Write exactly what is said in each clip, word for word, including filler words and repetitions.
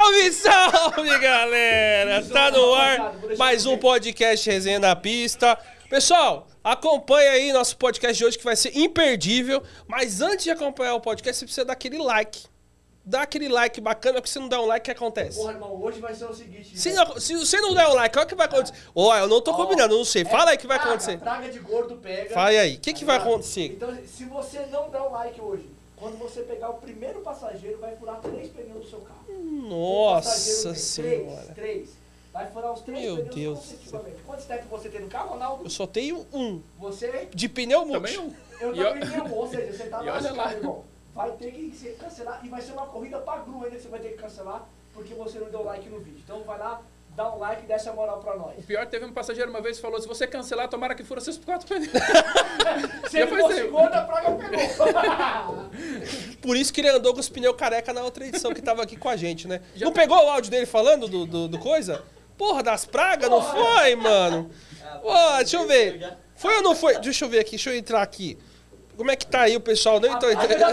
Salve, salve, galera! Tá no ar mais um podcast Resenha na Pista. Pessoal, acompanha aí nosso podcast de hoje que vai ser imperdível. Mas antes de acompanhar o podcast, você precisa dar aquele like. Dá aquele like bacana, porque se não der um like, o que acontece? Porra, irmão, hoje vai ser o seguinte... Se, não, se você não der um like, olha o que vai acontecer. Ó, oh, eu não tô combinando, eu não sei. Fala aí o que vai praga, acontecer. Praga de gordo pega. Fala aí, o que, que vai acontecer? Então, se você não der um like hoje, quando você pegar o primeiro passageiro, vai furar três pneus do seu carro. Nossa senhora. Três, três. Vai furar os três Meu pneus Deus. consecutivamente. Quantos step você tem no carro, Ronaldo? Eu só tenho um. Você? De pneu multi. Também um. Eu E também tenho um. Ou seja, você tá e olha lá. lascado, irmão. Vai ter que ser cancelar. E vai ser uma corrida pra gru ainda que você vai ter que cancelar, porque você não deu like no vídeo. Então vai lá, dá um like e dá essa moral pra nós. O pior, teve um passageiro uma vez que falou, se você cancelar, tomara que fura seus quatro pneus. Se ele fosse gordo, a praga pegou. Por isso que ele andou com os pneus careca na outra edição que tava aqui com a gente, né? Já não pegou o áudio dele falando do, do, do coisa? Porra, das pragas, não foi, mano? Ó, deixa eu ver. Foi ou não foi? Deixa eu ver aqui, deixa eu entrar aqui. Como é que tá aí o pessoal? Não entrou.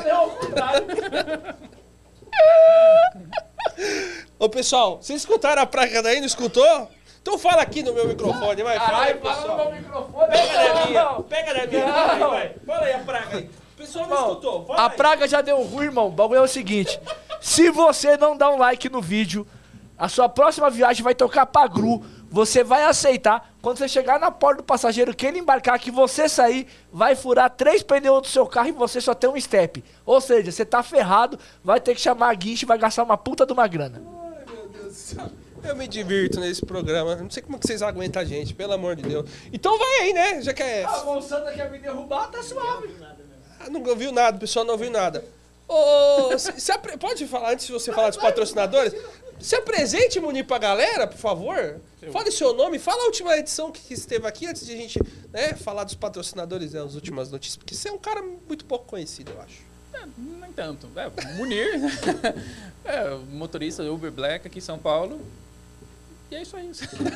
Ô, pessoal, vocês escutaram a praga daí? Não escutou? Então fala aqui no meu microfone, vai. Fala aí, fala pessoal. no meu microfone. Pega na minha, pega na minha. Vai, vai. Fala aí a praga aí. O pessoal não escutou. Fala A aí. praga já deu ruim, irmão. O bagulho é o seguinte. Se você não dá um like no vídeo, a sua próxima viagem vai tocar pra gru. Você vai aceitar. Quando você chegar na porta do passageiro, que ele embarcar, que você sair, vai furar três pneus do seu carro e você só tem um step. Ou seja, você tá ferrado, vai ter que chamar a guincha e vai gastar uma puta de uma grana. Ai, meu Deus do céu. Eu me divirto nesse programa. Não sei como que vocês aguentam a gente, pelo amor de Deus. Então vai aí, né? Já que é... A Monsanto quer me derrubar, tá suave. Ah, não ouviu nada, o pessoal não ouviu nada. Ô, se, se apre... Pode falar, antes de você falar dos patrocinadores, se apresente, Munir, pra galera, por favor. Fale seu nome, fala a última edição que esteve aqui, antes de a gente, né, falar dos patrocinadores, né, as últimas notícias, porque você é um cara muito pouco conhecido, eu acho. É, nem tanto. É, Munir, é, motorista Uber Black aqui em São Paulo. E é isso aí.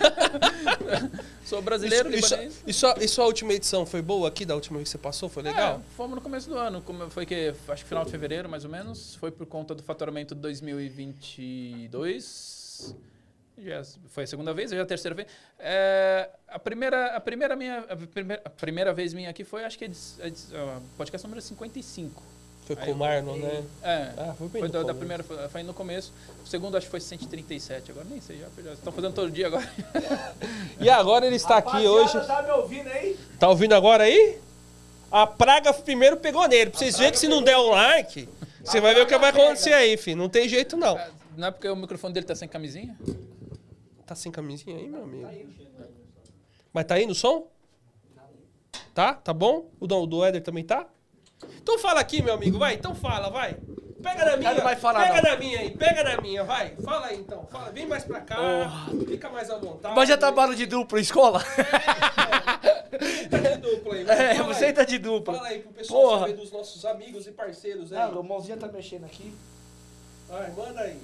Sou brasileiro, Isso, libanês. isso, isso, a- isso a última edição foi boa aqui, da última vez que você passou? Foi legal? É, fomos no começo do ano. Como foi que, acho que final de fevereiro, mais ou menos. Foi por conta do faturamento de dois mil e vinte e dois. Já foi a segunda vez, já é a terceira vez. É, a, primeira, a, primeira minha, a, primeira, a primeira vez minha aqui foi, acho que, a, a, a podcast número cinquenta e cinco. Foi Aí com o Marlon, né? É, Ah, foi bem foi no da, da começo. primeira, foi, foi no começo. O segundo acho que foi cento e trinta e sete, agora nem sei, já, já estão fazendo todo dia agora. E agora ele está aqui hoje. Tá me ouvindo aí? Tá ouvindo agora aí? A praga primeiro pegou nele. Pra vocês verem que se não der um like, você vai ver o que vai acontecer aí, filho. Não tem jeito, não. Não é porque o microfone dele tá sem camisinha? Tá sem camisinha aí, meu amigo? Mas tá aí no som? Tá? Tá bom? O do, o do Éder também tá? Então fala aqui, meu amigo, vai. Então fala, vai. Pega na minha. Não vai falar, pega não. na minha aí, pega na minha, vai. Fala aí então. Fala, vem mais pra cá. Fica mais à vontade. Mas já trabalho de dupla em escola? Tá de dupla aí, vai. É, Fala você aí. tá de dupla. Fala aí pro pessoal Porra. saber dos nossos amigos e parceiros aí. Não, o mãozinha tá mexendo aqui. Vai, manda aí.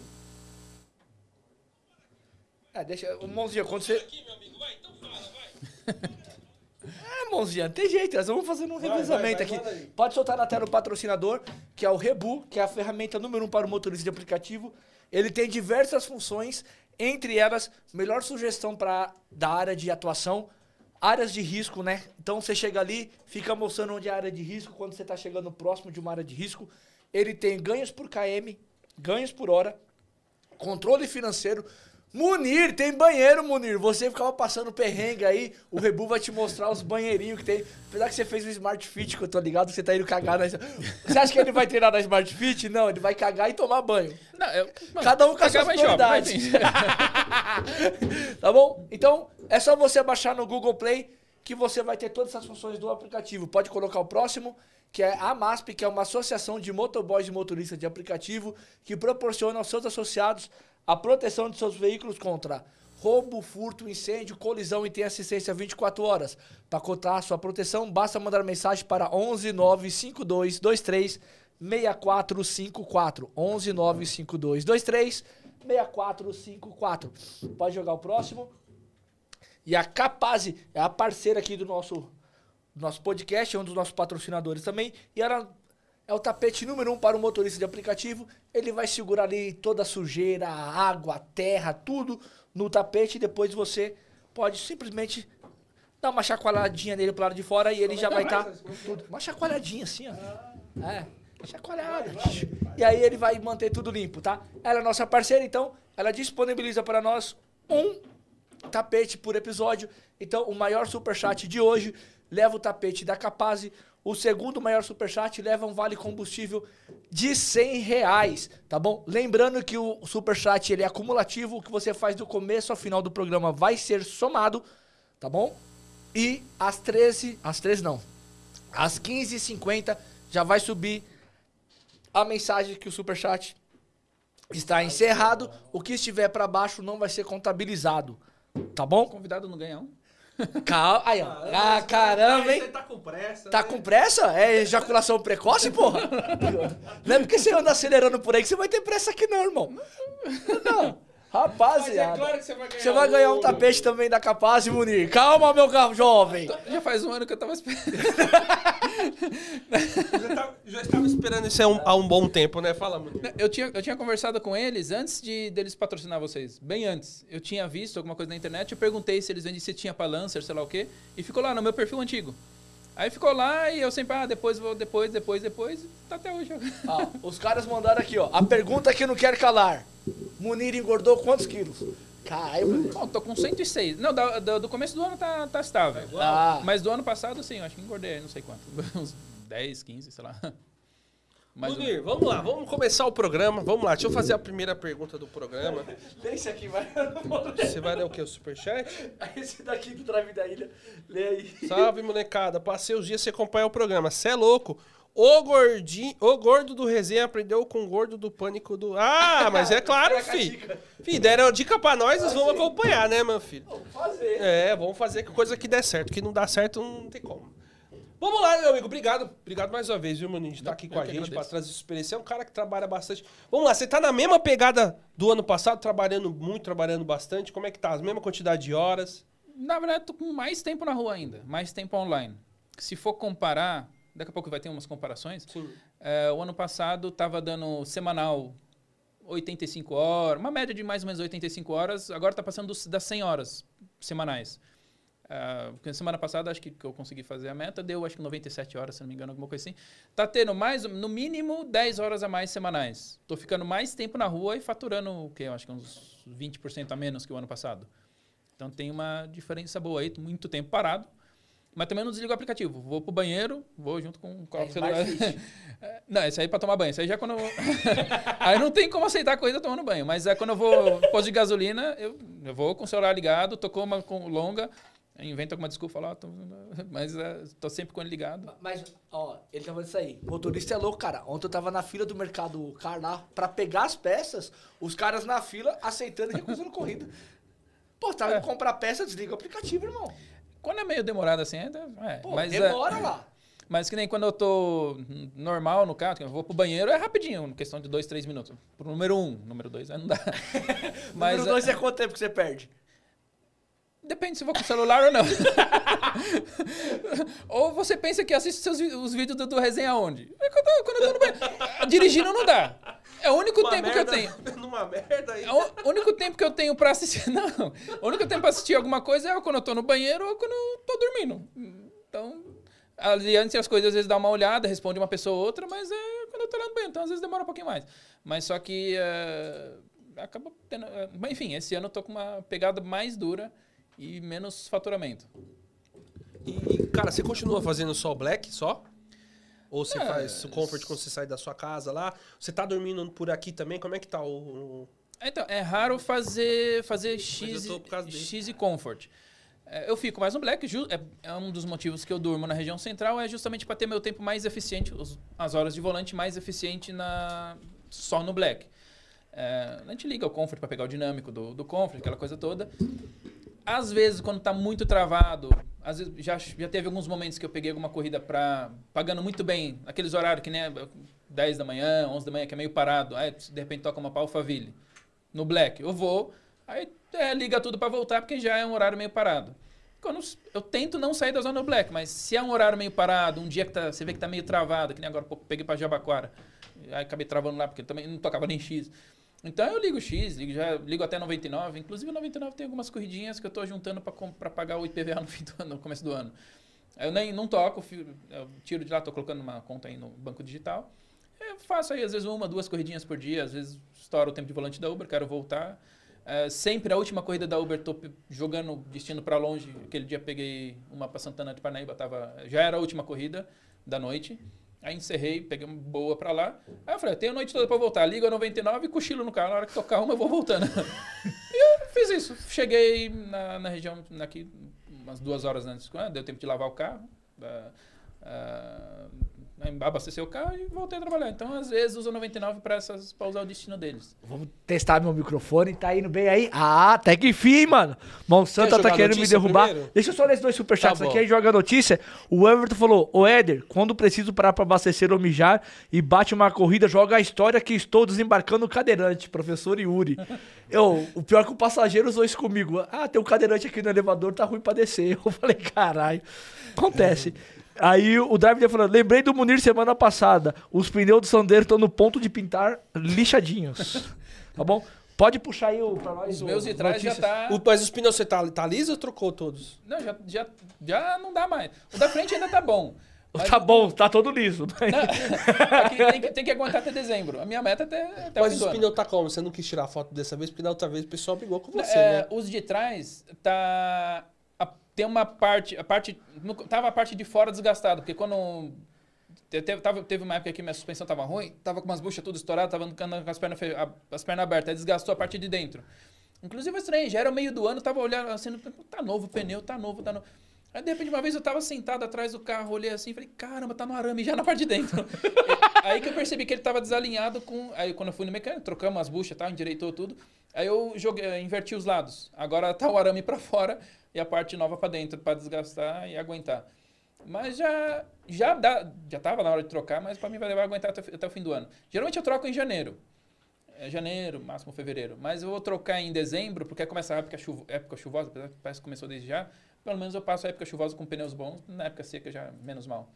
É, deixa. O mãozinha, quando você. Aqui, meu amigo, vai. Então fala, vai. É, mãozinha, tem jeito, nós vamos fazendo um Vai, revezamento vai, vai, manda aqui. aí. Pode soltar na tela o patrocinador, que é o Rebu, que é a ferramenta número um para o motorista de aplicativo. Ele tem diversas funções, entre elas, melhor sugestão para da área de atuação, áreas de risco, né? Então você chega ali, fica mostrando onde é a área de risco, quando você está chegando próximo de uma área de risco. Ele tem ganhos por km, ganhos por hora, controle financeiro. Munir, tem banheiro, Munir. Você ficava passando perrengue aí, o Rebu vai te mostrar os banheirinhos que tem. Apesar que você fez o Smart Fit, que eu tô ligado que você tá indo cagar na... Você acha que ele vai treinar na Smart Fit? Não, ele vai cagar e tomar banho. Não, eu, mano, Cada um com as cagar suas vai shopping, mas prioridades. enfim. Tá bom? Então, é só você baixar no Google Play que você vai ter todas essas funções do aplicativo. Pode colocar o próximo, que é a MASP, que é uma associação de motoboys e motoristas de aplicativo que proporciona aos seus associados a proteção de seus veículos contra roubo, furto, incêndio, colisão e tem assistência vinte e quatro horas. Para contar a sua proteção, basta mandar mensagem para onze nove cinco dois dois três seis quatro cinco quatro. onze nove cinco dois dois três seis quatro cinco quatro. Pode jogar o próximo. E a Capaz é a parceira aqui do nosso, do nosso podcast, é um dos nossos patrocinadores também. E ela É o tapete número um para o motorista de aplicativo. Ele vai segurar ali toda a sujeira, a água, a terra, tudo no tapete. E depois você pode simplesmente dar uma chacoalhadinha nele pro lado de fora e ele já vai estar... Tá tudo. Uma chacoalhadinha assim, ó. É, chacoalhada. E aí ele vai manter tudo limpo, tá? Ela é nossa parceira, então ela disponibiliza para nós um tapete por episódio. Então o maior superchat de hoje leva o tapete da Capaz. O segundo maior superchat leva um vale combustível de cem reais, tá bom? Lembrando que o superchat ele é acumulativo, o que você faz do começo ao final do programa vai ser somado, tá bom? E às treze, às treze não, às quinze e cinquenta já vai subir a mensagem que o superchat está encerrado. O que estiver para baixo não vai ser contabilizado, tá bom? O convidado não ganha um. Calma, aí, ó. Ah, caramba, hein? Você tá com pressa, Tá né? com pressa? É ejaculação precoce, porra? Não é porque você anda acelerando por aí que você vai ter pressa aqui não, irmão. Não. Rapaziada. Mas é claro que você vai ganhar Você vai ganhar um um. tapete também da Capaz, Munir. Calma, meu carro jovem. Já faz um ano que eu tava esperando. Já, tá- já estava esperando isso há um, há um bom tempo, né? Fala, mano. Eu tinha, eu tinha conversado com eles antes de deles patrocinar vocês. Bem antes. Eu tinha visto alguma coisa na internet, eu perguntei se eles vendem, se tinha pra Lancer, sei lá o quê. E ficou lá no meu perfil antigo. Aí ficou lá e eu sempre, ah, depois vou, depois, depois, depois. Tá até hoje. Ó, os caras mandaram aqui, ó. A pergunta que não quer calar. Munir engordou quantos quilos? Caralho, Munir. Bom, tô com cento e seis. Não, da- da- do começo do ano tá, tá estável. Ah. Mas do ano passado, sim, eu acho que engordei, não sei quanto. Uns dez, quinze, sei lá. Mais ou Munir, vamos lá, vamos começar o programa. Vamos lá, deixa eu fazer a primeira pergunta do programa. Lê esse aqui, vai. Você vai ler o quê? O superchat? Esse daqui do Drive da Ilha. Lê aí. Salve, molecada. Passei os dias sem acompanhar o programa. Cê é louco. O gordinho, o gordo do resenha aprendeu com o gordo do pânico do... Ah, mas é claro, fi. Fi, deram dica pra nós, nós vamos acompanhar, né, meu filho? Vamos fazer. É, vamos fazer que coisa que der certo. Que não dá certo, não tem como. Vamos lá, meu amigo. Obrigado. Obrigado mais uma vez, viu, Munir? De estar aqui com Eu a que gente pra agradeço. trazer sua experiência. É um cara que trabalha bastante. Vamos lá, você tá na mesma pegada do ano passado, trabalhando muito, trabalhando bastante. Como é que tá? A mesma quantidade de horas? Na verdade, tô com mais tempo na rua ainda, mais tempo online. Se for comparar, daqui a pouco vai ter umas comparações. Sim. É, o ano passado tava dando semanal oitenta e cinco horas, uma média de mais ou menos oitenta e cinco horas, agora tá passando dos- das cem horas semanais. É, porque semana passada acho que, que eu consegui fazer a meta, deu acho que noventa e sete horas, se não me engano, alguma coisa assim. Tá tendo mais, no mínimo dez horas a mais semanais. Tô ficando mais tempo na rua e faturando, o quê? Eu acho que uns vinte por cento a menos que o ano passado. Então tem uma diferença boa aí, muito tempo parado. Mas também não desligo o aplicativo. Vou pro banheiro, vou junto com o Aí, celular. mais fit. Não, esse aí é pra tomar banho. Isso aí já quando eu... Aí não tem como aceitar a coisa tomando banho. Mas é quando eu vou posto de gasolina, eu, eu vou com o celular ligado, tocou uma com longa, invento alguma desculpa, falo, ah, tô... mas é, tô sempre com ele ligado. Mas, ó, ele tá falando isso aí. Motorista é louco, cara. Ontem eu tava na fila do mercado car lá pra pegar as peças, os caras na fila aceitando e recusando corrida. Pô, tá É. indo comprar peça, desliga o aplicativo, irmão. Quando é meio demorado assim, ainda... É, Pô, mas, é, demora lá. mas que nem quando eu tô normal no carro, que eu vou pro banheiro, é rapidinho, questão de dois, três minutos. Pro número um, número dois, aí não dá. Mas, Número dois é quanto tempo que você perde? depende se vou com o celular ou não. Ou você pensa que assiste seus, vi- os vídeos do, do resenha onde? É quando, eu- quando eu tô no banheiro. Dirigindo não dá. É o único Uma tempo merda, que eu tenho. Numa merda aí. É o único tempo que eu tenho pra assistir. Não. O único tempo pra assistir alguma coisa é quando eu tô no banheiro ou quando eu tô dormindo. Então, ali antes as coisas às vezes dá uma olhada, responde uma pessoa ou outra, mas é quando eu tô lá no banheiro. Então às vezes demora um pouquinho mais. Mas só que é, acaba tendo. é, mas, enfim, esse ano eu tô com uma pegada mais dura e menos faturamento. E, cara, você continua fazendo só o black, só? Ou você É, faz o comfort quando você sai da sua casa lá? Você tá dormindo por aqui também? Como é que tá o... o- Então, é raro fazer, fazer X, eu tô por causa dele. X e Comfort. É, eu fico mais no Black, ju- é, é um dos motivos que eu durmo na região central, é justamente para ter meu tempo mais eficiente, os- as horas de volante mais eficiente na, só no Black. É, a gente liga o Comfort para pegar o dinâmico do, do Comfort, aquela coisa toda. Às vezes, quando tá muito travado, às vezes já, já teve alguns momentos que eu peguei alguma corrida pra, pagando muito bem, aqueles horários que nem é dez da manhã, onze da manhã, que é meio parado, aí de repente toca uma pra Alphaville. No Black, eu vou, aí é, liga tudo pra voltar, porque já é um horário meio parado. Quando eu tento não sair da zona do black, mas se é um horário meio parado, um dia que tá, você vê que tá meio travado, que nem agora eu peguei pra Jabaquara, aí acabei travando lá, porque eu também não tocava nem X. Então eu ligo X, ligo, já ligo até noventa e nove. Inclusive, o noventa e nove tem algumas corridinhas que eu tô juntando para pagar o I P V A no, fim do ano, no começo do ano. Eu nem não toco, eu tiro de lá, tô colocando uma conta aí no banco digital. Eu faço aí, às vezes, uma, duas corridinhas por dia, às vezes estouro o tempo de volante da Uber, quero voltar. É, sempre a última corrida da Uber, tô jogando destino para longe. Aquele dia peguei uma para Santana de Parnaíba, tava, já era a última corrida da noite. Aí encerrei, peguei uma boa pra lá. Aí eu falei, eu tenho a noite toda pra voltar. Liga noventa e nove e cochilo no carro. Na hora que tocar uma, eu vou voltando. E eu fiz isso. Cheguei na, na região, aqui, umas duas horas antes. Deu tempo de lavar o carro. Uh, uh, abastecer o carro e voltei a trabalhar. Então, às vezes, uso noventa e nove pra, essas, pra usar o destino deles. Vamos testar meu microfone. Tá indo bem aí? Ah, até que enfim, mano. Monsanto tá querendo me derrubar. Primeiro? Deixa eu só ler esses dois superchats tá aqui. Aí joga a notícia. O Everton falou, ô Éder, quando preciso parar pra abastecer ou mijar e bate uma corrida, joga a história que estou desembarcando o cadeirante, professor Yuri. Eu, o pior é que o passageiro usou isso comigo. Ah, tem um cadeirante aqui no elevador, tá ruim pra descer. Eu falei, caralho. Acontece. Aí o Drive falando, lembrei do Munir semana passada. Os pneus do Sandero estão no ponto de pintar lixadinhos. Tá bom? Pode puxar aí o, pra nós. Os meus de trás já tá... O, mas os pneus você tá, tá liso ou trocou todos? Não, já, já, já não dá mais. O da frente ainda tá bom. Tá bom, tá todo liso. Mas... Não, aqui tem, que, tem que aguentar até dezembro. A minha meta é até, até mas o os pneus tá como? Você não quis tirar a foto dessa vez, porque na outra vez o pessoal brigou com você, é, né? Os de trás tá... Tem uma parte, a parte, tava a parte de fora desgastada, porque quando teve, tava, teve uma época que minha suspensão tava ruim, tava com umas buchas tudo estouradas, tava andando com as pernas, as pernas abertas, aí desgastou a parte de dentro. Inclusive eu estranhei, já era o meio do ano, tava olhando assim, tá novo o pneu, tá novo, tá novo. Aí de repente uma vez eu tava sentado atrás do carro, olhei assim, falei, caramba, tá no arame já na parte de dentro. Aí que eu percebi que ele tava desalinhado com, aí quando eu fui no mecânico, trocamos as buchas, tá, endireitou tudo. Aí eu joguei, inverti os lados. Agora tá o arame pra fora e a parte nova pra dentro, pra desgastar e aguentar. Mas já já dá, já tava na hora de trocar, mas pra mim vai levar a aguentar até, até o fim do ano. Geralmente eu troco em janeiro. É janeiro, máximo fevereiro. Mas eu vou trocar em dezembro, porque começa a época, chuvo, época chuvosa, parece que começou desde já. Pelo menos eu passo a época chuvosa com pneus bons, na época seca já menos mal.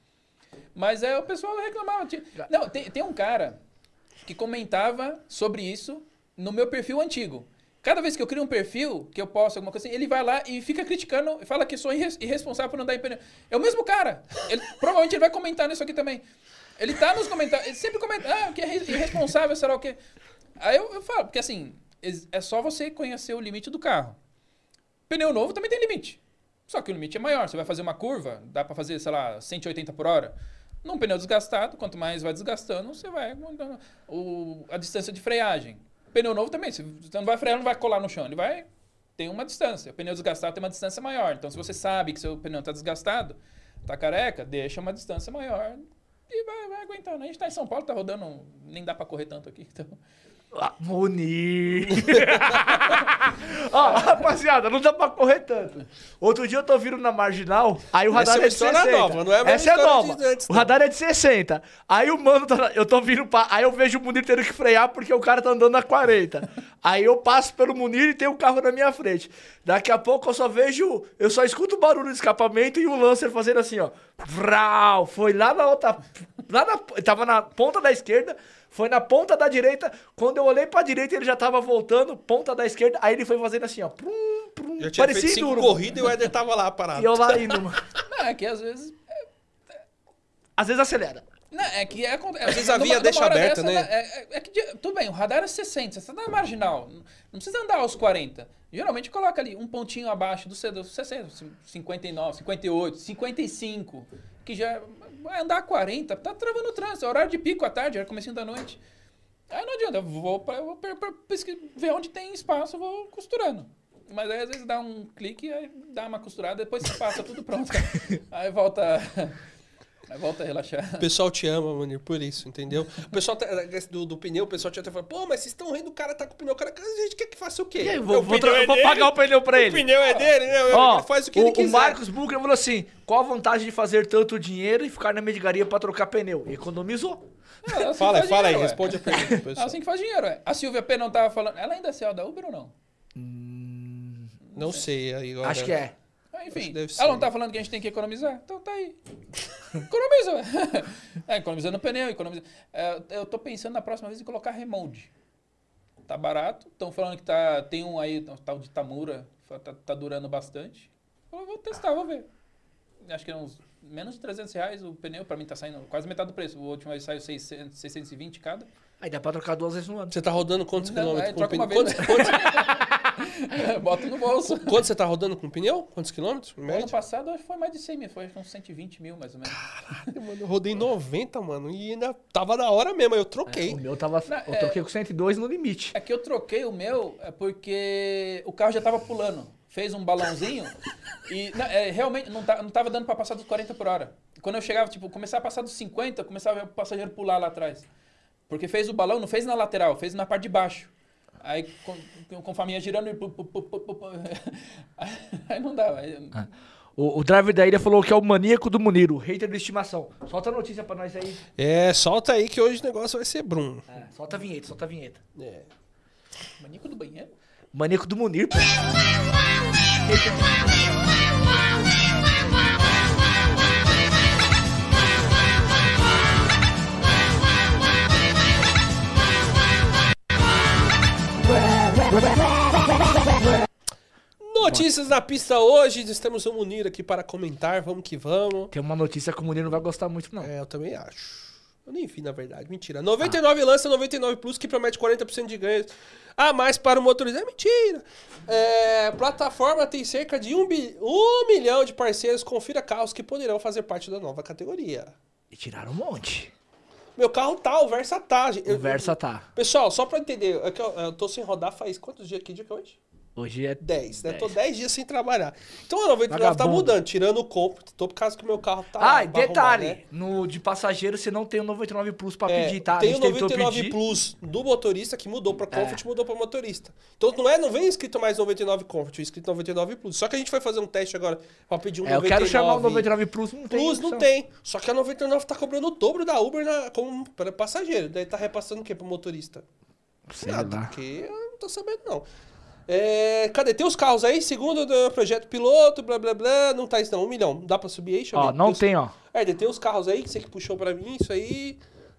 Mas é, o pessoal reclamava. Não, tem, tem um cara que comentava sobre isso no meu perfil antigo. Cada vez que eu crio um perfil, que eu posto alguma coisa assim, ele vai lá e fica criticando, e fala que sou irres, irresponsável por não dar pneu. É o mesmo cara. Ele, provavelmente ele vai comentar nisso aqui também. Ele tá nos comentários, ele sempre comenta, ah, que é irresponsável, será o quê? Aí eu, eu falo, porque assim, é só você conhecer o limite do carro. Pneu novo também tem limite. Só que o limite é maior. Você vai fazer uma curva, dá pra fazer, sei lá, cento e oitenta por hora. Num pneu desgastado, quanto mais vai desgastando, você vai aumentando o, a distância de freagem. Pneu novo também, você não vai frear, não vai colar no chão, ele vai ter uma distância. O pneu desgastado tem uma distância maior. Então, se você sabe que seu pneu está desgastado, está careca, deixa uma distância maior e vai, vai aguentando. A gente está em São Paulo, está rodando, nem dá para correr tanto aqui, então... Ah, Munir! Ó, rapaziada, não dá pra correr tanto. Outro dia eu tô vindo na Marginal, aí o radar Essa é de sessenta. É nova, não é a mesma Essa é nova. De antes, o radar é de sessenta. Aí o mano, tá, eu tô vindo pra... Aí eu vejo o Munir tendo que frear porque o cara tá andando a quarenta. Aí eu passo pelo Munir e tem um carro na minha frente. Daqui a pouco eu só vejo... Eu só escuto o barulho do escapamento e o Lancer fazendo assim, ó. Vrau! Foi lá na outra... Lá na... Tava na ponta da esquerda... Foi na ponta da direita, quando eu olhei pra direita ele já tava voltando, ponta da esquerda, aí ele foi fazendo assim, ó. Prum, prum, eu tinha feito cinco corridas e o Éder tava lá parado. E eu lá indo, mano. Não, é que às vezes... Às vezes acelera. Não, é que é... Às vezes a via deixa aberta, né? É, é, é que, tudo bem, o radar é sessenta, você tá na marginal, não precisa andar aos quarenta. Geralmente coloca ali um pontinho abaixo do sessenta, cinquenta e nove, cinquenta e oito, cinquenta e cinco, que já vai andar a quarenta, tá travando o trânsito, é horário de pico à tarde, era comecinho da noite. Aí não adianta, eu vou, pra, eu vou pra, pra, pra ver onde tem espaço, eu vou costurando. Mas aí às vezes dá um clique, aí dá uma costurada, depois você passa tudo pronto. Aí volta... Aí volta a relaxar. O pessoal te ama, Munir, por isso, entendeu? O pessoal tá, do, do pneu, o pessoal te até fala, pô, mas vocês estão rindo, o cara tá com o pneu, o cara, a gente quer que faça o quê? Eu vou, o vou, é vou pagar o pneu pra ele. O pneu é dele, né? Ó, ele faz o que o, ele quiser. O Marcos Bucher falou assim, qual a vantagem de fazer tanto dinheiro e ficar na medigaria pra trocar pneu? Economizou. É, assim fala, fala aí, dinheiro, responde a pergunta, pessoal. É assim que faz dinheiro, ué. A Silvia P não tava falando... Ela ainda é C E O da Uber ou não? Hum, não sei. Aí, agora... Acho que é. Mas, enfim, deve ela ser. não tá falando que a gente tem que economizar? Então tá aí. Economiza, ué. É, economizando pneu, economiza. É, eu tô pensando na próxima vez em colocar remold. Tá barato. Estão falando que tá, tem um aí, um tal de Tamura, tá, tá durando bastante. Eu vou testar, vou ver. Acho que é uns menos de trezentos reais o pneu. Pra mim tá saindo quase metade do preço. O último aí saiu seiscentos, seiscentos e vinte cada. Aí dá pra trocar duas vezes no ano. Você tá rodando quantos Não, quilômetros é, com troca pneu? uma vez, Quantos, né? quantos, Bota no bolso. quantos você tá rodando com pneu? Quantos quilômetros? Em O média? ano passado acho que foi mais de cem mil, foi acho que uns cento e vinte mil mais ou menos. Mano, eu rodei noventa, mano, e ainda tava na hora mesmo, aí eu troquei. O meu tava. Não, eu é- troquei com cento e dois no limite. É que eu troquei o meu é porque o carro já tava pulando. Fez um balãozinho e não, é, realmente não, tá, não tava dando pra passar dos quarenta por hora. Quando eu chegava, tipo, começava a passar dos cinquenta, começava a ver o passageiro pular lá atrás. Porque fez o balão, não fez na lateral, fez na parte de baixo. Aí, com, conforme ia girando, e pu, pu, pu, pu, pu, pu, aí não dava. Aí, O, o driver da ilha falou que é o maníaco do Munir, o hater de estimação. Solta a notícia pra nós aí. É, solta aí que hoje o negócio vai ser Bruno. É, solta a vinheta, solta a vinheta. É. maníaco do banheiro? Maníaco do Munir, pô. Notícias na pista hoje, temos o Munir aqui para comentar, vamos que vamos. Tem uma notícia que o Munir não vai gostar muito, não. É, eu também acho. Eu nem vi, na verdade, mentira. noventa e nove lança noventa e nove Plus, que promete quarenta por cento de ganhos a mais para o motorista. É mentira! É, plataforma tem cerca de um, bi... um milhão de parceiros. Confira carros que poderão fazer parte da nova categoria. E tiraram um monte. Meu carro tá, o Versa tá. gente. O Eu- Versa tá. Pessoal, só pra entender, é que eu, eu tô sem rodar faz quantos dias? Que dia que é hoje? Hoje é dez, né? dez. Tô dez dias sem trabalhar. Então a noventa e nove tá Vagabundo. mudando, tirando o compro. Tô por causa que o meu carro tá. Ah, e vai detalhe, arrumar, né? no de passageiro você não tem o noventa e nove Plus pra É, pedir, tá? tem a o gente tentou noventa e nove pedir. Plus do motorista que mudou pra Comfort, É. mudou pra motorista. Então não é, não vem escrito mais noventa e nove Comfort, é escrito noventa e nove Plus. Só que a gente vai fazer um teste agora pra pedir um É, eu noventa e nove. quero chamar o noventa e nove Plus, não tem. Plus não opção. tem. Só que a noventa e nove tá cobrando o dobro da Uber na, como para passageiro. Daí tá repassando o quê pro motorista? Sei Nada, lá. porque eu não tô sabendo não. É, cadê? Tem os carros aí? Segundo do projeto piloto, blá blá blá. Não tá isso não, um milhão. Dá pra subir aí? Deixa eu Ó, ver. não os- tem, ó. É, tem os carros aí, que você que puxou pra mim, isso aí.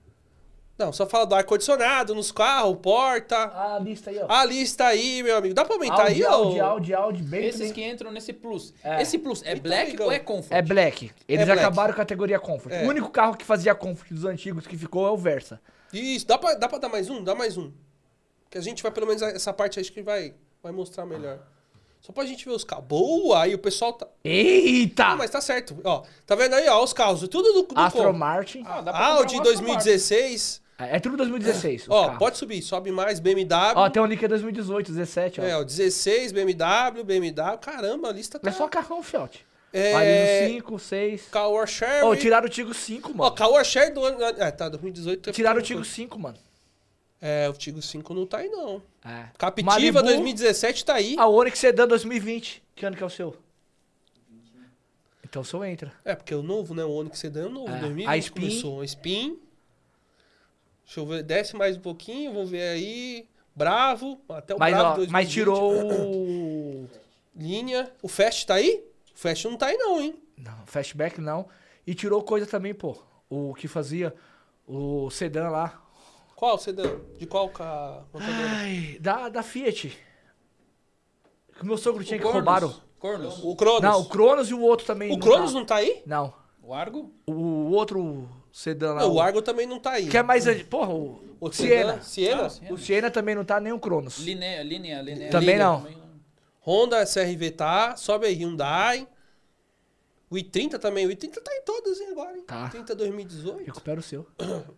Não, só fala do ar-condicionado nos carros, porta. A lista aí, ó. A lista aí, meu amigo. Dá pra aumentar Audi, aí, Audi, ó? Audi, Audi, bem Esses bem- que entram nesse Plus. É. Esse Plus é Então, Black amigão. ou é Comfort? É Black. Eles Black. acabaram com a categoria Comfort. É. O único carro que fazia Comfort dos antigos que ficou é o Versa. Isso, dá pra, dá pra dar mais um? Dá mais um. Que a gente vai, pelo menos, essa parte acho que vai, vai mostrar melhor. Só pra gente ver os carros. Boa! Aí o pessoal tá... Eita! Ah, mas tá certo. Ó, tá vendo aí, ó, os carros. Tudo do, do Aston Comfort. Martin. Ah, dá pra comprar Audi um dois Aston mil e Martin. dezesseis. É tudo dois mil e dezesseis. os Ó, carros. pode subir. Sobe mais. B M W. Ó, tem um link é dois mil e dezoito, dezessete, ó. É, ó, dezesseis, B M W, B M W. Caramba, a lista tá... Não é só carrão, fiote. É... Ali no cinco, seis. Caoa Sherry. Ó, tiraram o Tigo cinco, Ó, mano. Caoa Sherry do ano... É, tá, dois mil e dezoito... é Tiraram o pouquinho Tigo cinco, mano. coisa. É, o Tigo cinco não tá aí, não. É. Captiva Malibu, dois mil e dezessete tá aí. A Onix Sedan dois mil e vinte. Que ano que é o seu? Então o seu entra. É, porque é o novo, né? O Onix Sedan é o novo. É. dois mil e vinte A Spin. começou. A Spin. Deixa eu ver. Desce mais um pouquinho. Vamos ver aí. Bravo. Até o Mas, Bravo ó, dois mil e mas vinte. tirou o... Linha. O Fast tá aí? O Fast não tá aí, não, hein? Não, Fastback não. E tirou coisa também, pô. O que fazia o sedã lá. Qual sedã? De qual ca... montadora? Ai, da, da Fiat. Que o meu sogro tinha O que Cornos. roubaram. Cornos. O Cronos. Não, o Cronos e o outro também. O não Cronos tá. não tá aí? Não. O Argo? O outro sedã lá. Não, o Argo também não tá aí. Que é mais... adi- Porra, o, O Siena. sedã? Siena? Ah, Siena. O Siena também não tá, nem o Cronos. Linea, linea, linea. Também linea, não. Honda C R V tá. Sobe aí. Hyundai. O i trinta também. O i trinta tá em todas, hein, agora, hein? Tá. i trinta dois mil e dezoito. Recupera o seu.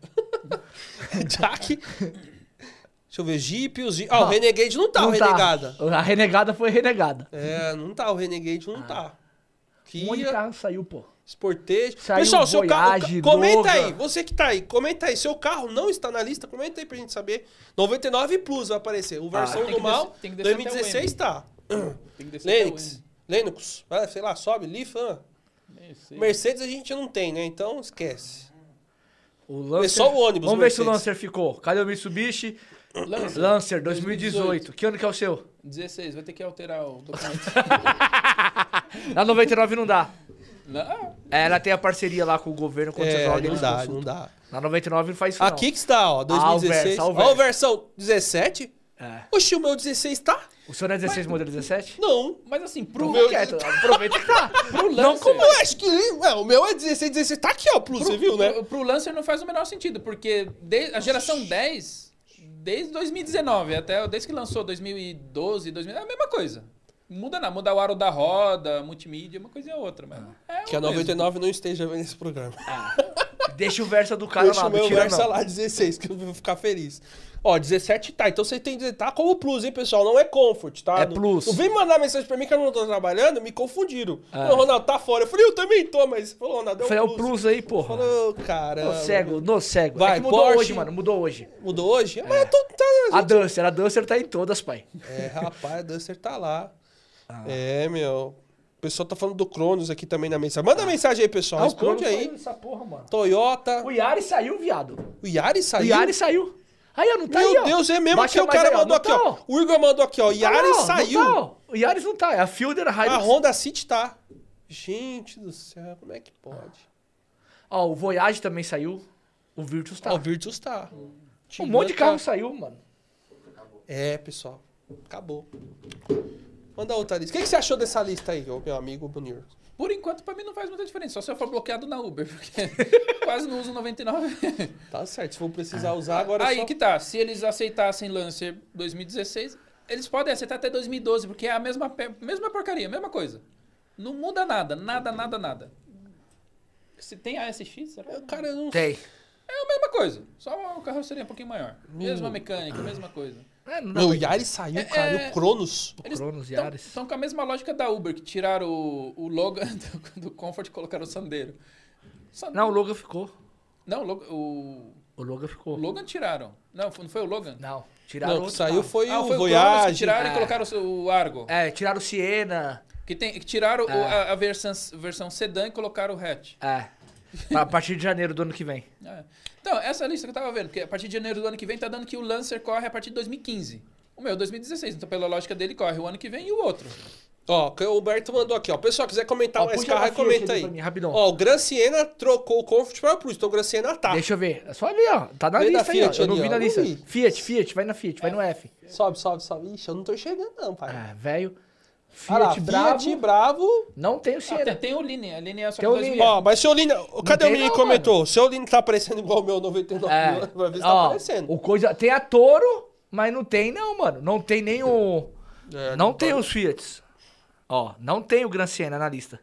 Jack. Deixa eu ver. Jeep. Os Jeep. Ah, o Renegade não tá, Não o Renegada. A renegada foi renegada. É, não tá. O Renegade não tá. Um monte de Kia, carro saiu, pô. Sportage. Saiu Pessoal, seu carro. Voyage, Comenta Droga. aí. Você que tá aí. Comenta aí. Seu carro não está na lista? Comenta aí pra gente saber. noventa e nove Plus vai aparecer. O versão tem do que mal. descer- tem que descer dois mil e até o dezesseis tá. Tem que descer até o Lennox. N. Lennox. Ah, sei lá, sobe. Leaf. Ah. Esse aí. Mercedes a gente não tem, né? Então esquece. O Lancer... só o ônibus, Vamos ver se o Mercedes. Lancer ficou. Cadê o Mitsubishi? Lancer. Lancer dois mil e dezoito. Que ano que é o seu? dezesseis, vai ter que alterar o documento. Na noventa e nove não dá. Não. É, ela tem a parceria lá com o governo. Quando você É, joga, não eles dá, consultam. não dá. Na noventa e nove não faz isso, não. Aqui que está, ó, dois mil e dezesseis. Ah, o verso, Ó, ah, o a versão dezessete. É. Oxi, o meu dezesseis tá? O seu não é dezesseis, modelo dezessete? Não. Mas assim, pro, Pro quieto, aproveita que tá. pro Não Lancer... como Eu acho que... Ué, o meu é dezesseis, dezesseis. Tá aqui, ó, Plus, você viu, né? Pro, pro Lancer não faz o menor sentido, porque de- a geração dez, desde dois mil e dezenove, até desde que lançou dois mil e doze, dois mil, é a mesma coisa. Muda nada, muda o aro da roda, multimídia, uma coisa e outra. Mas é Que a o mesmo. noventa e nove não esteja vendo esse programa. Deixa o verso do cara Deixa lá, o meu não tira Versa não. lá, dezesseis, que eu vou ficar feliz. Ó, dezessete tá. Então você tem que tá como Plus, hein, pessoal? Não é Comfort, tá? É Não- Plus. Não vem mandar mensagem pra mim que eu não tô trabalhando, me confundiram. É. Falou, Ronaldo, tá fora. Eu falei, eu também tô, mas... Falou, Ronaldo, é Eu o falei, é Plus. o Plus aí, porra. Falou, caramba. No cego, no cego. Vai, é que mudou Porsche. hoje, mano, mudou hoje. Mudou hoje? Mas eu tô... Tá, A Duster, a Duster tá em todas, pai. É, rapaz, a Duster tá lá. Ah. É, meu. O pessoal tá falando do Cronos aqui também na mensagem. Manda mensagem aí, pessoal. Ah, o Responde Cronos aí. saiu dessa porra, mano. Toyota. O Yaris saiu, viado. O Yaris saiu? O Yaris saiu. Aí, ó, não tá Meu aí, ó. Deus, é mesmo Baixa que o mais cara aí, ó, mandou não aqui, tá, ó. O Igor mandou aqui, ó. O Yaris Ah, não, saiu. Não tá, ó. O Yaris não tá, é a Fielder, a A Hilux. Honda City tá. Gente do céu, como é que pode? Ó, o Voyage também saiu. O Virtus tá. Ó, o Virtus tá. Um monte de Tiguan carro tá. saiu, mano. É, pessoal. Acabou. Manda outra lista. O que que você achou dessa lista aí, ô, meu amigo Bunir? Por enquanto, pra mim não faz muita diferença. Só se eu for bloqueado na Uber, porque quase não uso noventa e nove. Tá certo, se for precisar usar agora Aí só... que tá. Se eles aceitassem Lancer dois mil e dezesseis, eles podem aceitar até dois mil e doze, porque é a mesma, pe- mesma porcaria, mesma coisa. Não muda nada, nada, nada, nada. Se tem A S X, será? Eu, cara, eu não... Tem. É a mesma coisa. Só o carroceria um pouquinho maior. Mesma mecânica, mesma coisa. É, não dá Meu, o pra- Yaris saiu, É, cara. é- E o Cronos. O Cronos, Yaris. Estão com a mesma lógica da Uber, que tiraram o, o Logan do, do Comfort e colocaram o Sandero. Sand- Não, o Logan ficou. Não, o, Logan- o, O Logan o ficou. Logan tiraram. Não, não foi o Logan? Não, tiraram Não, o que outro saiu carro. foi ah, o foi o Cronos que Voyage. tiraram É. e colocaram o, o Argo. É, tiraram o Siena. Que, tem, que tiraram o- É. a, a versão, versão sedã e colocaram o hatch. É. A partir de janeiro do ano que vem. É. Então, essa lista que eu tava vendo, porque a partir de janeiro do ano que vem tá dando que o Lancer corre a partir de dois mil e quinze. O meu é dois mil e dezesseis, então pela lógica dele corre o ano que vem e o outro. Ó, que o Humberto mandou aqui, ó. Pessoal, quiser comentar Ó, mais puxa carro, na aí Fiat comenta ali aí. pra mim, rapidão. Ó, o Gran Siena trocou o Comfort para o Plus, então o Gran Siena tá. Deixa eu ver. É só ali, ó. Tá na Vem na lista aí, ó. Fiat Eu não ali, vi ó. na Não lista. vi. Fiat, Fiat, vai na Fiat, vai no F. Sobe, sobe, sobe. Ixi, eu não tô enxergando não, pai. Ah, velho. Olha lá, Fiat Bravo. Fiat Bravo. Não tem o Ah, Siena. tem, tem o Line, a Line é só Tem que o dois Line. mil. Ó, mas seu Lino... Cadê o tem menino que não, comentou? Seu Lino tá aparecendo igual o meu noventa e nove É. mil. Vai ver se tá Ó, aparecendo. o coisa... Tem a Toro, mas não tem não, mano. Não tem nem o... É, não tem tá- os Fiats. Ó, não tem o Gran Siena na lista.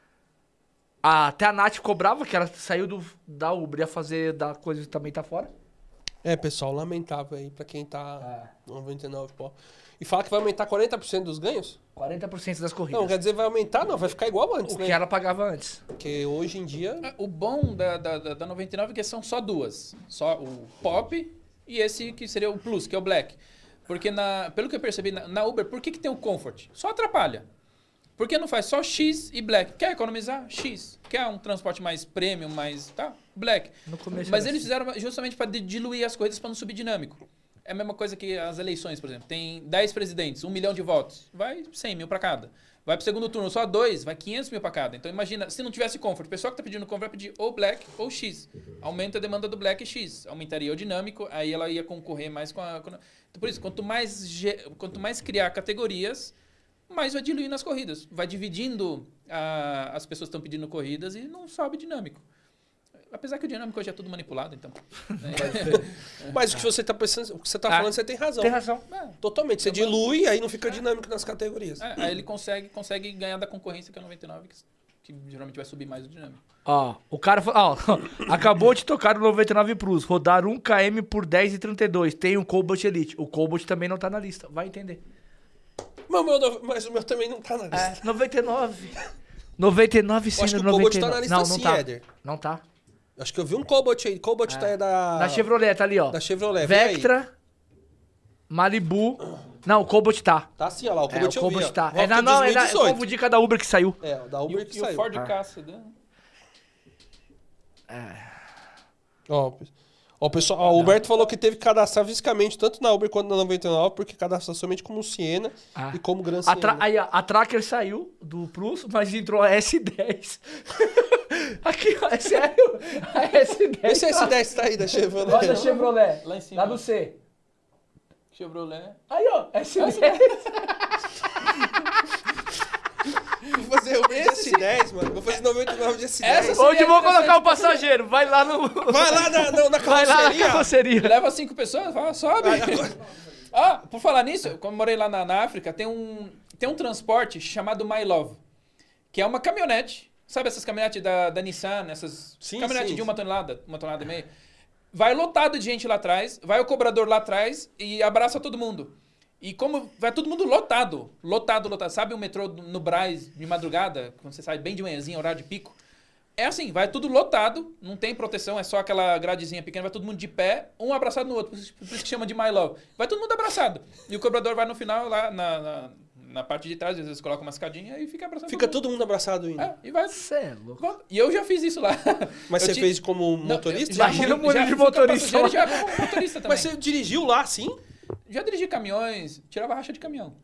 Ah, até a Nath ficou brava que ela saiu do, da Uber ia fazer da coisa que também tá fora. É, pessoal, lamentável aí pra quem tá É. noventa e nove pó. E fala que vai aumentar quarenta por cento dos ganhos? quarenta por cento das corridas. Não, quer dizer, vai aumentar? Não, vai ficar igual antes, o né? que ela pagava antes. Porque hoje em dia... Ah, O bom da, da, da- da noventa e nove é que são só duas. Só o Pop e esse que seria o Plus, que é o Black. Porque, na, pelo que eu percebi, na, na Uber, por que, que tem o Comfort? Só atrapalha. Por que não faz só X e Black? Quer economizar? X. Quer um transporte mais premium, mais... Tá, Black. No começo Mas era eles assim. fizeram justamente para diluir as corridas para não subir dinâmico. É a mesma coisa que as eleições, por exemplo. Tem dez presidentes, um milhão de votos. Vai cem mil para cada. Vai pro segundo turno, só dois, vai quinhentos mil para cada. Então imagina, se não tivesse Comfort, o pessoal que tá pedindo Comfort vai pedir ou Black ou X. Aumenta a demanda do Black e X. Aumentaria o dinâmico, aí ela ia concorrer mais com a... Com a... Então, por isso, quanto mais, ge... quanto mais criar categorias, mais vai diluir nas corridas. Vai dividindo a... as pessoas que estão pedindo corridas e não sobe dinâmico. Apesar que o dinâmico hoje é tudo manipulado, então. Mas o que você tá pensando, o que você tá Ah, falando, você tem razão. Tem razão. É, Totalmente. Você dilui, aí não fica dinâmico nas categorias. É, aí ele consegue, consegue ganhar da concorrência que é noventa e nove, que, que geralmente vai subir mais o dinâmico. Ó, o cara falou, ó, acabou de tocar o noventa e nove Plus, rodar um quilômetro por dez e trinta e dois, tem um Cobalt Elite. O Cobalt também não tá na lista, vai entender. Mas o meu, mas o meu também não tá na lista. É, noventa e nove. noventa e nove Eu acho sendo que o Cobalt noventa e nove. tá na lista não, não sim, tá. Éder. Não tá. Acho que eu vi um Cobalt aí. Cobalt tá é da... Da Chevrolet, tá ali, ó. Da Chevrolet. vem aí. Vectra, Malibu. Não, o Cobalt tá. Tá assim, ó lá. O É, Cobalt o eu vi, Cobalt ó. tá. Volta É na, de não, é na, eu dois mil e dezoito. confundi com a da Uber que saiu. É, o da E, Uber o- que e o saiu. Ford Ah. Ka sedan. Ó, Ó, o pessoal, ó, o Humberto falou que teve que cadastrar fisicamente, tanto na Uber quanto na noventa e nove, porque cadastra somente como Siena Ah. e como Gran A, Siena. tra- aí, a, a Tracker saiu do Plus, mas entrou a S dez. Aqui, ó, é sério? A S dez. Esse S dez tá aí da Chevrolet. Olha a Chevrolet. Lá em cima. Lá no C. Chevrolet. Aí, ó, S dez. Vou fazer Uber de S dez, mano. Vou fazer noventa e nove de S dez. Essa Onde seria vou interessante colocar o passageiro? Vai lá no... Vai lá na, na, na Vai lá na carroceria. carroceria. Leva cinco pessoas, fala, sobe. Ah, por falar nisso, como eu morei lá na, na África, tem um, tem um transporte chamado My Love, que é uma caminhonete. Sabe essas caminhonetes da, da Nissan, essas Sim, caminhonetes sim, de uma sim. tonelada, uma tonelada e meia? Vai lotado de gente lá atrás, vai o cobrador lá atrás e abraça todo mundo. E como vai todo mundo lotado, lotado, lotado. Sabe o metrô no Brás de madrugada, quando você sai bem de manhãzinha, horário de pico? É assim, vai tudo lotado, não tem proteção, é só aquela gradezinha pequena, vai todo mundo de pé, um abraçado no outro, por isso, por isso que chama de My Love. Vai todo mundo abraçado. E o cobrador vai no final, lá na, na, na parte de trás, às vezes coloca uma escadinha e fica abraçando Fica todo todo mundo abraçado mundo. ainda. É, e vai. Cê é louco. E eu já fiz isso lá. Mas Eu você ti- fez como Não, motorista? eu já- Imagina o já molho de fui com motorista. passageiro e já como motorista também. Mas você dirigiu lá, sim? Já dirigi caminhões, tirava racha de caminhão.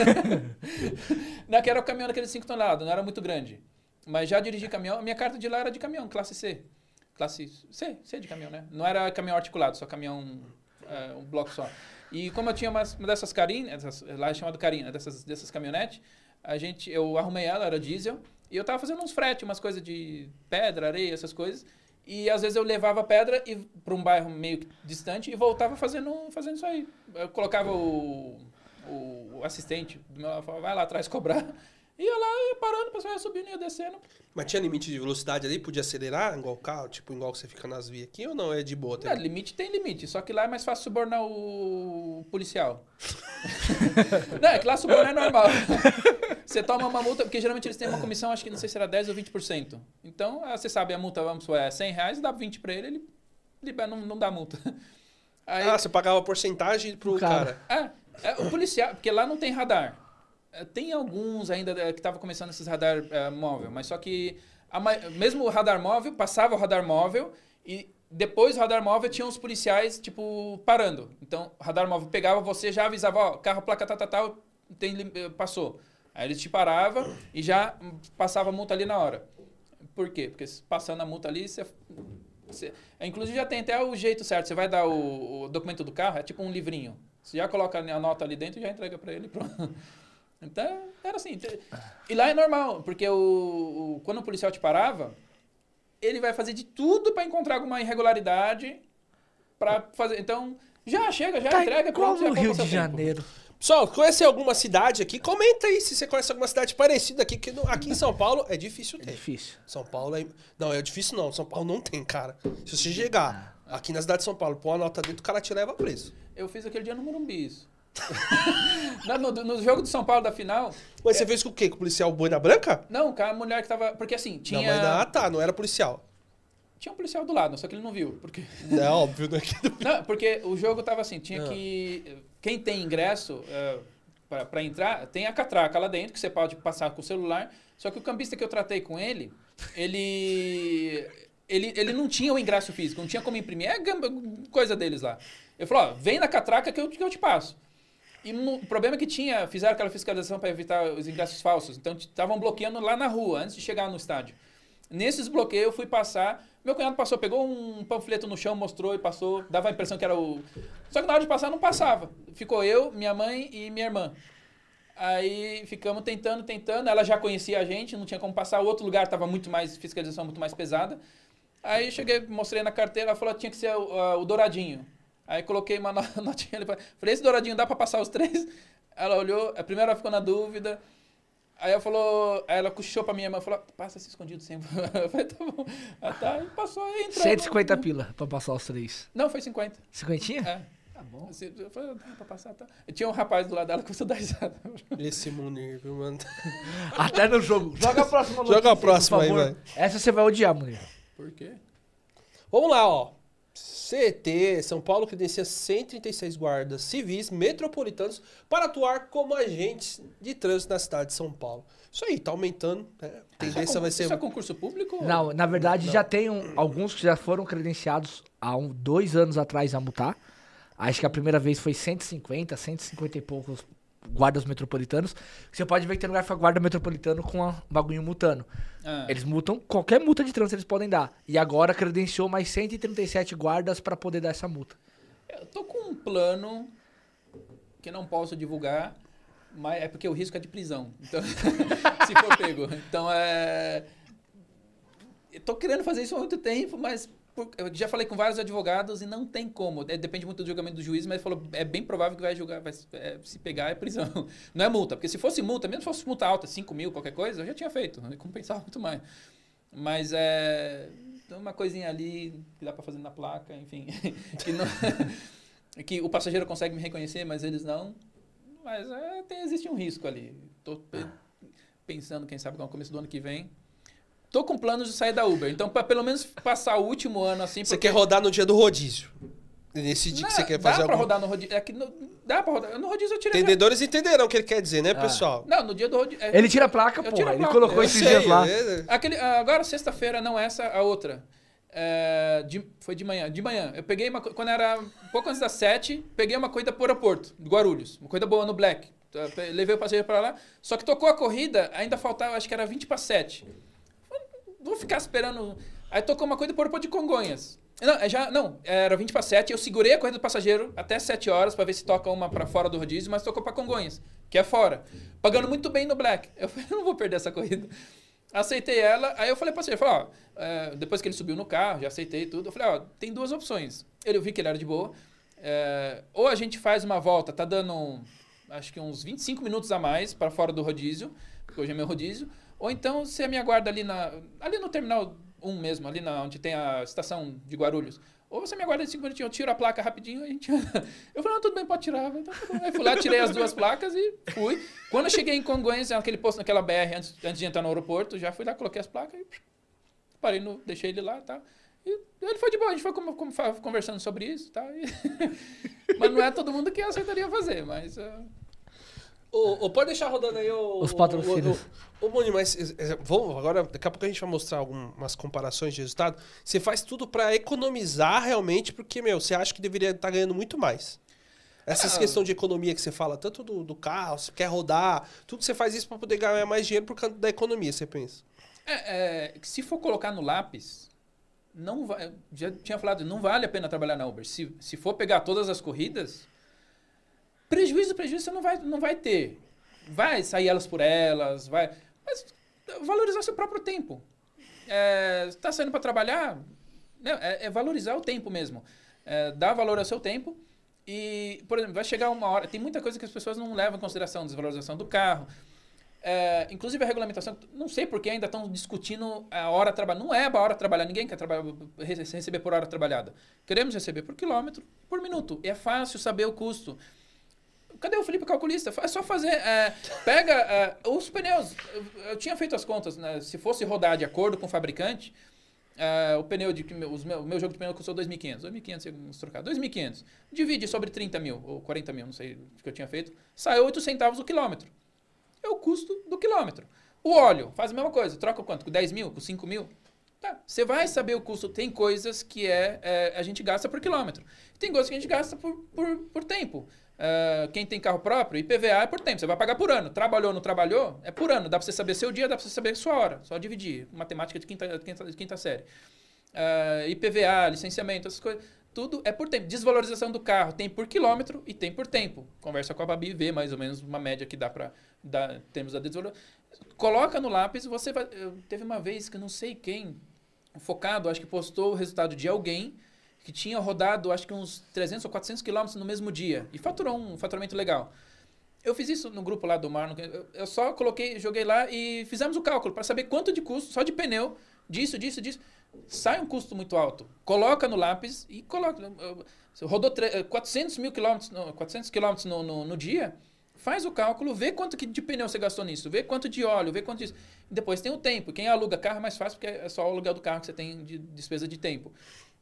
Não, que era o caminhão daqueles cinco toneladas, não era muito grande. Mas já dirigi caminhão, a minha carta de lá era de caminhão, classe C. Classe C, C de caminhão, né? Não era caminhão articulado, só caminhão, é, um bloco só. E como eu tinha uma, uma dessas Carina, lá é chamado Carina, dessas, dessas caminhonetes, a gente, eu arrumei ela, era diesel, e eu tava fazendo uns fretes, umas coisas de pedra, areia, essas coisas. E às vezes eu levava a pedra e para um bairro meio que distante e voltava fazendo, fazendo isso aí. Eu colocava o, o, o assistente do meu lado, falava, vai lá atrás cobrar. Ia lá, ia parando, o pessoal ia subindo, ia descendo. Mas tinha limite de velocidade ali? Podia acelerar igual o carro? Tipo, igual que você fica nas vias aqui ou não? É de boa Não, também? limite tem limite, só que lá é mais fácil subornar o policial. Não, é que lá subornar é normal. Você toma uma multa, porque geralmente eles têm uma comissão, acho que não sei se era dez ou vinte por cento. Então, ah, você sabe, a multa, vamos supor, é cem reais, dá vinte pra ele, ele libera, não, não dá multa. Aí, Ah, você pagava porcentagem pro O cara. cara. é, é, o policial, porque lá não tem radar. É, tem alguns ainda é, que estavam começando esses radar é, móvel, mas só que a ma- mesmo o radar móvel, passava o radar móvel e depois o radar móvel tinha os policiais, tipo, parando. Então, o radar móvel pegava você, já avisava, ó, carro, placa, tal, tal, tal, tem, lim- eh, passou. Aí eles te paravam e já hum, passava a multa ali na hora. Por quê? Porque se passando a multa ali, você... você é, inclusive já tem até o jeito certo. Você vai dar o, o documento do carro, é tipo um livrinho. Você já coloca a nota ali dentro e já entrega pra ele, pronto. Então, era assim. te- E lá é normal, porque o, o- quando o policial te parava, ele vai fazer de tudo pra encontrar alguma irregularidade para fazer. Então, já chega, já Tá entrega, igual pronto, já no acabou Rio seu de tempo. Janeiro. Pessoal, conhece alguma cidade aqui? Comenta aí se você conhece alguma cidade parecida aqui, que no- aqui em São Paulo é difícil É ter. difícil. São Paulo é... Não, é difícil não. São Paulo não tem, cara. Se você chegar aqui na cidade de São Paulo, pôr uma nota dentro, o cara te leva preso. Eu fiz aquele dia no Morumbi isso. Não, no, no jogo do São Paulo da final. Mas você fez com o quê? Com o policial Boina Branca? Não, cara, a mulher que tava. Porque assim, tinha. Não, mas ah, tá, não era policial. Tinha um policial do lado, só que ele não viu. Porque, É óbvio, né? Que não- não, porque o jogo tava assim, tinha Ah. que. Quem tem ingresso é, pra para entrar, tem a catraca lá dentro, que você pode passar com o celular. Só que o campista que eu tratei com ele, ele. Ele, ele não tinha o ingresso físico, não tinha como imprimir. É gamba- coisa deles lá. Eu falei, ó, vem na catraca que eu, que eu te passo. E no- o problema é que tinha, fizeram aquela fiscalização para evitar os ingressos falsos. Então, estavam bloqueando lá na rua, antes de chegar no estádio. Nesses bloqueios, eu fui passar. Meu cunhado passou, pegou um panfleto no chão, mostrou e passou. Dava a impressão que era o... Só que na hora de passar, não passava. Ficou eu, minha mãe e minha irmã. Aí ficamos tentando, tentando. Ela já conhecia a gente, não tinha como passar. O outro lugar estava muito mais, fiscalização muito mais pesada. Aí cheguei, mostrei na carteira, ela falou que tinha que ser o, a- o douradinho. Aí coloquei uma no- notinha ali. Falei, esse douradinho dá pra passar os três? Ela olhou, a primeira ela ficou na dúvida. Aí ela falou, aí ela cochichou pra minha irmã, falou, passa esse escondido sempre. Eu falei, tá bom. Ela tá, e passou e entrou. cento e cinquenta no- pila pra passar os três. Não, foi cinquenta. Cinquentinha? É. Tá bom. Assim, eu falei, dá pra passar, tá. E tinha um rapaz do lado dela que começou a dar risada. Esse Munir, viu, mano? Até no jogo. Joga a próxima Joga a notícia, próxima por aí, favor. vai. Essa você vai odiar, mulher. Por quê? Vamos lá, ó. C T, São Paulo credencia cento e trinta e seis guardas civis metropolitanos para atuar como agentes de trânsito na cidade de São Paulo. Isso aí, tá aumentando. Né? A tendência isso é, vai ser... Isso é concurso público? Não, na verdade Não. já tem um, alguns que já foram credenciados há um, dois anos atrás a multar. Acho que a primeira vez foi cento e cinquenta, cento e cinquenta e poucos guardas metropolitanos. Você pode ver que tem lugar que foi guarda metropolitano com um bagulho multando. Ah. Eles multam, qualquer multa de trânsito eles podem dar. E agora credenciou mais cento e trinta e sete guardas para poder dar essa multa. Eu tô com um plano que não posso divulgar, mas é porque o risco é de prisão. Então, se for pego. Então, é... Eu tô querendo fazer isso há muito tempo, mas... Por, eu já falei com vários advogados e não tem como. É, depende muito do julgamento do juiz, mas ele falou, é bem provável que vai julgar, vai, é, se pegar é prisão. Não é multa, porque se fosse multa, mesmo se fosse multa alta, cinco mil, qualquer coisa, eu já tinha feito, eu compensava muito mais. Mas é uma coisinha ali que dá para fazer na placa, enfim. que, não, que o passageiro consegue me reconhecer, mas eles não. Mas é, tem, existe um risco ali. Tô pensando, quem sabe, no começo do ano que vem. Tô com planos de sair da Uber. Então, para pelo menos passar o último ano assim... Você porque... quer rodar no dia do rodízio? Nesse dia não, que você quer dá fazer pra algum... rodar no rodízio. É que no, dá pra rodar. No rodízio eu tirei... Entendedores entenderão o que ele quer dizer, né, Ah. pessoal? Não, no dia do rodízio... É... Ele tira a placa, Eu pô. tiro a Ele placa. colocou Eu esses sei, dias lá. é- Aquele, agora, sexta-feira, não essa, a outra. É, de- foi de manhã. De manhã. Eu peguei uma... co- Quando era um pouco antes das sete, peguei uma corrida pro aeroporto, de Guarulhos. Uma corrida boa no Black. Levei o passageiro pra lá. Só que tocou a corrida, ainda faltava, acho que era vinte para sete. Vou ficar esperando... Aí tocou uma corrida pro aeroporto de Congonhas. Não, é já, não, era vinte para sete. Eu segurei a corrida do passageiro até sete horas pra ver se toca uma pra fora do rodízio, mas tocou pra Congonhas, que é fora. Pagando muito bem no Black. Eu falei, eu não vou perder essa corrida. Aceitei ela, aí eu falei pra ele, falei, ó, é, depois que ele subiu no carro, já aceitei tudo, eu falei, ó, tem duas opções. Ele, eu vi que ele era de boa. É, ou a gente faz uma volta, tá dando, um, acho que uns vinte e cinco minutos a mais pra fora do rodízio, porque hoje é meu rodízio, ou então você me aguarda ali, na, ali no terminal um mesmo, ali na, onde tem a estação de Guarulhos. Ou você me aguarda em cinco minutinhos, eu tiro a placa rapidinho e a gente... Eu falei, não, tudo bem, pode tirar. Então, tá bom. Aí fui lá, tirei as duas placas e fui. Quando eu cheguei em Congonhas, naquele posto, naquela B R, antes, antes de entrar no aeroporto, já fui lá, coloquei as placas e parei, no, deixei ele lá e tá? tal. E ele foi de boa, a gente foi como, como, conversando sobre isso, tá? E mas não é todo mundo que aceitaria fazer, mas... Uh... Ô, ô, pode deixar rodando aí o... Os patrocínios. Ô, Moni, mas é, vamos, agora, daqui a pouco a gente vai mostrar algumas comparações de resultado. Você faz tudo pra economizar realmente, porque, meu, você acha que deveria estar ganhando muito mais. Essa Ah. questão de economia que você fala, tanto do, do carro, você quer rodar, tudo você faz isso pra poder ganhar mais dinheiro por causa da economia, você pensa? É, é, se for colocar no lápis, não vai, já tinha falado, não vale a pena trabalhar na Uber. Se, se for pegar todas as corridas, prejuízo, prejuízo você não vai, não vai ter. Vai sair elas por elas, vai... Mas valorizar seu próprio tempo. É, está saindo para trabalhar, né, é, é valorizar o tempo mesmo. É, dar valor ao seu tempo e, por exemplo, vai chegar uma hora... Tem muita coisa que as pessoas não levam em consideração, desvalorização do carro. É, inclusive a regulamentação, não sei por que ainda estão discutindo a hora trabalhada. Não é a hora trabalhada, ninguém quer trabalhar, receber por hora trabalhada. Queremos receber por quilômetro, por minuto. É fácil saber o custo. Cadê o Felipe Calculista? É só fazer... É, pega é, os pneus. Eu, eu tinha feito as contas, né? Se fosse rodar de acordo com o fabricante, é, o pneu de... Os meu, o meu jogo de pneu custou dois mil e quinhentos. dois mil e quinhentos, vamos trocar. dois mil e quinhentos. Divide sobre trinta mil, ou quarenta mil, não sei o que eu tinha feito. Saiu oito centavos o quilômetro. É o custo do quilômetro. O óleo, faz a mesma coisa. Troca quanto? Com dez mil? Com cinco mil? Tá. Você vai saber o custo. Tem coisas que é, é, a gente gasta por quilômetro. Tem coisas que a gente gasta por, por, por tempo. Uh, quem tem carro próprio, I P V A é por tempo. Você vai pagar por ano. Trabalhou, não trabalhou? É por ano. Dá pra você saber seu dia, dá pra você saber sua hora. Só dividir. Matemática de quinta, quinta, quinta série. Uh, I P V A, licenciamento, essas coisas. Tudo é por tempo. Desvalorização do carro tem por quilômetro e tem por tempo. Conversa com a Babi e vê mais ou menos uma média que dá para dar termos da desvalorização. Coloca no lápis, você vai... Eu, teve uma vez que eu não sei quem, focado, acho que postou o resultado de alguém que tinha rodado, acho que uns trezentos ou quatrocentos quilômetros no mesmo dia e faturou um faturamento legal. Eu fiz isso no grupo lá do Marlon. Eu, eu só coloquei, joguei lá e fizemos o cálculo para saber quanto de custo, só de pneu, disso, disso, disso. Sai um custo muito alto. Coloca no lápis e coloca. Rodou quatrocentos mil quilômetros, quatrocentos quilômetros no, no, no dia. Faz o cálculo, vê quanto que de pneu você gastou nisso, vê quanto de óleo, vê quanto disso. Depois tem o tempo. Quem aluga carro é mais fácil porque é só o aluguel do carro que você tem de despesa de tempo.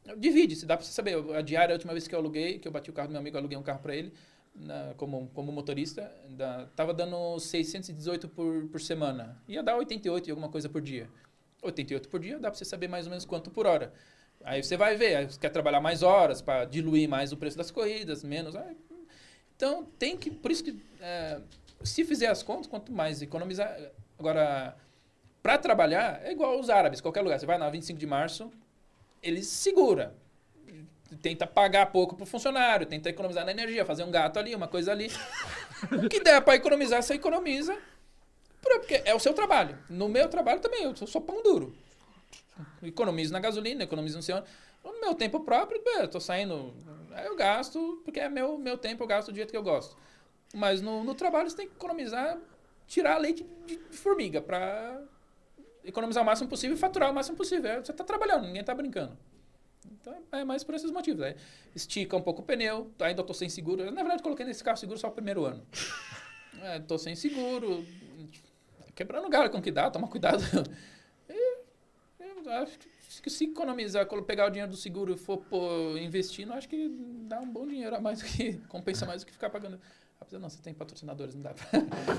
Divide, se dá pra você saber. A diária, a última vez que eu aluguei, que eu bati o carro do meu amigo, eu aluguei um carro pra ele, na, como, como motorista, da, tava dando seiscentos e dezoito por, por semana. Ia dar oitenta e oito e alguma coisa por dia. oitenta e oito por dia, dá pra você saber mais ou menos quanto por hora. Aí você vai ver, aí você quer trabalhar mais horas para diluir mais o preço das corridas, menos. Aí, então, tem que... Por isso que, é, se fizer as contas, quanto mais economizar... Agora, para trabalhar, é igual os árabes, qualquer lugar. Você vai na vinte e cinco de março, eles segura. Tenta pagar pouco pro funcionário, tenta economizar na energia, fazer um gato ali, uma coisa ali. O que der para economizar, você economiza. Porque é o seu trabalho. No meu trabalho também, eu sou pão duro. Economizo na gasolina, economizo no seu... No meu tempo próprio, eu tô saindo... Aí eu gasto, porque é meu, meu tempo, eu gasto do jeito que eu gosto. Mas no, no trabalho você tem que economizar, tirar leite de, de formiga para economizar o máximo possível e faturar o máximo possível. É, você tá trabalhando, ninguém tá brincando. Então é mais por esses motivos. Aí estica um pouco o pneu, ainda tô sem seguro. Eu, na verdade, coloquei nesse carro seguro só o primeiro ano. É, tô sem seguro, quebrando galho com que dá, toma cuidado. E, eu acho que se economizar, pegar o dinheiro do seguro e for pô, investindo, acho que dá um bom dinheiro a mais do que compensa mais do que ficar pagando. Ah, não, você tem patrocinadores, não dá pra...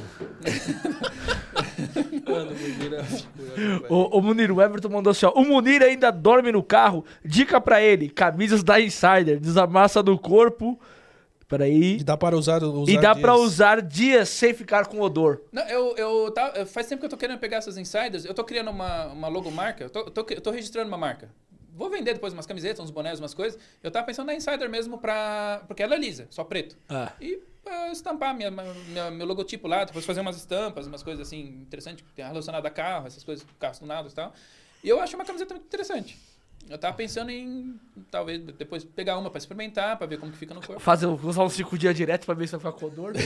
Mano, o Munir é figura, o, o Munir, o Everton mandou assim, ó. O Munir ainda dorme no carro. Dica pra ele, camisas da Insider, desamassa no corpo... Peraí. E dá para usar, usar E dá dias. pra usar dias sem ficar com odor. Não, eu, eu, tá, faz tempo que eu tô querendo pegar essas insiders. Eu tô criando uma, uma logomarca. Eu tô, eu tô, eu tô registrando uma marca. Vou vender depois umas camisetas, uns bonés, umas coisas. Eu tava pensando na insider mesmo pra... Porque ela é lisa, só preto. Ah. E uh, estampar minha, minha, meu logotipo lá. Depois fazer umas estampas, umas coisas assim interessantes relacionadas a carro, essas coisas, carros tunados e tal. E eu acho uma camiseta muito interessante. Eu tava pensando em, talvez, depois pegar uma pra experimentar, pra ver como que fica no corpo. Fazer, usar uns cinco dias direto pra ver se vai ficar com odor. Não,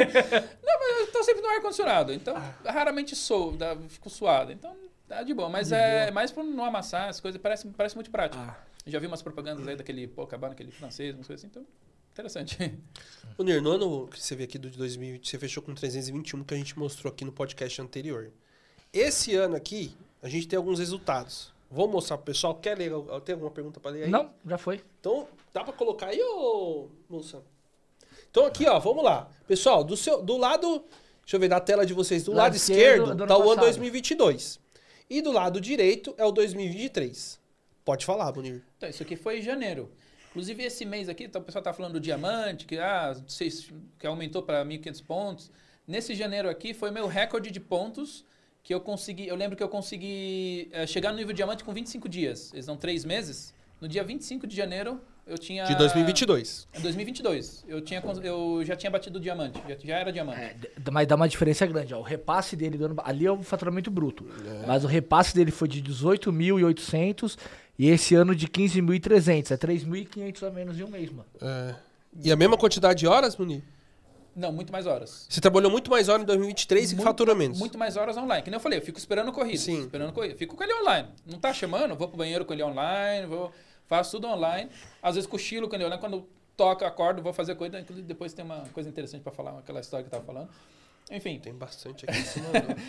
mas eu tô sempre no ar-condicionado, então raramente sou, dá, fico suado, então tá de boa. Mas de é boa. Mais pra não amassar as coisas, parece, parece muito prático. Ah. Já vi umas propagandas aí daquele Pocabana, aquele francês, umas coisas assim, então interessante. O Nir, no ano que você vê aqui do de dois mil e vinte, você fechou com trezentos e vinte e um, que a gente mostrou aqui no podcast anterior. Esse ano aqui, a gente tem alguns resultados. Vou mostrar pro pessoal. Quer ler? Tem alguma pergunta pra ler aí? Não, já foi. Então, dá pra colocar aí, ô moça? Então aqui, ó, vamos lá. Pessoal, do, seu, do lado... Deixa eu ver na tela de vocês. Do lado, lado esquerdo, esquerdo tá o ano dois mil e vinte e dois. E do lado direito é o dois mil e vinte e três. Pode falar, Munir. Então, isso aqui foi em janeiro. Inclusive, esse mês aqui, o pessoal tá falando do diamante, que, ah, seis, que aumentou para mil e quinhentos pontos. Nesse janeiro aqui, foi meu recorde de pontos... que eu consegui, eu lembro que eu consegui é, chegar no nível diamante com vinte e cinco dias. Eles dão três meses. No dia vinte e cinco de janeiro, eu tinha... De dois mil e vinte e dois. Em dois mil e vinte e dois. Eu, tinha, eu já tinha batido o diamante. Já, já era diamante. É, mas dá uma diferença grande. Ó. O repasse dele do ano... Ali é o faturamento bruto. É. Mas o repasse dele foi de dezoito mil e oitocentos e esse ano de quinze mil e trezentos. É três mil e quinhentos a menos em um mês, mano. É. E a mesma quantidade de horas, Munir? Não, muito mais horas. Você trabalhou muito mais horas em dois mil e vinte e três muito, e faturamentos. Muito mais horas online. Que nem eu falei, eu fico esperando corrida. Sim. Esperando corrida. Fico com ele online. Não tá chamando, vou pro banheiro com ele online, vou, faço tudo online. Às vezes cochilo com ele online. Quando toca, acordo, vou fazer coisa. Inclusive, depois tem uma coisa interessante pra falar, aquela história que eu tava falando. Enfim. Tem bastante aqui em cima.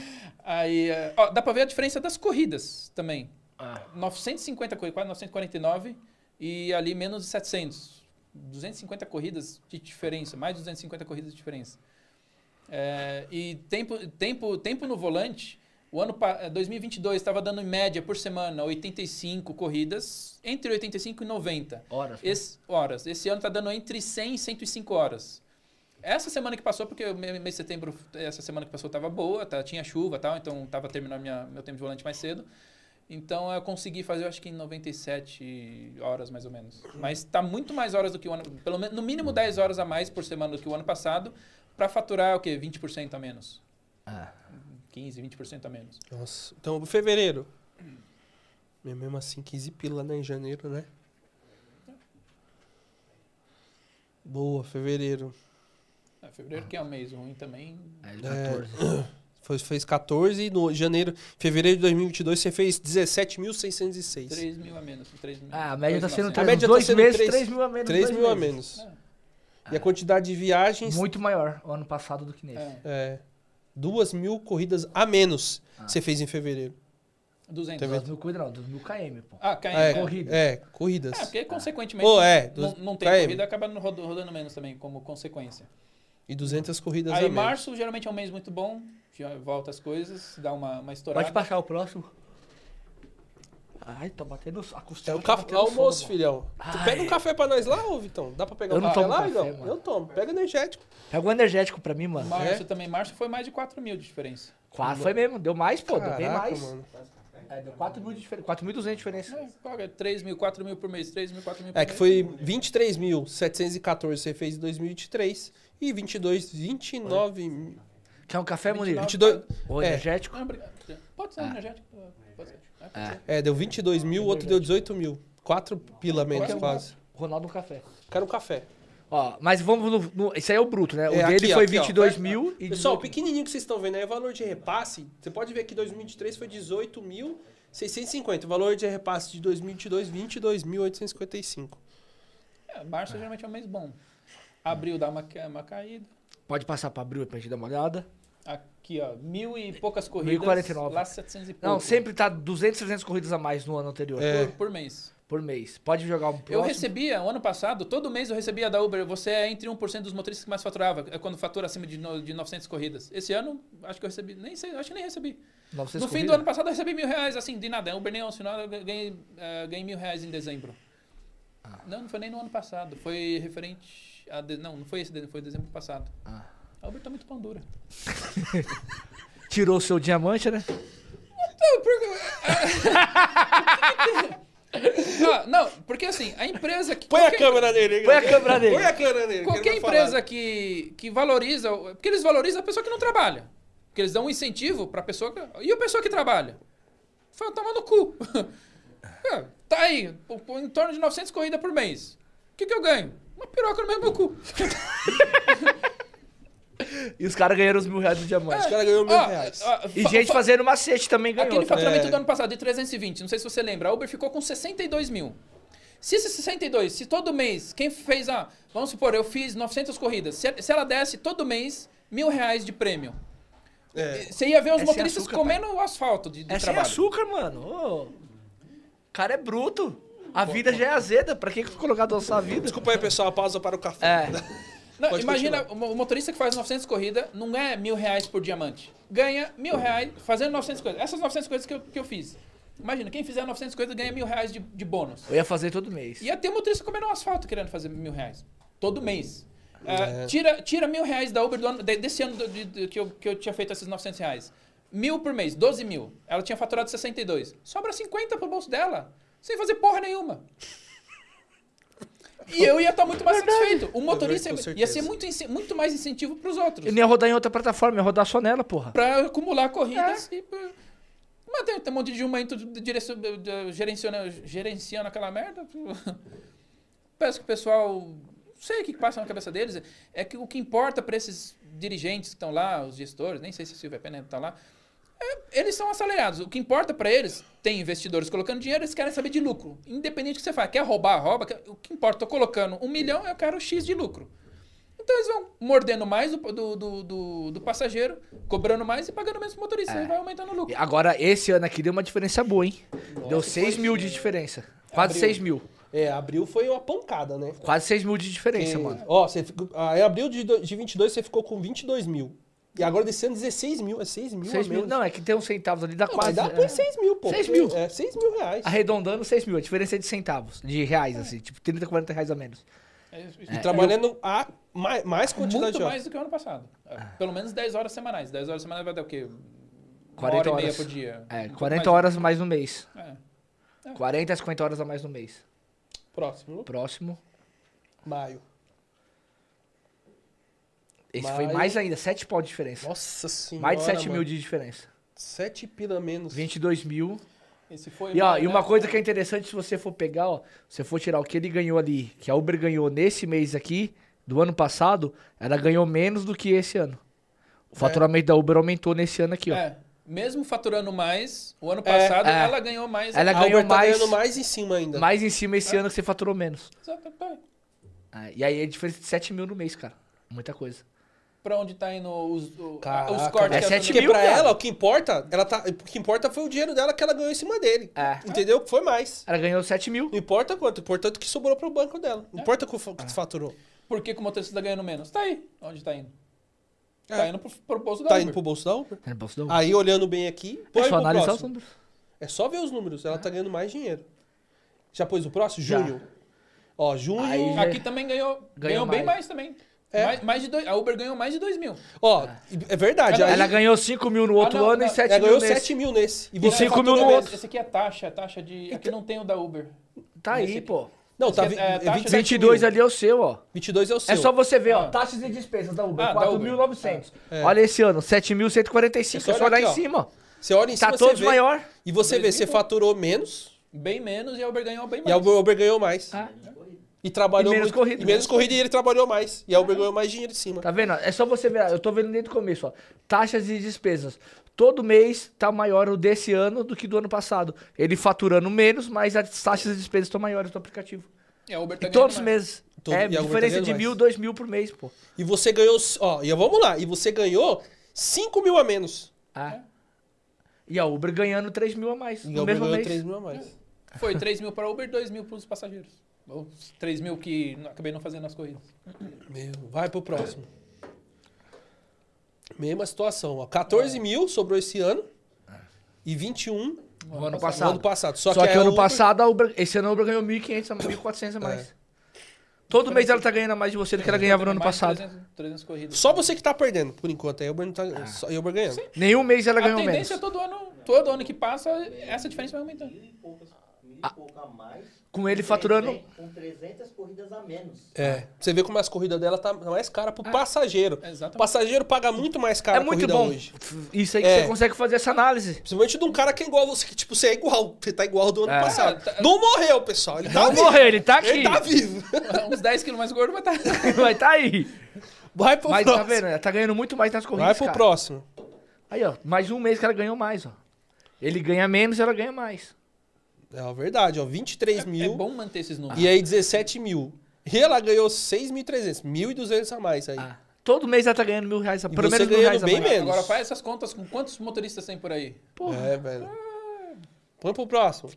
Aí, ó, dá pra ver a diferença das corridas também. Ah. novecentos e cinquenta corridas, quase novecentos e quarenta e nove e ali menos de setecentos. duzentas e cinquenta corridas de diferença, mais de duzentas e cinquenta corridas de diferença. É, e tempo, tempo, tempo no volante, o ano dois mil e vinte e dois estava dando em média por semana oitenta e cinco corridas, entre oitenta e cinco e noventa. Horas. Esse, horas. Esse ano está dando entre cem e cento e cinco horas. Essa semana que passou, porque o mês de setembro, essa semana que passou estava boa, tá, tinha chuva e tal, então estava terminando minha, meu tempo de volante mais cedo. Então eu consegui fazer, eu acho que em noventa e sete horas mais ou menos. Mas está muito mais horas do que o ano, pelo menos no mínimo dez horas a mais por semana do que o ano passado, para faturar o quê? vinte por cento a menos. Ah. quinze, vinte por cento a menos. Nossa. Então, fevereiro. Mesmo assim, quinze pila, né? Em janeiro, né? Boa, fevereiro. É, fevereiro que é um mês ruim também. É, quatorze. É. Foi, fez quatorze e no janeiro, fevereiro de dois mil e vinte e dois você fez dezessete mil seiscentos e seis. três mil a menos. três mil, ah, a média está sendo a média dois tá sendo meses, três, três mil a menos. três mil a menos. É. E a quantidade de viagens... Muito maior o ano passado do que nesse. É. É. Duas mil corridas a menos ah. você fez em fevereiro. duzentos. Teve- Duas mil corridas não, duas mil km, pô. Ah, K M. É, É, corrida. é, corridas. é, porque consequentemente Ô, é, não, dos- não tem K M. corrida, acaba no- rodo- rodando menos também, como consequência. E duzentas corridas a Aí menos. março geralmente é um mês muito bom, já volta as coisas, dá uma, uma estourada. Pode passar o próximo. Ai, tá batendo a É costela. o tá café, batendo almoço, sono, filhão. Tu Ai. pega um café pra nós lá, ô Vitão? Dá pra pegar Eu um não café tomo lá, café, não? mano. Eu tomo. Pega energético. Pega um energético pra mim, mano. Março É? também, março foi mais de quatro mil de diferença. Quase foi mesmo, deu mais, pô, deu bem Caraca, mais. mano. É, deu quatro mil de diferença, quatro mil e duzentos de diferença. É, paga três mil, quatro mil por mês, três mil, quatro mil por É mês. que foi vinte e três mil setecentos e quatorze você fez em dois mil e vinte e três e vinte e dois, vinte e nove mil. Quer um café, Munir? vinte e dois, Ou é. energético? Não, obrigado. Pode ser energético. Pode ser. É, pode ser. é, deu vinte e dois mil, o outro deu dezoito mil. quatro pila menos Qual é o- quase. Ronaldo um café. Quero um café. Ó, mas vamos no, no- Esse aí é o bruto, né? O É, dele aqui, foi aqui, ó. vinte e dois mil e Pessoal, o dezoito. pequenininho que vocês estão vendo aí é o valor de repasse. Você pode ver que dois mil e vinte e três foi dezoito mil seiscentos e cinquenta. O valor de repasse de dois mil e vinte e dois, vinte e dois mil oitocentos e cinquenta e cinco. É, março geralmente é um mês bom. Abril dá uma, ca- uma caída. Pode passar pra abril pra gente dar uma olhada. Aqui, ó, mil e poucas corridas. mil e quarenta e nove. Lá setecentos e pouco. Não, sempre tá duzentas, trezentas corridas a mais no ano anterior. É. Por, por mês. Por mês. Pode jogar um próximo. Eu recebia, o ano passado, todo mês eu recebia da Uber, você é entre um por cento dos motoristas que mais faturava, é quando fatura acima de, no- de novecentas corridas. Esse ano, acho que eu recebi, nem sei, acho que nem recebi. novecentas No fim do corridas? ano passado eu recebi mil reais, assim, de nada. A Uber nem assinou, eu ganhei, eh, ganhei mil reais em dezembro. Ah. Não, não foi nem no ano passado, foi referente a... de- não, não foi esse, de- foi dezembro passado. Ah. A Uber tá muito pão dura. Tirou o seu diamante, né? Não, porque... Ah, não, porque assim, a empresa que... Põe a qualquer- câmera nele. Põe a câmera dele. Põe a câmera nele. que Qualquer ele vai empresa falar. que, que valoriza... Porque eles valorizam a pessoa que não trabalha. Porque eles dão um incentivo pra pessoa que... E a pessoa que trabalha? Fala, toma no cu. É, tá aí, pô, pô, em torno de novecentas corridas por mês. O que que eu ganho? Uma piroca no meu cu. E os caras ganharam os mil reais do diamante. Os caras ganham mil Ó, reais. ó, E fa- gente fa- fazendo macete também ganhou. Aquele tá? faturamento É. do ano passado de trezentos e vinte, não sei se você lembra, a Uber ficou com sessenta e dois mil. Se esse sessenta e dois, se todo mês, quem fez, ah, vamos supor, eu fiz novecentas corridas, se, se ela desse todo mês mil reais de prêmio, É. você ia ver os É sem motoristas açúcar, comendo o asfalto de, de É sem trabalho. açúcar, mano. Ô, o cara é bruto. A vida já é azeda. Pra que colocar adoçar a vida? Desculpa aí, pessoal. Pausa para o café. É. Não, Pode imagina, o motorista que faz novecentas corridas não ganha mil reais por diamante. Ganha mil reais fazendo novecentas coisas. Essas novecentas coisas que eu, que eu fiz. Imagina, quem fizer novecentas coisas ganha mil reais de, de bônus. Eu ia fazer todo mês. Ia ter motorista comendo um asfalto querendo fazer mil reais. Todo mês. É. Ah, tira, tira mil reais da Uber do ano, de- desse ano do- de- de- que, eu, que eu tinha feito esses novecentos reais. Mil por mês, doze mil. Ela tinha faturado sessenta e dois. Sobra cinquenta pro bolso dela. Sem fazer porra nenhuma. E eu ia estar muito mais satisfeito. O motorista Com ia certeza. ser muito, ince- muito mais incentivo pros outros. Eu não ia rodar em outra plataforma, ia rodar só nela, porra. Pra acumular corridas e... pô, Mas tem, tem um monte de jumento de direcion- de- de- gerenciando, gerenciando aquela merda. Peço que o pessoal... Não sei o que passa na cabeça deles. É que o que importa para esses dirigentes que estão lá, os gestores, nem sei se a Silvia Pena está lá, é, eles são acelerados. O que importa para eles, tem investidores colocando dinheiro, eles querem saber de lucro. Independente do que você faz. Quer roubar, rouba. Quer- o que importa, estou colocando um milhão, eu quero X de lucro. Então eles vão mordendo mais do, do, do, do- do passageiro, cobrando mais e pagando menos pro motorista. É. E vai aumentando o lucro. Agora, esse ano aqui deu uma diferença boa, hein? Deu seis foi mil sim, de é. diferença. Quase Abril. seis mil. É, abril foi uma pancada, né? Quase seis mil de diferença, Porque, mano. Ó, você ficou, ah, em abril de, do- de vinte e dois você ficou com vinte e dois mil. E agora desse ano dezesseis mil. É seis mil seis a mil. menos. Não, é que tem uns centavos ali, dá Não, quase. mas dá é. por seis mil, pô. seis porque mil. É seis mil reais. Arredondando, seis mil. A diferença é de centavos, de reais, assim. Tipo, trinta, quarenta reais a menos. É, E trabalhando a mais, mais quantidade muito de horas. mais do que o ano passado. É, Pelo menos dez horas semanais. dez horas semanais vai dar o quê? Uma quarenta hora e meia horas. por dia. É, Um pouco quarenta mais. horas a mais no mês. É. quarenta a cinquenta horas a mais no mês. Próximo. Próximo. Maio. Esse foi Maio. mais ainda, sete pau de diferença. Nossa senhora, mais de sete mano. mil de diferença. sete pila menos. vinte e dois mil. Esse foi E, ó, maio, e uma né? coisa que é interessante, se você for pegar, ó, se você for tirar o que ele ganhou ali, que a Uber ganhou nesse mês aqui, do ano passado, ela ganhou menos do que esse ano. O faturamento da Uber aumentou nesse ano aqui, ó. É, mesmo faturando mais, o ano É, passado é. ela ganhou mais. Ela A ganhou Uber tá mais- ganhando mais em cima ainda. Mais em cima esse ano que você faturou menos. Exato, tá. É, e aí é diferença de sete mil no mês, cara. Muita coisa. pra onde tá indo os, o- Caraca, os cortes é que a sete Porque mil, pra cara. ela, o que importa, ela tá, o que importa foi o dinheiro dela que ela ganhou em cima dele. É. Entendeu? Foi mais. Ela ganhou sete mil. Não importa quanto, importante que sobrou pro banco dela. Não É. importa o que fa- que faturou. Por que, que o motorista tá ganhando menos? Tá aí. Onde tá indo? É. Tá indo pro, pro bolso da Tá Uber. indo pro bolso da Uber? É no bolso do Aí, olhando bem aqui, põe É só pro analisar os próximo. números. É só ver os números. Ela tá ganhando mais dinheiro. Já pôs o próximo? Já. Junho. Ó, junho... Aí já- Aqui também ganhou, ganhou, bem mais. mais também. É. Mais, mais de dois, a Uber ganhou mais de dois mil. Ó, é verdade. Ela Aí, Ela ganhou cinco mil no outro Ah, não, ano não. e sete ela mil ganhou nesse. sete mil nesse. E você cinco fatura mil no menos. outro. Esse aqui é taxa, taxa de... Aqui não tem o da Uber. Tá aí, Esse aqui. pô. Não, tá Esse vi- é- é é taxa vinte e sete vinte e dois mil. ali é o seu, ó. vinte e dois é o seu. É só você ver, ó. Ah. Taxas e despesas da Uber. Ah, da quatro mil e novecentos. É. Olha esse ano, sete mil cento e quarenta e cinco. É É só só olhar olhar em aqui, ó. cima, ó. Você olha em cima, Tá você todos vê, maior. E você vê, dois você mil, faturou menos Bem menos e a Uber ganhou bem e a mais. Uber ganhou mais. Ah. E trabalhou E menos muito. corrida. E menos corrida e ele trabalhou mais. E a Uber ganhou mais dinheiro em cima. Tá vendo? É só você ver. Eu tô vendo desde o começo, ó. Taxas e despesas. Todo mês tá maior o desse ano do que do ano passado. Ele faturando menos, mas as taxas e despesas estão maiores do aplicativo. E a Uber tá Em ganhando todos os mais. meses. Todo- É, e a Uber tá diferença ganhando de mais. mil, dois mil por mês, pô. E você ganhou. Ó, e vamos lá. E você ganhou cinco mil a menos. Ah. E a Uber ganhando três mil a mais. E a No Uber mesmo ganhou mês. três mil a mais. Foi três mil para Uber, dois mil para os passageiros. Ou três mil que não- acabei não fazendo as corridas. Meu, vai pro próximo. Mesma situação, ó. quatorze mil sobrou esse ano. E vinte e um No ano no passado. ano passado. Só, Só, que, a ano Uber- passado, a Uber, esse ano a Uber ganhou mil e quinhentos, a mil e quatrocentos a mais. Todo mês ela tá ganhando a mais de você do que ela ganhava no ano Mais de passado. trezentas, trezentas corridas. Só você que tá perdendo, por enquanto. A Uber não tá. Só a Uber ganhando. Nenhum mês ela A ganhou menos. tendência é todo ano, todo ano que passa, essa diferença vai aumentando. Mil e poucas, mil e pouco a mais. Com ele faturando. Com trezentas corridas a menos. É. Você vê como as corridas dela tá mais cara pro passageiro. Exatamente. O passageiro paga muito mais caro É a muito corrida bom. hoje. Isso aí que É. você consegue fazer essa análise. Principalmente de um cara que é igual você, que tipo, você é igual. Você tá igual do ano É. passado. É, tá- Não morreu, pessoal. Ele tá Não vivo. morreu, ele tá aqui. Ele tá vivo. Uns dez quilos mais gordo vai tá- estar. Vai tá aí. Vai pro Mas próximo. tá vendo? Ela tá ganhando muito mais nas corridas. Vai pro cara. próximo. Aí, ó. Mais um mês que ela ganhou mais, ó. Ele ganha menos, ela ganha mais. É a verdade, ó. vinte e três É mil. bom manter esses números. E aí dezessete mil. E ela ganhou seis mil e trezentos. mil e duzentos a mais aí. Ah. Todo mês ela tá ganhando mil reais. E Pelo você menos mil ganhando reais a bem mais. menos. Agora faz essas contas com quantos motoristas tem por aí. É, velho. Põe pro próximo.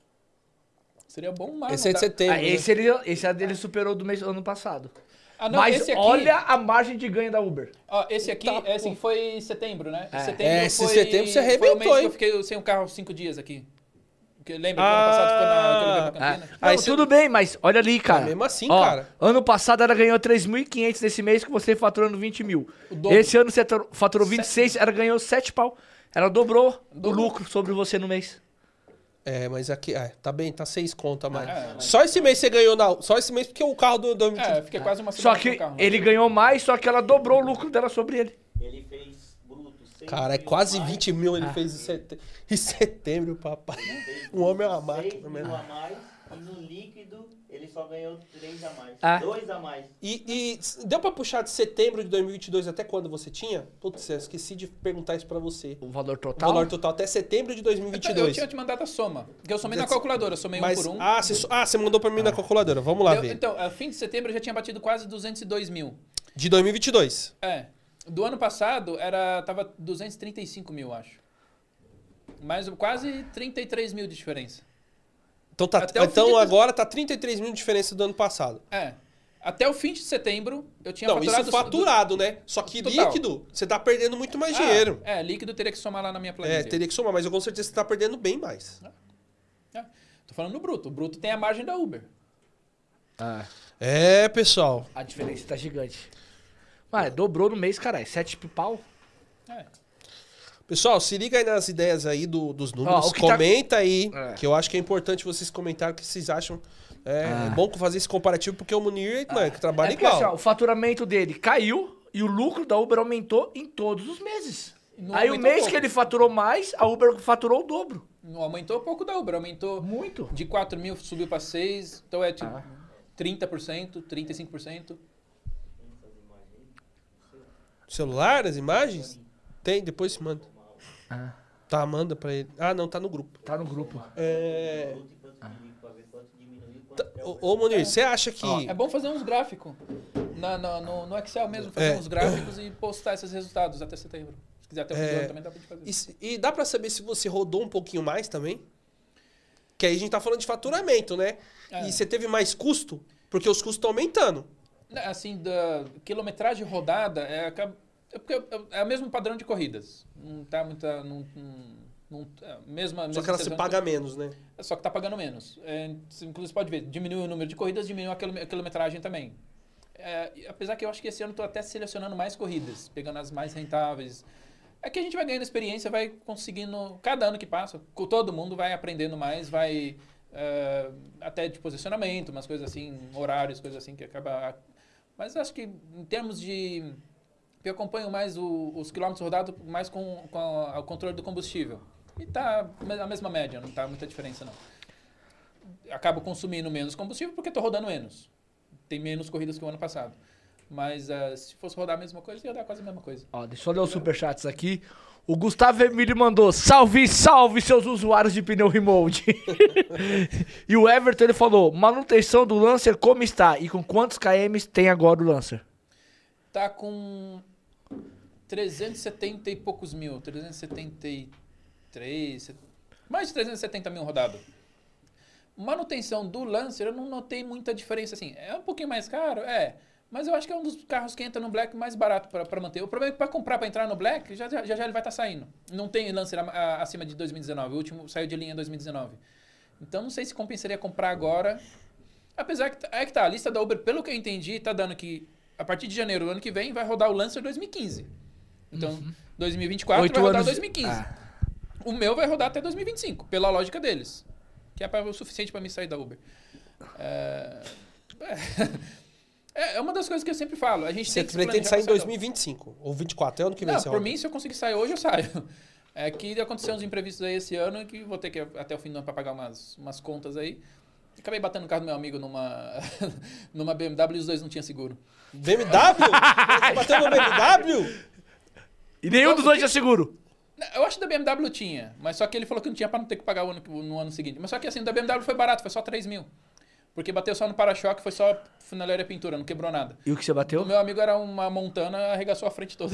Seria bom mais. Esse é de setembro. Ah, né? esse, ele, esse ele superou do mês ano passado. Ah, não, Mas esse aqui, olha a margem de ganho da Uber. ó, esse aqui, Tá, esse aqui foi setembro, né? É. Setembro É, esse foi, setembro você foi o arrebentou, mês que hein? eu fiquei sem um carro cinco dias aqui. Que, lembra que ano passado ficou na, que eu levei pra Ah, Campinas? Aí não, você- tudo bem, mas olha ali, cara. mesmo assim, Ó, cara. Ano passado ela ganhou três mil e quinhentos nesse mês, com você faturando vinte mil. O dobro. Esse ano você tor- faturou vinte e seis, ela ganhou sete pau. Ela dobrou o Dobrou. lucro sobre você no mês. É, mas aqui, é, tá bem, tá seis conto a mais. É, Só esse mês você ganhou, na, só esse mês porque o carro do... do É, fiquei quase uma Só semana que com o carro. ele ganhou mais, só que ela dobrou o lucro dela sobre ele. Ele fez bruto seis Cara, é mil quase a mais, vinte mil ele fez em setembro, em setembro, papai. Um homem é uma seis máquina mil mesmo. a mais e no líquido ele só ganhou três a mais. Ah. dois a mais. E, e deu pra puxar de setembro de dois mil e vinte e dois até quando você tinha? Putz, eu esqueci de perguntar isso pra você. O valor O total. valor total até setembro de dois mil e vinte e Eu dois. tinha te mandado a soma. Porque eu somei na Mas- calculadora, eu somei Mas, um por um. ah, você, so- ah, você mandou pra mim na calculadora. Vamos lá Eu- ver. então, a fim de setembro eu já tinha batido quase duzentos e dois mil. De dois mil e vinte e dois. É. Do ano passado era tava duzentos e trinta e cinco mil, acho. Mas quase trinta e três mil de diferença. Então, tá, Até o fim então de- agora tá trinta e três mil de diferença do ano passado. É. Até o fim de setembro eu tinha Não, faturado... isso faturado, né? Só que Total. líquido, você tá perdendo muito mais Ah, dinheiro. É, líquido teria que somar lá na minha planilha. É, teria que somar, mas eu com certeza você tá perdendo bem mais. É. Tô falando no bruto. O bruto tem a margem da Uber. Ah, É, pessoal. a diferença tá gigante. Mas dobrou no mês, caralho. Sete pau. É. Pessoal, se liga aí nas ideias aí do- dos números. Ó, o que tá- Comenta aí, É. que eu acho que é importante vocês comentarem o que vocês acham. É, Ah. é bom fazer esse comparativo, porque o Munir, mano, que trabalha É porque, igual. assim, ó, o faturamento dele caiu e o lucro da Uber aumentou em todos os meses. Não Aí o aumentou mês pouco. que ele faturou mais, a Uber faturou o dobro. Não aumentou pouco da Uber. Aumentou Muito. de quatro mil, subiu para seis. Então é tipo Ah. trinta por cento, trinta e cinco por cento. Celular, as imagens? Tem, depois se manda. Ah, Tá, manda pra ele. Ah, não, tá no grupo. tá no grupo. É... Bruto e quanto de líquido pra ver quanto diminuiu e Tá, quanto é Ô, o ô Munir, você acha que... É bom fazer uns gráficos. Na, na, no, no Excel mesmo, fazer É. uns gráficos e postar esses resultados até setembro. Se quiser até o fim do É. ano também dá pra gente fazer. E, se- e dá pra saber se você rodou um pouquinho mais também? Que aí a gente tá falando de faturamento, né? É. E você teve mais custo? Porque os custos estão aumentando. Assim, da quilometragem rodada é, acaba- é porque é o mesmo padrão de corridas. Não tá muita. Não, não, não, é, mesma, Só mesma que ela se sessão- paga menos, né? Só que tá pagando menos. É, você, inclusive, você pode ver, diminui o número de corridas, diminui a quilom- a quilometragem também. É, e apesar que eu acho que esse ano eu tô até selecionando mais corridas, pegando as mais rentáveis. É que a gente vai ganhando experiência, vai conseguindo. Cada ano que passa, co- todo mundo vai aprendendo mais, vai. é, até de posicionamento, umas coisas assim, horários, coisas assim que acaba. Mas acho que em termos de. Eu acompanho mais o- os quilômetros rodados mais com, com a- o controle do combustível. E tá a mesma média, não tá muita diferença não. Acabo consumindo menos combustível porque estou rodando menos. Tem menos corridas que o ano passado. Mas uh, se fosse rodar a mesma coisa, ia dar quase a mesma coisa. Ó, deixa eu ler os superchats aqui. O Gustavo Emílio mandou: salve, salve, seus usuários de pneu remote. E o Everton, ele falou: manutenção do Lancer como está? E com quantos km tem agora o Lancer? Tá com trezentos e setenta e poucos mil. trezentos e setenta e três. Mais de trezentos e setenta mil rodado. Manutenção do Lancer, eu não notei muita diferença assim. É um pouquinho mais caro? É. Mas eu acho que é um dos carros que entra no Black mais barato para manter. O problema é que para comprar, para entrar no Black, já, já, já ele vai estar saindo. Não tem Lancer a, a, acima de dois mil e dezenove. O último saiu de linha em dois mil e dezenove. Então não sei se compensaria comprar agora. Apesar que é que tá, a lista da Uber, pelo que eu entendi, tá dando que a partir de janeiro do ano que vem vai rodar o Lancer dois mil e quinze. Então, Uhum. dois mil e vinte e quatro Oito vai rodar anos- dois mil e quinze. Ah. O meu vai rodar até dois mil e vinte e cinco, pela lógica deles. Que é pra, o suficiente para me sair da Uber. É... é, é uma das coisas que eu sempre falo. A gente Você tem que se pretende planejar sair em pra dois mil e vinte e cinco ou vinte e quatro, é ano que vem, Não, você por roda. mim, se eu conseguir sair hoje, eu saio. É que aconteceu uns imprevistos aí esse ano que vou ter que ir até o fim do ano para pagar umas, umas contas aí. Acabei batendo no carro do meu amigo numa, numa B M W e os dois não tinham seguro. B M W? Você bateu no B M W? E nenhum dos dois tinha seguro. Não, eu acho que da B M W tinha, mas só que ele falou que não tinha para não ter que pagar o ano, no ano seguinte. Mas só que assim, da B M W foi barato, foi só três mil. Porque bateu só no para-choque, foi só funeleira e pintura, não quebrou nada. E o que você O bateu? meu amigo era uma Montana, arregaçou a frente toda.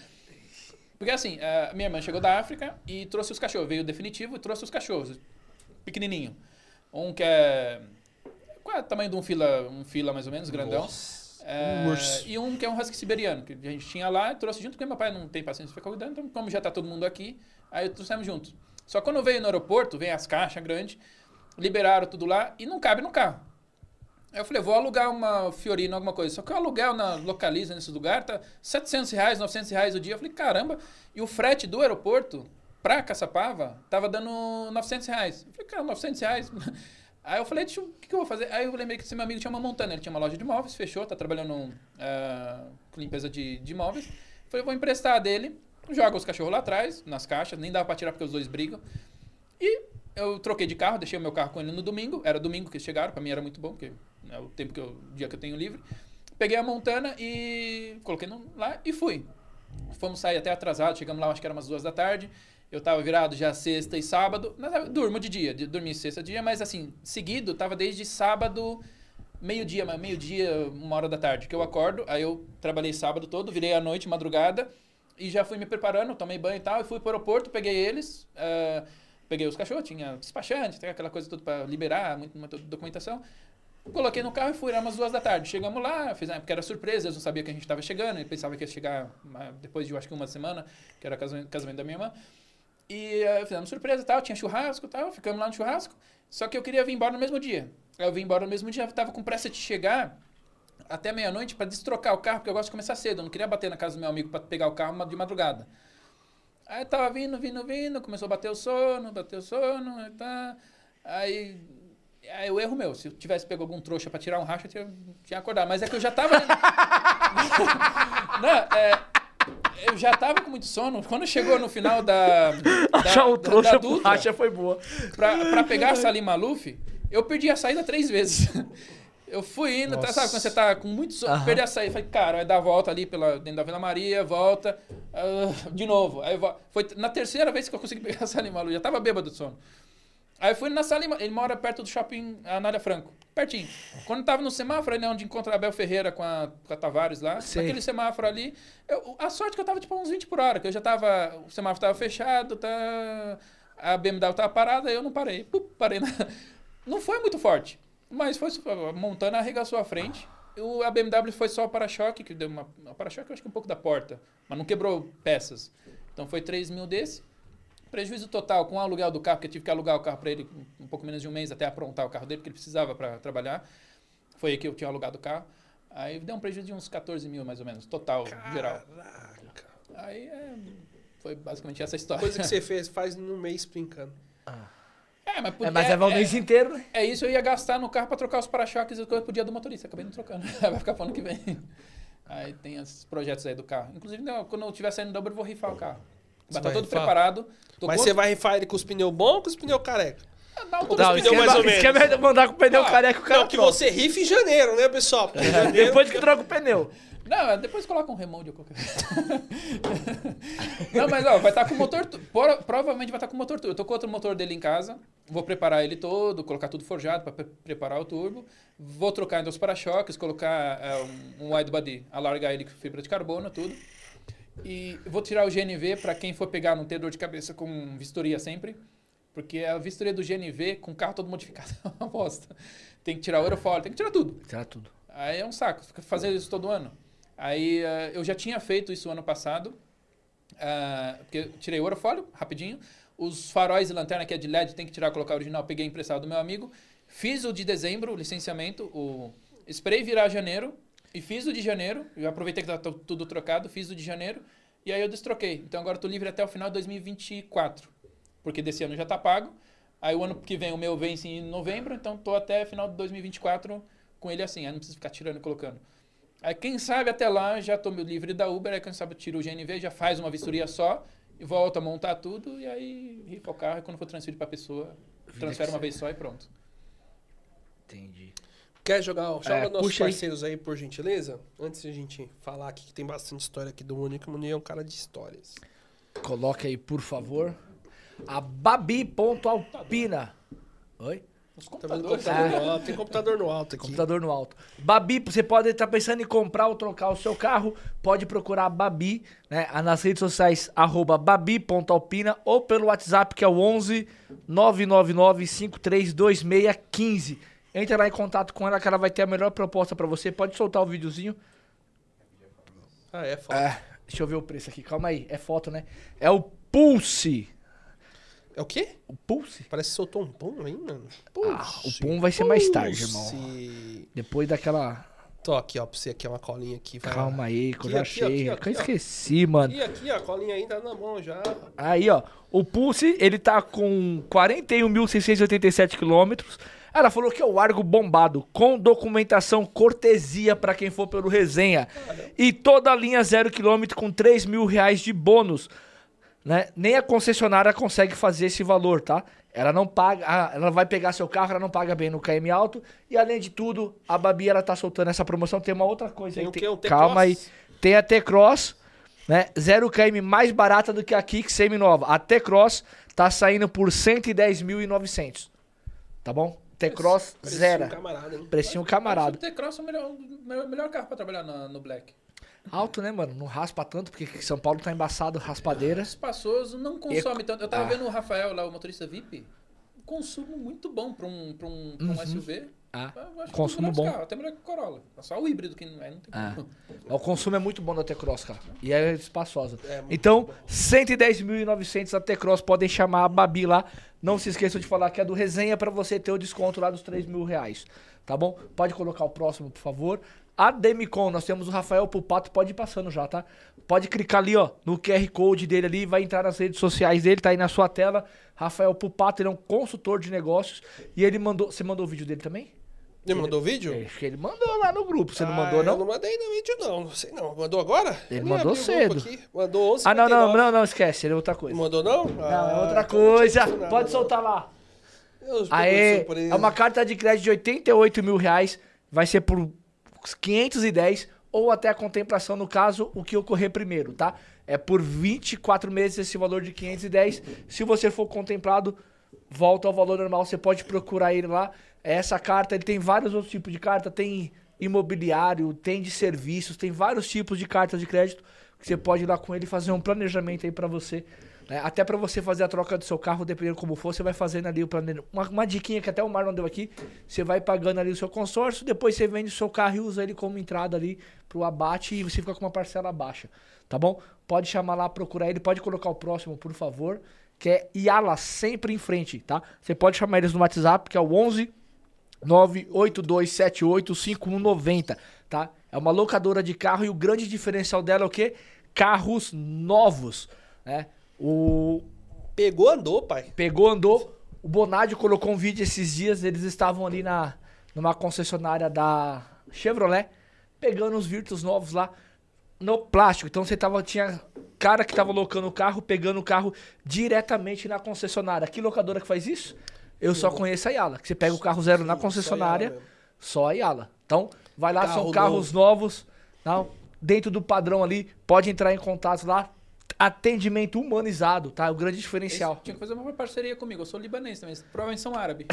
Porque assim, a minha irmã chegou da África e trouxe os cachorros. Veio o definitivo e trouxe os cachorros. Pequenininho. Um que é... Qual é o tamanho de um fila, um fila mais ou menos, grandão. Nossa, É, um urso. e um que é um husky siberiano, que a gente tinha lá, trouxe junto, porque meu pai não tem paciência de ficar cuidando, então como já tá todo mundo aqui, aí trouxemos juntos. Só que quando veio no aeroporto, vem as caixas grandes, liberaram tudo lá e não cabe no carro. Aí eu falei, vou alugar uma Fiorino, alguma coisa. Só que o aluguel na Localiza, nesse lugar, tá setecentos reais, novecentos reais o dia. Eu falei, caramba. E o frete do aeroporto pra Caçapava tava dando novecentos reais. Eu falei, cara, novecentos reais? Aí eu falei, deixa eu, o que, que eu vou fazer? Aí eu lembrei que esse meu amigo tinha uma Montana. Ele tinha uma loja de imóveis, fechou, tá trabalhando uh, com limpeza de, de imóveis. Eu falei, vou emprestar dele, joga os cachorros lá atrás, nas caixas, nem dava pra tirar porque os dois brigam. E eu troquei de carro, deixei o meu carro com ele no domingo. Era domingo que eles chegaram, pra mim era muito bom, porque é o tempo que eu, o dia que eu tenho livre. Peguei a Montana e coloquei no, lá e fui. Fomos sair até atrasado, chegamos lá, acho que era umas duas da tarde. Eu tava virado já sexta e sábado. Mas, durmo de dia, de, dormi sexta dia, mas assim, seguido, tava desde sábado, meio-dia, meio-dia, uma hora da tarde, que eu acordo. Aí eu trabalhei sábado todo, virei à noite, madrugada, e já fui me preparando, tomei banho e tal, e fui pro aeroporto, peguei eles, uh, peguei os cachorros, tinha despachante, tem aquela coisa tudo para liberar, muita, muita documentação. Coloquei no carro e fui, era umas duas da tarde. Chegamos lá, fizemos, porque era surpresa, eles não sabiam que a gente estava chegando, ele pensava que ia chegar depois de, eu acho que uma semana, que era o casamento, casamento da minha irmã. E uh, fizemos surpresa e tal, tinha churrasco e tal, ficamos lá no churrasco. Só que eu queria vir embora no mesmo dia. Aí eu vim embora no mesmo dia, tava com pressa de chegar até meia-noite para destrocar o carro, porque eu gosto de começar cedo, eu não queria bater na casa do meu amigo para pegar o carro de madrugada. Aí tava vindo, vindo, vindo, começou a bater o sono, bateu o sono, e tá. Aí... É o erro meu. Se eu tivesse pego algum trouxa pra tirar um racha, eu tinha, tinha acordado. Mas é que eu já tava... Não, é... Eu já tava com muito sono. Quando chegou no final da... da Achar o da- trouxa da pro Dutra, racha foi boa. pra, pra pegar a Salim Maluf, eu perdi a saída três vezes. Eu fui indo, tá, Nossa. sabe? Quando você tá com muito sono, Aham. perdi a saída. Falei, cara, vai dar a volta ali pela, dentro da Vila Maria, volta, ah, de novo. Aí vo- foi na terceira vez que eu consegui pegar a Salim Maluf. Já tava bêbado de sono. Aí eu fui na Salima, ele mora perto do shopping Anália Franco, pertinho. Quando eu tava no semáforo, ali onde encontra a Abel Ferreira com a, com a Tavares lá, Sei. naquele semáforo ali, eu, a sorte que eu tava tipo uns vinte por hora, que eu já tava, o semáforo tava fechado, tá, a B M W tava parada, eu não parei. Pup, parei na... Não foi muito forte, mas foi a Montana arregaçou a frente. O, a B M W foi só o para-choque, que deu uma, uma para-choque eu acho que um pouco da porta, mas não quebrou peças. Então foi três mil desse. Prejuízo total com o aluguel do carro, porque eu tive que alugar o carro para ele um pouco menos de um mês até aprontar o carro dele, porque ele precisava para trabalhar. Foi aí que eu tinha alugado o carro. Aí deu um prejuízo de uns quatorze mil, mais ou menos, total, Caraca. geral. Aí é, foi basicamente essa história. Coisa que você fez, faz num mês brincando. É, mas, É, podia, mas é o mês inteiro, né? é isso, eu ia gastar no carro para trocar os para-choques e coisa pro dia do motorista. Acabei não trocando. Vai ficar pro ano que vem. Aí tem esses projetos aí do carro. Inclusive, não, quando eu estiver saindo do dobro, eu vou rifar o carro. Você Vai estar vai todo rifar? preparado. Tô Mas com- você vai rifar ele com os pneus bons ou com os pneus careca? Na altura, Não, os isso pneus é mais ou Isso que é menos. mandar com o pneu Ah, careca o cara Não, que troca. você rifa em janeiro, né, pessoal? Porque em janeiro- Depois que troca o pneu. Não, depois coloca um remote ou qualquer Não, mas ó, vai estar com o motor. tu- por- Provavelmente vai estar com o motor turbo. Eu tô com outro motor dele em casa. Vou preparar ele todo, colocar tudo forjado para preparar o turbo. Vou trocar ainda os para-choques, colocar é, um, um wide body, alargar ele com fibra de carbono, tudo. E vou tirar o G N V para quem for pegar não ter dor de cabeça com vistoria sempre. Porque a vistoria do G N V com o carro todo modificado é uma bosta. Tem que tirar o aerofólio, tem que tirar tudo. Tirar tudo. Aí é um saco, fica fazendo isso todo ano. Aí uh, eu já tinha feito isso ano passado, uh, porque eu tirei o aerofólio rapidinho, os faróis e lanterna que é de L E D tem que tirar, colocar original, peguei emprestado do meu amigo, fiz o de dezembro, o licenciamento, o esperei virar janeiro e fiz o de janeiro, eu aproveitei que tá t- tudo trocado, fiz o de janeiro e aí eu destroquei. Então agora eu tô livre até o final de dois mil e vinte e quatro, porque desse ano já tá pago. Aí o ano que vem o meu vence em novembro, então tô até final de dois mil e vinte e quatro com ele assim, aí não preciso ficar tirando e colocando. Aí quem sabe até lá já tô livre da Uber, aí quem sabe eu tiro o G N V, já faz uma vistoria só, e volta a montar tudo, e aí rifa o carro, e quando for transferir pra pessoa, transfere uma vez só e pronto. Entendi. Quer jogar? Joga É, nossos puxa aí. parceiros aí. por gentileza? Antes de a gente falar aqui que tem bastante história aqui do Munique, o Munique é um cara de histórias. Coloca aí, por favor. A Babi.alpina. Oi? Os Tá vendo computadores. computador É. no alto? Tem computador no alto aqui. Computador no alto. Babi, você pode estar pensando em comprar ou trocar o seu carro, pode procurar a Babi, né? Nas redes sociais, arroba babi.alpina ou pelo WhatsApp, que é o onze nove nove nove cinco três dois seis um cinco. Entra lá em contato com ela que ela vai ter a melhor proposta pra você. Pode soltar o videozinho. Ah, é foda. É, deixa eu ver o preço aqui. Calma aí, é foto, né? É o Pulse. É o quê? O Pulse? Parece que soltou um pum aí, mano. Ah, o Pum vai ser mais tarde, irmão. Pulse. Depois daquela... Tô aqui, ó, pra você aqui, é uma colinha aqui. Vai lá. Calma aí, que eu Aqui, já aqui, achei. aqui, aqui, Eu ó. esqueci, mano. Aqui, aqui, ó, a colinha ainda na mão já. Aí, ó, o Pulse, ele tá com quarenta e um mil seiscentos e oitenta e sete quilômetros. Ela falou que é o Argo bombado, com documentação cortesia pra quem for pelo resenha. E toda a linha zero quilômetro com três mil reais de bônus. Né? Nem a concessionária consegue fazer esse valor, tá? Ela não paga, ah, ela vai pegar seu carro, ela não paga bem no K M alto. E além de tudo, a Babi, ela tá soltando essa promoção. Tem uma outra coisa Tem aí. o tem- quê? Um T-Cross? Calma aí. Tem a T-Cross, né? zero km mais barata do que a Kicks semi-nova. A T-Cross tá saindo por cento e dez mil e novecentos. Tá bom? T-Cross Precinho zero. camarada, hein? Precinho camarada. O T-Cross é o melhor, melhor, melhor carro pra trabalhar na- no Black. Alto, né, mano? Não raspa tanto, porque São Paulo tá embaçado, raspadeira. Espaçoso, não consome tanto. Eu tava Ah. vendo o Rafael lá, o motorista V I P. Consumo muito bom pra um, pra um, pra um S U V. Ah, Eu acho que consumo um dos bom. melhores carros, até melhor que o Corolla. Só o híbrido que não é, não tem Ah. como. O consumo é muito bom da T-Cross, cara. E é espaçosa. É, muito Então, bom. cento e dez mil e novecentos a T-Cross. Podem chamar a Babi lá. Não se esqueçam de falar que é do resenha pra você ter o desconto lá dos três mil reais. Tá bom? Pode colocar o próximo, por favor. A Demicon, nós temos o Rafael Pupato, pode ir passando já, tá? Pode clicar ali, ó, no Q R Code dele ali, vai entrar nas redes sociais dele, tá aí na sua tela. Rafael Pupato, ele é um consultor de negócios. E ele mandou... Você mandou o vídeo dele também? Ele mandou o vídeo? Acho que ele mandou lá no grupo. Você não Ah, mandou, Eu não? não mandei no vídeo, não. Não sei não. Mandou agora? Ele Eu nem mandou abri o grupo cedo. aqui. Mandou onze. Ah, não, não, não, não, esquece, ele é outra coisa. Mandou não? Não, Ah, é outra então não tinha coisa. visto nada, Pode não. soltar lá. Eu estou Aê, muito surpreso. é uma carta de crédito de oitenta e oito mil reais. Vai ser por quinhentos e dez ou até a contemplação, no caso, o que ocorrer primeiro, tá? É por vinte e quatro meses esse valor de quinhentos e dez. Se você for contemplado, volta ao valor normal. Você pode procurar ele lá. Essa carta, ele tem vários outros tipos de carta. Tem imobiliário, tem de serviços, tem vários tipos de cartas de crédito que você pode ir lá com ele e fazer um planejamento aí pra você. Né? Até pra você fazer a troca do seu carro, dependendo como for, você vai fazendo ali o planejamento. Uma, uma diquinha que até o Marlon deu aqui, você vai pagando ali o seu consórcio, depois você vende o seu carro e usa ele como entrada ali pro abate e você fica com uma parcela baixa, tá bom? Pode chamar lá, procurar ele, pode colocar o próximo, por favor, que é Yala, sempre em frente, tá? Você pode chamar eles no WhatsApp, que é o onze nove oito dois sete oito cinco um nove zero, tá? É uma locadora de carro e o grande diferencial dela é o quê? Carros novos, né? O... Pegou, andou, pai. Pegou, andou. O Bonadio colocou um vídeo esses dias, eles estavam ali na, numa concessionária da Chevrolet, pegando os Virtus novos lá no plástico. Então você tava, tinha cara que tava locando o carro, pegando o carro diretamente na concessionária. Que locadora que faz isso? Eu só conheço a Yala, que você pega o carro zero na concessionária, só a Yala. Então, vai lá, Carro são carros novos, não, dentro do padrão ali, pode entrar em contato lá. Atendimento humanizado, tá? O grande diferencial. Esse tinha que fazer uma parceria comigo. Eu sou libanês também, provavelmente são árabes.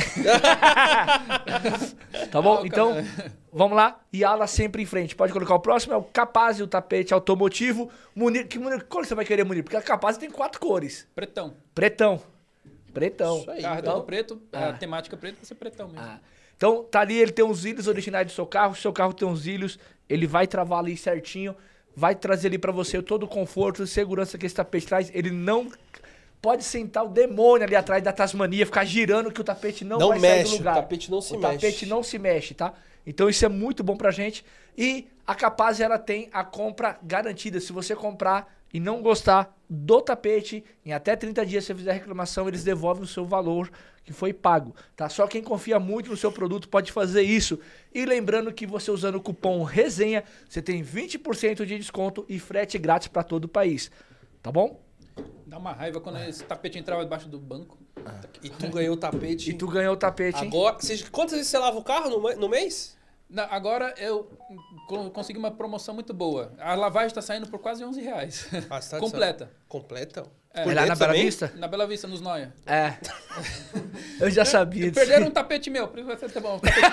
Tá bom? Ah, Então, cara. vamos lá. Yala sempre em frente. Pode colocar o próximo, é o Capaz, o tapete automotivo. Munir, que Munir, cor que você vai querer, Munir? Porque a Capaz tem quatro cores. Pretão. Pretão. Pretão. Isso aí. Carro é Então, todo preto, ah. a temática preta vai ser pretão mesmo. Ah. Então, tá ali, ele tem os ilhos originais do seu carro. Se o seu carro tem os ilhos, ele vai travar ali certinho. Vai trazer ali pra você todo o conforto e segurança que esse tapete traz. Ele não pode sentar o demônio ali atrás da Tasmania, ficar girando que o tapete não, Não vai sair mexe, do lugar. o tapete não se o mexe. tapete não se mexe, tá? Então isso é muito bom pra gente. E a Capaz, ela tem a compra garantida. Se você comprar e não gostar do tapete, em até trinta dias, se você fizer reclamação, eles devolvem o seu valor que foi pago, tá? Só quem confia muito no seu produto pode fazer isso. E lembrando que você usando o cupom RESENHA, você tem vinte por cento de desconto e frete grátis para todo o país, tá bom? Dá uma raiva quando esse tapete entrava debaixo do banco. E tu ganhou o tapete. E tu ganhou o tapete, hein? Agora, você- quantas vezes você lava o carro no, no mês? Não, agora eu co- consegui uma promoção muito boa. A lavagem está saindo por quase onze reais. Ah, você tá Completa. Completa? É. Por É lá na dentro Bela também? Vista? Na Bela Vista, nos Noia. É. Eu já sabia disso. Perderam um tapete meu. Por isso vai ser até bom. Um tapete-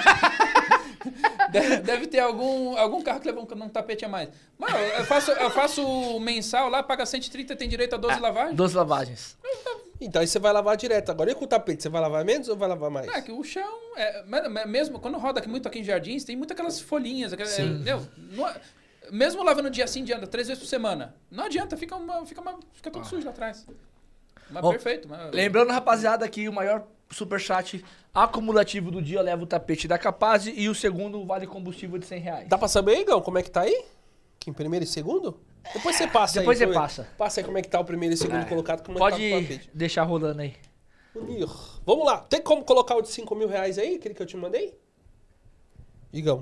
deve, deve ter algum, algum carro que levou um, um tapete a mais. Mano, eu faço, eu faço mensal lá, paga cento e trinta, tem direito a doze lavagens. doze lavagens. Então aí você vai lavar direto. Agora e com o tapete? Você vai lavar menos ou vai lavar mais? Não, é que o chão, é, me- me- mesmo quando roda aqui muito aqui em Jardins, tem muitas aquelas folhinhas. Aquelas, é, entendeu? Não é- mesmo lavando dia sim, dia anda, três vezes por semana. Não adianta, fica, uma, fica, uma, fica tudo sujo lá atrás. Mas Bom, perfeito. Mas, Lembrando, rapaziada, que o maior superchat acumulativo do dia leva o tapete da Capaz e o segundo vale combustível de cem reais. Dá pra saber, Igão, como é que tá aí? Que em primeiro e segundo? Depois você passa Depois aí. você pro- passa. Passa aí como é que tá o primeiro e segundo colocado. Como Pode é que tá o tapete. deixar rolando aí. Munir. Vamos lá. Tem como colocar o de cinco mil reais aí? Aquele que eu te mandei? Igão.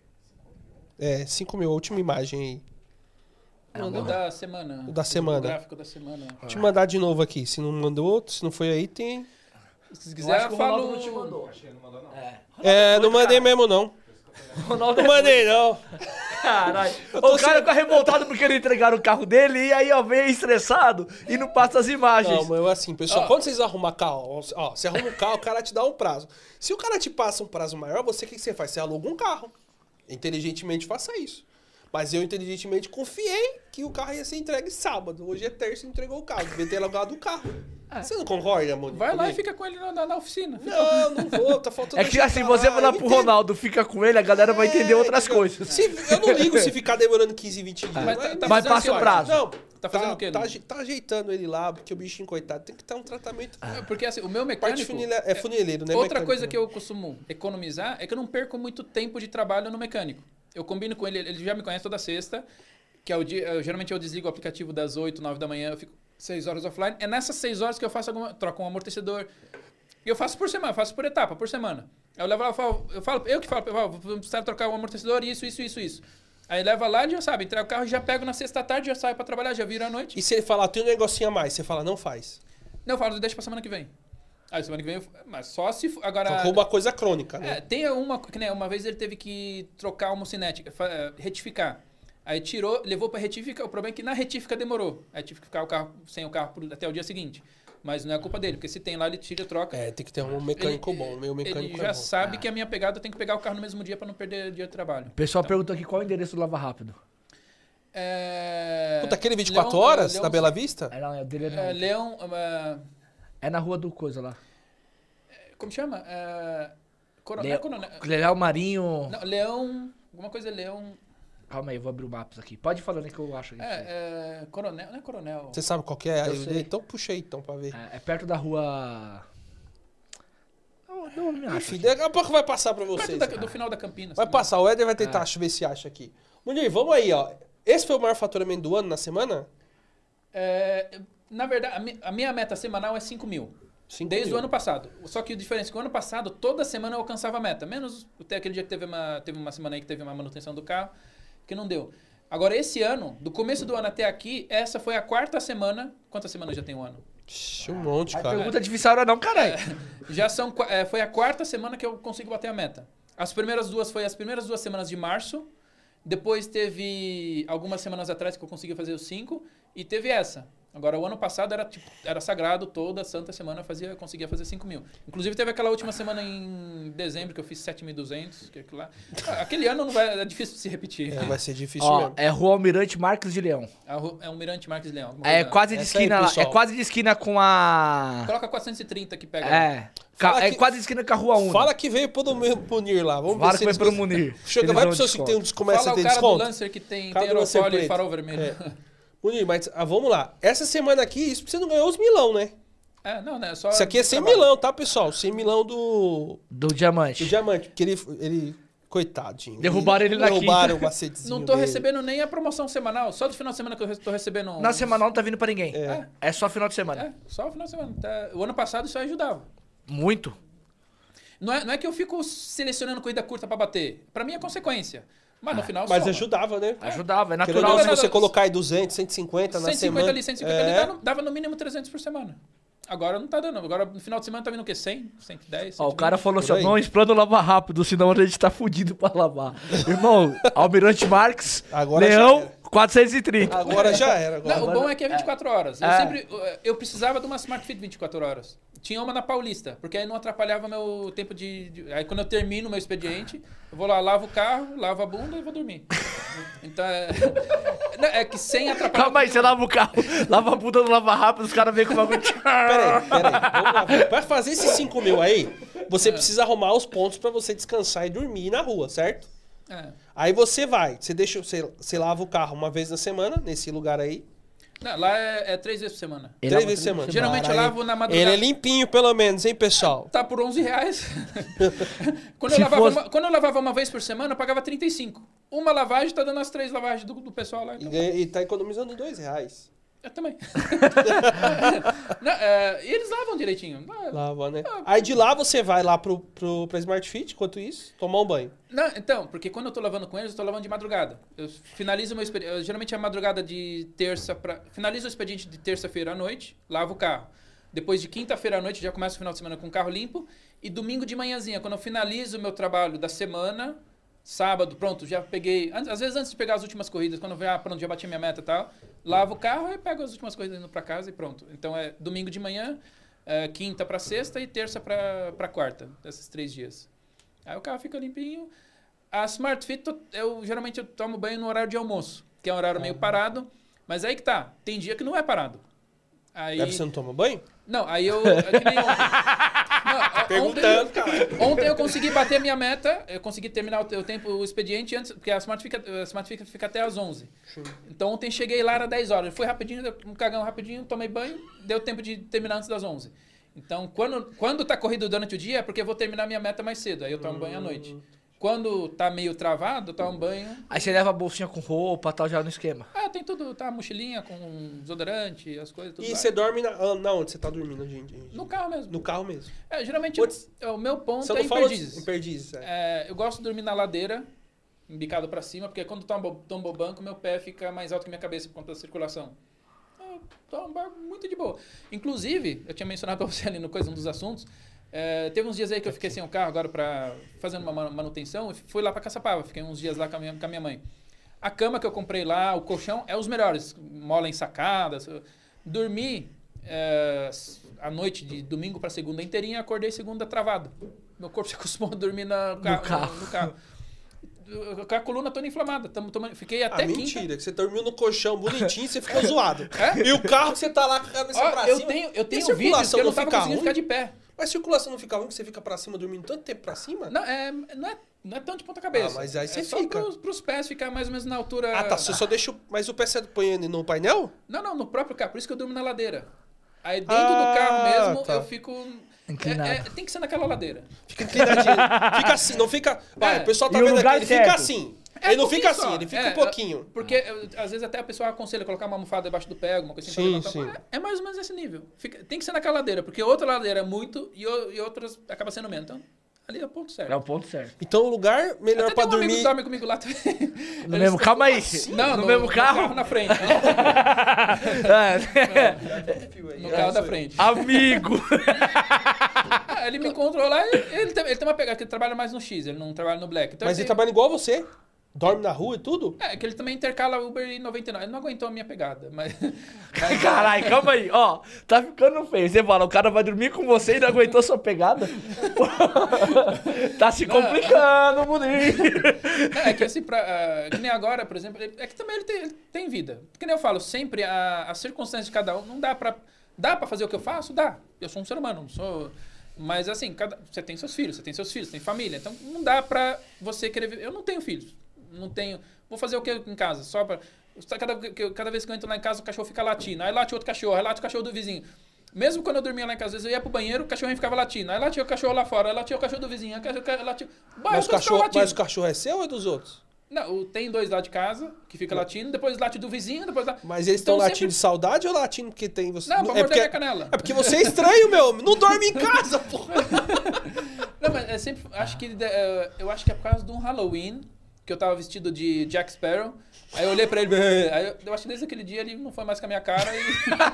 É, cinco mil, a última imagem aí. o da semana. O da semana. O gráfico da semana. Vou te mandar de novo aqui. Se não mandou, se não foi aí, tem. Se Eu quiser, acho eu que o Ronaldo falo... não te mandou. É, não mandei mesmo, não. Ronaldo Não mandei, não. Caralho. Eu tô O cara sem- fica revoltado porque não entregaram o carro dele e aí, ó, vem estressado e não passa as imagens. Não, mas eu assim, pessoal, Ó. quando vocês arrumam carro, ó, você arruma um carro, o cara te dá um prazo. Se o cara te passa um prazo maior, você o que, que você faz? Você aluga um carro. Inteligentemente faça isso. Mas eu inteligentemente confiei que o carro ia ser entregue sábado. Hoje é terça e entregou o carro. Devia ter alugado o carro. Você não concorda, mano? Vai lá e comigo? fica com ele na, na- na oficina. Fica- Não, não vou, tá faltando É que assim, ajeitar você lá, falar eu pro entendo. Ronaldo, fica com ele, a galera vai entender É, outras entendeu? coisas. Se- eu não ligo se ficar demorando quinze, vinte dias. Mas tá- tá Mas fazendo passa o que prazo. Não, Tá fazendo o quê, Tá, não? aje- tá ajeitando ele lá, porque o bichinho, coitado, tem que estar um tratamento. É, Porque assim, o meu Parte mecânico... funile- é funileiro, né? Outra mecânico, coisa né? que eu costumo economizar é que eu não perco muito tempo de trabalho no mecânico. Eu combino com ele, ele já me conhece toda sexta, que é o dia, eu, geralmente eu desligo o aplicativo das oito, nove da manhã, eu fico seis horas offline. É nessas seis horas que eu faço alguma, troco um amortecedor. E eu faço por semana, faço por etapa, por semana. Aí eu levo lá, eu falo, eu, falo, eu que falo, eu falo, vou precisar trocar um amortecedor, isso, isso, isso, isso. Aí leva lá e já sabe, entrega o carro, já pego na sexta tarde, já saio pra trabalhar, já vira à noite. E se ele falar, tem um negocinho a mais, você fala, não faz. Não, eu falo, deixa pra semana que vem. Aí semana que vem, eu, mas só se... for- Agora... Então, uma coisa crônica, né? É, tem uma, que nem uma vez ele teve que trocar a homocinética, fa- eh, retificar. Aí tirou, levou pra retífica, o problema é que na retífica demorou. Aí tive que ficar o carro, sem o carro por- até o dia seguinte. Mas não é culpa dele, porque se tem lá, ele tira e troca. É, tem que ter um mecânico bom, meio mecânico Ele é já bom. sabe Ah. que a minha pegada tem que pegar o carro no mesmo dia pra não perder dia de trabalho. O pessoal perguntou aqui qual é o endereço do Lava Rápido. É... Puta, aquele vinte e quatro Leão- horas Leão- da Bela Vista? É, não, é dele é, não. É, Leão... é, É na rua do coisa lá. como chama? É... Coro... Leão- não é coronel... Leão Marinho. Não, Leão... Alguma coisa Leão... Calma aí, eu vou abrir o mapas aqui. Pode ir falando aí que eu acho. Isso aí. É, é... Coronel... Não é coronel. Você sabe qual que é? Eu Aí, sei. então puxa aí, então, pra ver. É, é perto da rua. Não, não me acho. Enfim, aqui. daqui a pouco vai passar pra Perto vocês. da- cara. do final da Campinas. Vai também. passar, o Éder vai tentar É. ver se acha aqui. Munir, vamos aí, ó. Esse foi o maior faturamento do ano na semana? É, na verdade, a mi- a minha meta semanal é cinco mil. Cinco Desde mil. o ano passado. Só que a diferença é que o ano passado, toda semana eu alcançava a meta. Menos até aquele dia que teve uma, teve uma semana aí que teve uma manutenção do carro, que não deu. Agora, esse ano, do começo do ano até aqui, essa foi a quarta semana. Quantas semanas já tem o ano? Ixi, um monte, A cara. pergunta difícil era não, caralho. Já são, qua- é, foi a quarta semana que eu consigo bater a meta. As primeiras duas foi as primeiras duas semanas de março. Depois teve algumas semanas atrás que eu consegui fazer os cinco. E teve essa. Agora, o ano passado era, tipo, era sagrado, toda santa semana eu fazia, conseguia fazer cinco mil. Inclusive, teve aquela última semana em dezembro que eu fiz sete mil e duzentos. Que aquilo lá. Ah, aquele ano não vai, é difícil de se repetir. É, vai ser difícil Ó, mesmo. é Rua Almirante Marques de Leão. É o- É um Mirante Marques Leão. alguma É coisa- quase de Essa aí, esquina lá. É pessoal. quase de esquina com a. Coloca quatrocentos e trinta que pega. É. Ca- Fala É que- quase de esquina com a Rua um. Fala que veio pro Munir lá. Vamos Fala ver que foi se pelo eles- Munir. Chega, Eles vai dão pro seu que desconto. tem um des- começa Fala a ter o cara desconto. do Lancer que tem, Cara tem do Lancer aerofólio e preto. farol vermelho. É. Munir, mas ah, vamos lá. Essa semana aqui, isso você não ganhou os milão, né? É, não, né? Só Isso aqui é cem trabalho. milão, tá, pessoal? cem milão do, Do do diamante. diamante. Porque ele, ele coitadinho. Derrubaram ele na Derrubaram quinta. o macetezinho Não tô dele. recebendo nem a promoção semanal. Só do final de semana que eu re- tô recebendo. Na uns- semanal não tá vindo pra ninguém. É. É só final de semana. É, só o final de semana. Tá- O ano passado isso aí ajudava. Muito. Não é, não é que eu fico selecionando corrida curta pra bater. Pra mim é consequência. Mas no final Mas soma. ajudava, né? Ajudava, é Querendo natural. ou não, Não, se não, você não. colocar aí duzentos, cento e cinquenta na cento e cinquenta semana... ali, cento e cinquenta ali, é. dava, dava no mínimo trezentos por semana. Agora não tá dando. Agora no final de semana tá vindo o quê? cem? cento e dez? Ó, o cento e cara vinte? falou assim, Por ó, aí. não explana lavar rápido, senão a gente tá fudido pra lavar. Irmão, Almirante Marques, Agora já Leão, era. quatrocentos e trinta. Agora já era. Agora. Não, o bom é que é vinte e quatro horas. Eu É. sempre. Eu precisava de uma Smart Fit vinte e quatro horas. Tinha uma na Paulista, porque aí não atrapalhava meu tempo de. de- aí quando eu termino o meu expediente, eu vou lá, lavo o carro, lavo a bunda e vou dormir. Então é. Não, é que sem atrapalhar. Calma aí, você lava o carro, lava a bunda no lava rápido, os caras veem com o bagulho. Peraí, peraí. Vamos lá. Pra fazer esses cinco mil aí, você precisa arrumar os pontos pra você descansar e dormir na rua, certo? É. Aí você vai, você deixa, você, você lava o carro uma vez na semana, nesse lugar aí. Não, lá é, é três vezes por semana. Ele três lava vezes por semana. Geralmente eu Caralho. lavo na madrugada. Ele é limpinho, pelo menos, hein, pessoal? Tá por onze reais. quando, eu Se lavava fosse- uma, quando eu lavava uma vez por semana, eu pagava trinta e cinco. Uma lavagem tá dando as três lavagens do, do pessoal lá. E, Então, ganha- e tá economizando dois reais. eu também. Não, é, e eles lavam direitinho. Ah, Lava, né? Aí de lá você vai lá pro, pro, pra Smart Fit, enquanto isso, tomar um banho. Não, então, porque quando eu tô lavando com eles, eu tô lavando de madrugada. Eu finalizo o meu expediente. eu, Geralmente é a madrugada de terça pra. Finalizo o expediente de terça-feira à noite, lavo o carro. Depois de quinta-feira à noite, já começo o final de semana com o carro limpo. E domingo de manhãzinha, quando eu finalizo o meu trabalho da semana, sábado, pronto, já peguei. an- Às vezes antes de pegar as últimas corridas, quando eu vejo, ah, pronto, já bati minha meta e tal, lavo o carro e pego as últimas corridas indo pra casa e pronto. Então é domingo de manhã, é, quinta pra sexta e terça pra, pra quarta, desses três dias. Aí o carro fica limpinho. A Smart Fit, eu, eu geralmente eu tomo banho no horário de almoço, que é um horário meio parado. Mas aí que tá, tem dia que não é parado. Aí, Aí você não toma banho? não, aí eu. É que nem ontem. Não, Perguntando, cara. ontem, ontem eu consegui bater a minha meta, eu consegui terminar o, te- o tempo, o expediente antes, porque a Smart fica, a Smart fica, fica até às onze. Então ontem cheguei lá, era dez horas. Eu fui rapidinho, dei um cagão rapidinho, tomei banho, deu tempo de terminar antes das onze. Então quando, quando tá corrido durante o dia é porque eu vou terminar minha meta mais cedo, aí eu tomo banho à noite. Quando tá meio travado, eu tomo banho. Aí você leva a bolsinha com roupa, tal, já no esquema. Ah, tem tudo, tá? Mochilinha com desodorante, as coisas, tudo E lá. você dorme na, ah, na onde você tá dormindo, gente? No carro mesmo. No carro mesmo. É, geralmente Putz, eu- o meu ponto Você é não em fala Perdizes. em Perdizes, é. É, eu gosto de dormir na ladeira, embicado pra cima, porque quando tombo, tombo banco, meu pé fica mais alto que minha cabeça por conta da circulação. É, tô um bar muito de boa. Inclusive, eu tinha mencionado pra você ali no coisa, um dos assuntos, é, teve uns dias aí que eu fiquei sem o carro agora pra fazendo uma manu- manutenção, e fui lá pra Caçapava, fiquei uns dias lá com a minha, com a minha mãe. A cama que eu comprei lá, o colchão, é os melhores, mola ensacada. Dormi, é, a noite de domingo para segunda inteirinha, acordei segunda travado. Meu corpo se acostumou a dormir na, no, carro, carro. No, no carro. Com a coluna toda inflamada. Tamo tomando, fiquei até Ah, quinta. mentira, que você dormiu no colchão bonitinho e você ficou zoado. É? E o carro você tá lá com a cabeça Ó, pra eu cima. tenho, eu E tenho a vídeos circulação que eu não não tava fica conseguindo ruim? ficar de pé. Mas a circulação não fica ruim que você fica pra cima dormindo tanto tempo pra cima? Não, é, não, é, não é tanto de ponta cabeça. Ah, mas aí você é só fica. Pros, pros pés ficar mais ou menos na altura... Ah, tá. Você só deixa. o- Mas o pé você põe ele no painel? Não, não, no próprio carro. Por isso que eu durmo na ladeira. Aí dentro Ah, do carro mesmo, tá. eu fico... Inclinado. É, é, tem que ser naquela ladeira. Fica inclinadinho. Fica assim, não fica. Vai, É. o pessoal tá E o vendo lugar aqui, ele certo. fica assim. É ele não um fica pouquinho assim, só. ele fica É, um pouquinho. Porque eu- às vezes até a pessoa aconselha colocar uma almofada debaixo do pé, alguma coisa assim. Sim, pra levantar. sim. É, é mais ou menos esse nível. Fica- tem que ser naquela ladeira, porque outra ladeira é muito e, o- e outras acaba sendo menos. Então, ali é o ponto certo. É o ponto certo. Então o lugar melhor Até pra tem um amigo dormir. que dorme comigo lá também. No mesmo, calma aí. Não, no, no, mesmo no carro? na frente. É. No carro da frente. Amigo. Ah, ele me encontrou lá e ele tem, ele tem uma pegada, que ele trabalha mais no X, ele não trabalha no Black. Então Mas ele tem- trabalha igual você? Dorme na rua e tudo? É, que ele também intercala Uber e noventa e nove. Ele não aguentou a minha pegada, mas... mas Caralho, calma aí. Ó, tá ficando feio. Você fala, o cara vai dormir com você e não aguentou sua pegada? Tá se complicando, bonito. É que assim, pra, ah, que nem agora, por exemplo, é que também ele tem, ele tem vida. Que nem eu falo, sempre a, a circunstância de cada um, não dá pra... Dá pra fazer o que eu faço? Dá. Eu sou um ser humano, não sou... Mas assim, cada, você tem seus filhos, você tem seus filhos, você tem família. Então não dá pra você querer... viver. Eu não tenho filhos. Não tenho... Vou fazer o que em casa? Só pra... Cada, que- cada vez que eu entro lá em casa, o cachorro fica latindo. Aí late outro cachorro, aí late o cachorro do vizinho. Mesmo quando eu dormia lá em casa, às vezes eu ia pro banheiro, o cachorrinho ficava latindo. Aí latia o cachorro lá fora, aí latia o cachorro do vizinho. Aí latia... latia... Bah, Mas eu o, só cachorro, ficava latindo. mas o cachorro é seu ou é dos outros? Não, o- tem dois lá de casa, que fica latindo, depois late do vizinho, depois lá... Mas eles estão Então, latindo sempre- de saudade ou latindo porque tem você? Não, pra é morder porque, minha canela. é porque você é estranho, meu. Não dorme em casa, pô. Não, mas é sempre... Acho que... eh, eu acho que é por causa de um Halloween, que eu tava vestido de Jack Sparrow. Aí eu olhei pra ele... Aí eu, eu acho que desde aquele dia ele não foi mais com a minha cara e...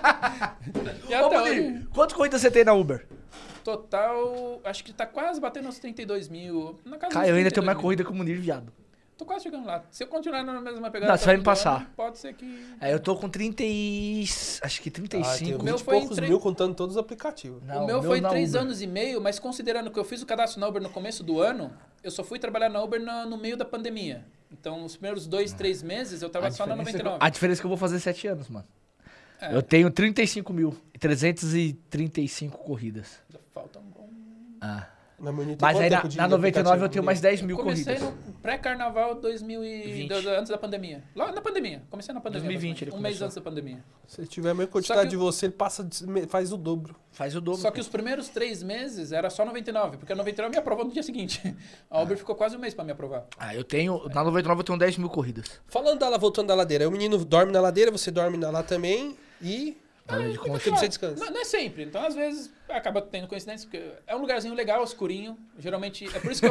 e Ô, até hoje... bonito, quantas corridas você tem na Uber? Total... Acho que tá quase batendo uns trinta e dois mil. Na casa Cara, dos eu ainda trinta e tenho dois mais mil. corrida que o Munir, viado. Tô quase chegando lá. Se eu continuar na mesma pegada... Não, você até vai o me fim do passar. ano, Pode ser que... É, eu tô com trinta e... Acho que trinta e Ah, tem cinco. O meu vinte e foi em poucos tre- mil contando todos os aplicativos. Não, o meu foi na três Uber. anos e meio, mas considerando que eu fiz o cadastro na Uber no começo do ano, eu só fui trabalhar na Uber no, no meio da pandemia. Então, os primeiros dois, três meses, eu tava A só na diferença noventa e é que eu- nove. A diferença é que eu vou fazer sete anos, mano. É. Eu tenho trinta e cinco mil e trezentas e trinta e cinco corridas. Falta um bom... Ah. Mas, Bonito, Mas quanto aí na, tempo de na noventa e nove eu aplicativo, tenho mais Bonito? dez mil Comecei corridas. no pré-carnaval dois mil e... vinte. do- do- antes da pandemia. Lá na pandemia. Comecei na pandemia. dois mil e vinte basicamente. ele Um mês começou. antes da pandemia. Se tiver a mesma quantidade que de o- você, ele passa, de- faz o dobro. Faz o dobro. Só que os primeiros três meses era só noventa e nove, porque a noventa e nove me aprovou no dia seguinte. A Uber ficou quase um mês pra me aprovar. Ah, eu tenho... Na noventa e nove eu tenho dez mil corridas. Falando dela, voltando da ladeira. O menino dorme na ladeira, você dorme lá também e... Olha de Porque concha. você descansa. Não, não é sempre. Então, às vezes, acaba tendo coincidência, porque é um lugarzinho legal, escurinho. Geralmente, é por isso que eu...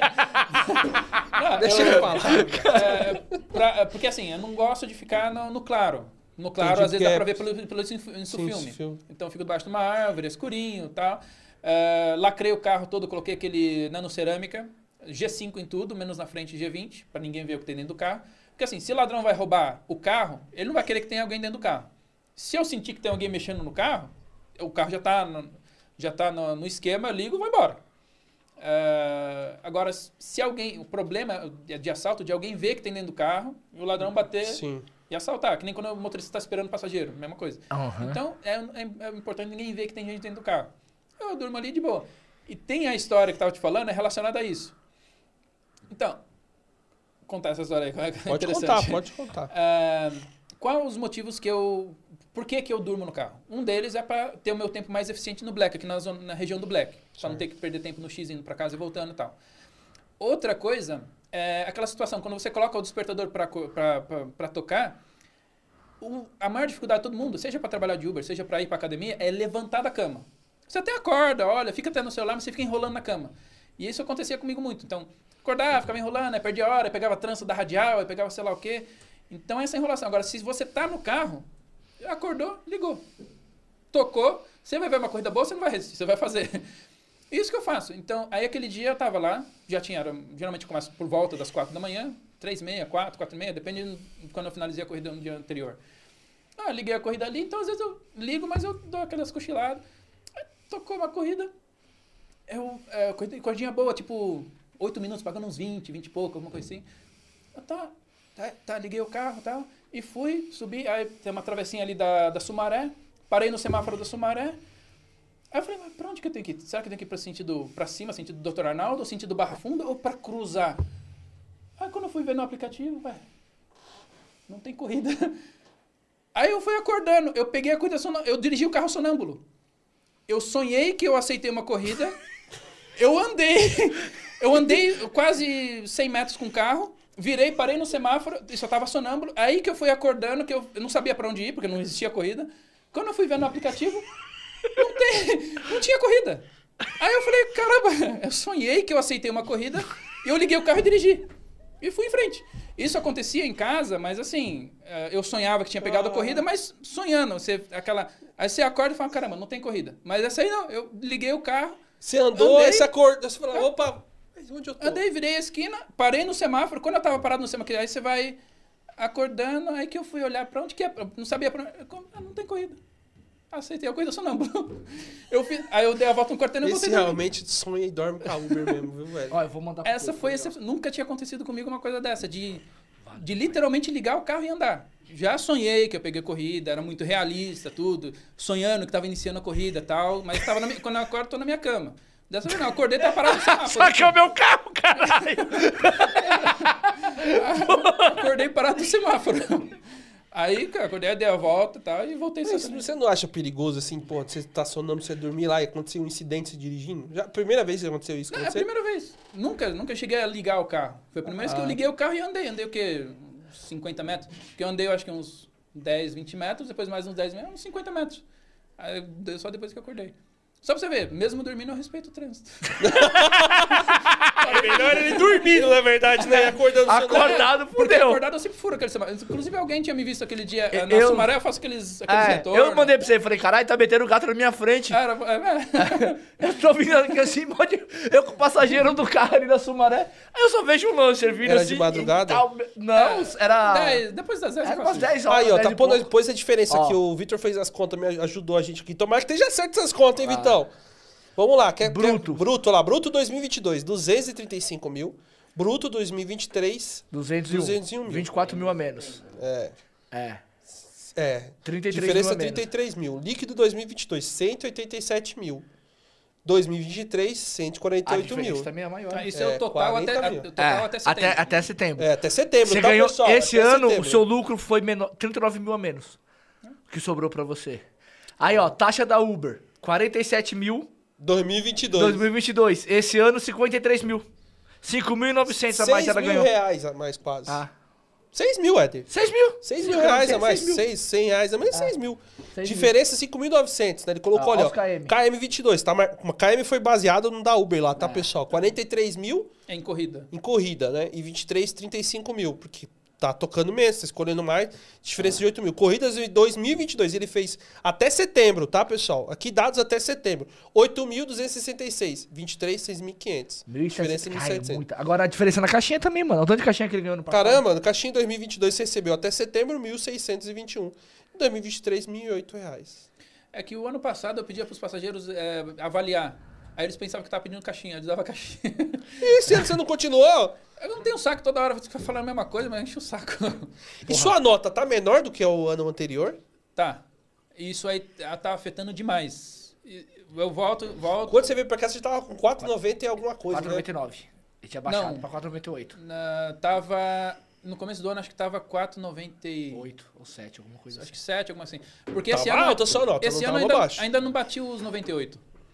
Não, Deixa eu- ele falar. É, pra- porque assim, eu não gosto de ficar no, no claro. No claro, Entendi, às vezes porque dá é- pra ver pelo, pelo insu- Sim, insufilme. filme. Então eu fico debaixo de uma árvore, escurinho e tal. É, lacrei o carro todo, coloquei aquele nanocerâmica, G cinco em tudo, menos na frente G vinte, pra ninguém ver o que tem dentro do carro. Porque assim, se o ladrão vai roubar o carro, ele não vai querer que tenha alguém dentro do carro. Se eu sentir que tem alguém mexendo no carro, o carro já tá no, já tá no, no esquema, eu ligo e vou embora. É, agora, se alguém... O problema de assalto é de alguém ver que tem dentro do carro e o ladrão bater Sim. e assaltar. Que nem quando o motorista está esperando o passageiro, mesma coisa. Aham. Então, é, é- é importante ninguém ver que tem gente dentro do carro. Eu durmo ali de boa. E tem a história que eu tava te falando, é relacionada a isso. Então, vou contar essa história aí. que é Pode interessante. contar, pode contar. Ah, quais os motivos que eu... Por que, que eu durmo no carro? Um deles é para ter o meu tempo mais eficiente no Black, aqui na, zona, na região do Black. Só não ter que perder tempo no X indo para casa e voltando e tal. Outra coisa é aquela situação, quando você coloca o despertador para tocar, o, a maior dificuldade de todo mundo, seja para trabalhar de Uber, seja para ir para academia, é levantar da cama. Você até acorda, olha, fica até no celular, mas você fica enrolando na cama. E isso acontecia comigo muito. Então, acordava, ficava enrolando, aí perdia a hora, aí pegava a trança da radial, aí pegava sei lá o quê. Então, essa enrolação. Agora, se você tá no carro, acordou, ligou. Tocou, você vai ver uma corrida boa, você não vai resistir, você vai fazer. Isso que eu faço. Então, aí aquele dia eu tava lá, já tinha, era, geralmente começa por volta das quatro da manhã, três e meia, quatro, quatro e meia, depende de quando eu finalizei a corrida no dia anterior. Ah, liguei a corrida ali, então às vezes eu ligo, mas eu dou aquelas cochiladas. tocou uma corrida. Eu, é, corrida- corridinha boa, tipo, oito minutos, pagando uns vinte, vinte e pouco, alguma coisa assim. Eu, tá, tá, tá, liguei o carro e tal, e fui, subi, aí tem uma travessinha ali da, da Sumaré, parei no semáforo da Sumaré. Aí eu falei, mas pra onde que eu tenho que ir? Será que eu tenho que ir pra sentido, pra cima, sentido doutor Arnaldo, ou sentido Barra Funda, ou pra cruzar? Aí quando eu fui ver no aplicativo, ué, não tem corrida. Aí eu fui acordando, eu peguei a corrida, sonâ- eu dirigi o carro sonâmbulo. Eu sonhei que eu aceitei uma corrida, eu andei, eu andei quase cem metros com o carro, virei, parei no semáforo, e só tava sonâmbulo, aí que eu fui acordando, que eu, eu não sabia pra onde ir, porque não existia corrida. Quando eu fui ver no aplicativo, não, tem, não tinha corrida. Aí eu falei, caramba, eu sonhei que eu aceitei uma corrida, e eu liguei o carro e dirigi. E fui em frente. Isso acontecia em casa, mas assim, eh, eu sonhava que tinha pegado a corrida, mas sonhando. Você, aquela, aí você acorda e fala, caramba, não tem corrida. Mas essa aí não, eu liguei o carro, Você andou, Andei. aí você acordou, você falou, opa, mas onde eu tô? andei, virei a esquina, parei no semáforo. Quando eu tava parado no semáforo, aí você vai acordando, aí que eu fui olhar pra onde que é, eu não sabia pra onde, eu, como, ah, não tem corrida. Aceitei a corrida sonâmbulo. Eu fiz, aí eu dei a volta no quarteirão e Esse voltei dormir. realmente sonha e dorme com a Uber mesmo, viu, velho? Ó, eu vou mandar pro Essa Pedro, foi legal. excep- nunca tinha acontecido comigo uma coisa dessa, de, de literalmente ligar o carro e andar. Já sonhei que eu peguei corrida, era muito realista, tudo, sonhando que tava iniciando a corrida e tal, mas tava na minha- quando eu acordo, tô na minha cama. Dessa vez não, eu acordei e tava parado no semáforo. Só que é o meu carro, caralho! Acordei parado no semáforo. Aí, cara, acordei, dei a volta e tal, e voltei Mas sem você não acha perigoso, assim, pô, você tá sonando, você dormir lá e acontecer um incidente se dirigindo? Já, primeira vez que aconteceu isso com Não, é a você? primeira vez. Nunca, nunca cheguei a ligar o carro. Foi a primeira vez que eu liguei o carro e andei. Andei o quê? Uns cinquenta metros? Porque eu andei, eu acho que uns dez, vinte metros, depois mais uns dez metros, uns cinquenta metros. Aí, eu- só depois que eu acordei. Só pra você ver, mesmo dormindo, eu respeito o trânsito. É melhor ele dormindo, na verdade, né? E acordando sonando. Acordado, Porque fudeu. acordado eu sempre furo aquele semáforo. Inclusive, alguém tinha me visto aquele dia eh, na Eu- Sumaré, eu faço aqueles, aqueles É, retornos. eu mandei pra você, falei, caralho, tá metendo o gato na minha frente. Cara, é, é. Eu tô vindo aqui assim, pode... eu com o passageiro do carro ali na Sumaré, aí eu só vejo um Lancer vindo Era assim. de madrugada? e tal. Não, era... dez, depois das dez eu Era faço umas isso. dez horas. Aí, ó, dez tá e pondo pouco. depois a diferença Ó. que o Vitor fez as contas, me ajudou a gente aqui. Tomara que esteja certo essas contas, hein, Vitão? Vamos lá. Quer, Bruto. Quer, bruto lá. Bruto dois mil e vinte e dois, duzentos e trinta e cinco mil. Bruto dois mil e vinte e três, duzentos e um. duzentos e um mil. vinte e quatro mil a menos. É. É. É. trinta e três Diferença mil a menos. trinta e três mil. Líquido dois mil e vinte e dois, cento e oitenta e sete mil. dois mil e vinte e três, cento e quarenta e A oito diferença mil. também é maior. Tá, isso É, é, o total, até, quarenta a- mil. o total É, até setembro. até, até setembro. É, até setembro, Você tá, ganhou, pessoal? esse Até ano, setembro. o seu lucro foi menor, trinta e nove mil a menos. Que sobrou pra você. Aí, ó, taxa da Uber, quarenta e sete mil, dois mil e vinte e dois. dois mil e vinte e dois. Esse ano, cinquenta e três mil. cinco mil e novecentos a mais seis ela mil ganhou. reais a mais quase. Ah. seis mil, Éder. seis mil. seis mil reais a mais. seis mil. seis, cem reais a mais, seis mil. seis mil. Diferença cinco mil e novecentos, né? Ele colocou Ah, ali, ó. os K M. K M vinte e dois, tá? Mar- K M foi baseado no da Uber lá, tá, É. pessoal? quarenta e três mil É em corrida. em corrida, né? E vinte e três, trinta e cinco mil, porque tá tocando menos, tá escolhendo mais, diferença de oito mil. Corridas em dois mil e vinte e dois, ele fez até setembro, tá, pessoal? Aqui dados até setembro. oito mil duzentos e sessenta e seis, vinte e três, seis mil e quinhentos. Diferença de Ai, é mil e setecentos. muita. Agora a diferença na caixinha também, mano. O tanto de caixinha que ele ganhou no passado. Caramba, no caixinha em dois mil e vinte e dois você recebeu até setembro mil seiscentos e vinte e um. Em dois mil e vinte e três, mil e oito reais. É que o ano passado eu pedia para os passageiros é, avaliar. Aí eles pensavam que tava pedindo caixinha, eles davam caixinha. E esse ano você não continuou? Eu não tenho saco toda hora, você fica falando a mesma coisa, mas enche o saco. E sua nota tá menor do que o ano anterior? Tá. Isso aí tá afetando demais. E Eu volto, volto. Quando você veio pra cá, você tava com quatro e noventa e alguma coisa, quatro e né? noventa e nove. Ele tinha baixado Não. pra quatro e noventa e oito. Na, tava. No começo do ano, acho que tava quatro e noventa e oito. oito ou sete, alguma coisa Acho assim. que sete, alguma assim. Porque Tava esse ano. alta a sua nota, esse não ano tava ainda, baixo. ainda não bati os noventa e oito.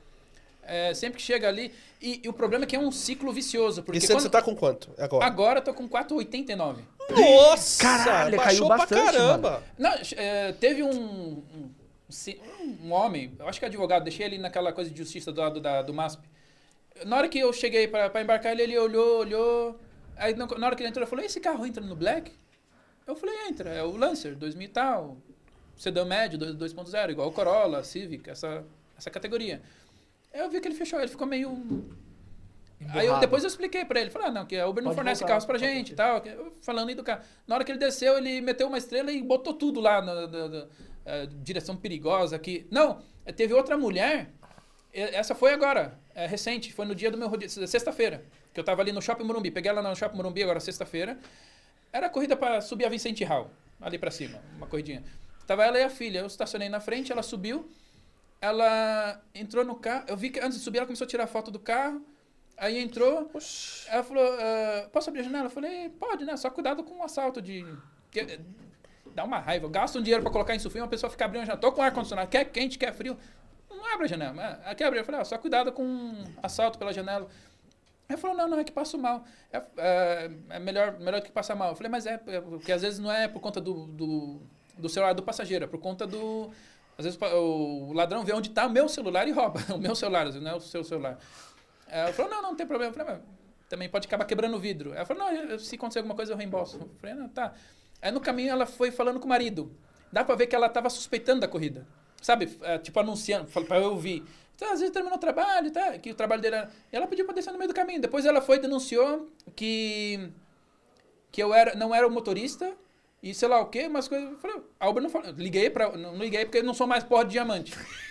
É, sempre que chega ali. E, e o problema é que é um ciclo vicioso. Porque Esse ano quando- você tá com quanto agora? agora eu tô com quatro e oitenta e nove. Nossa! Caralho, baixou caiu pra bastante, caramba. Não, é, teve um, um, se- um homem, eu acho que é advogado, deixei ele naquela coisa de justiça do lado da, do M A S P. Na hora que eu cheguei pra, pra embarcar ele, ele olhou, olhou. Aí na na hora que ele entrou, ele falou: esse carro entra no Black? Eu falei: entra, é o Lancer, dois mil e tal, sedã médio, dois ponto zero, igual o Corolla, Civic, essa, essa categoria. Aí eu vi que ele fechou, ele ficou meio. Aí eu, Emburrado. depois eu expliquei pra ele, falei, ah, não, que a Uber não Pode fornece voltar, carros pra pode gente e tal, que- eu falando aí do carro. Na hora que ele desceu, ele meteu uma estrela e botou tudo lá na, na- na- eh, direção perigosa aqui. Não, eh, teve outra mulher, Essa foi agora, é recente, foi no dia do meu rodízio, sexta-feira, que eu tava ali no Shopping Morumbi. Peguei ela no Shopping Morumbi agora, sexta-feira. Era corrida para subir a Vicente Hall, ali para cima, uma corridinha. Tava ela e a filha, eu estacionei na frente, ela subiu, ela entrou no carro, eu vi que antes de subir ela começou a tirar foto do carro, aí entrou, Oxi. ela falou, uh, posso abrir a janela? Eu falei, pode, né? Só cuidado com o assalto de... que- Dá uma raiva. Eu gasto um dinheiro pra colocar em sulfim, uma pessoa fica abrindo a janela. Tô com ar-condicionado, quer quente, quer frio. Não abre a janela. Aqui abre. Eu falei, ó, só cuidado com assalto pela janela. Ele falou, não, não, é que passo mal. É, é, é melhor, melhor do que passar mal. Eu falei, mas é, é, porque às vezes não é por conta do, do, do celular do passageiro, é por conta do... Às vezes o ladrão vê onde tá o meu celular e rouba. O meu celular, não é o seu celular. É, ele falou, não, não, não tem problema. Eu falei, mas também pode acabar quebrando o vidro. Ela falou, não, eu- se acontecer alguma coisa eu reembolso. Eu falei, não, tá. Aí no caminho ela foi falando com o marido. Dá pra ver que ela tava suspeitando da corrida. Sabe? É, tipo, anunciando, fal- pra eu ouvir. Então, às vezes terminou o trabalho, tá? Que o trabalho dele era... E ela pediu pra descer no meio do caminho. Depois ela foi e denunciou que... Que eu era, não era o motorista e sei lá o quê, umas coisas... Eu falei, a Uber não falou. Liguei pra... Não, não liguei porque eu não sou mais porra de diamante.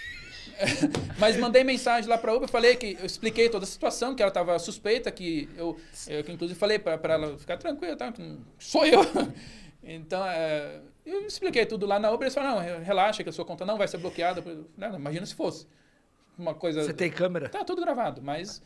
Mas mandei mensagem lá pra Uber, falei que eu expliquei toda a situação, que ela tava suspeita, que eu, eu que inclusive falei pra, pra ela ficar tranquila, tá? Que não- sou eu. Então, é, eu expliquei tudo lá na Uber, eles falaram, não, relaxa que a sua conta não vai ser bloqueada. Eu falei, não, imagina se fosse uma coisa... Você tem câmera? Tá tudo gravado, mas...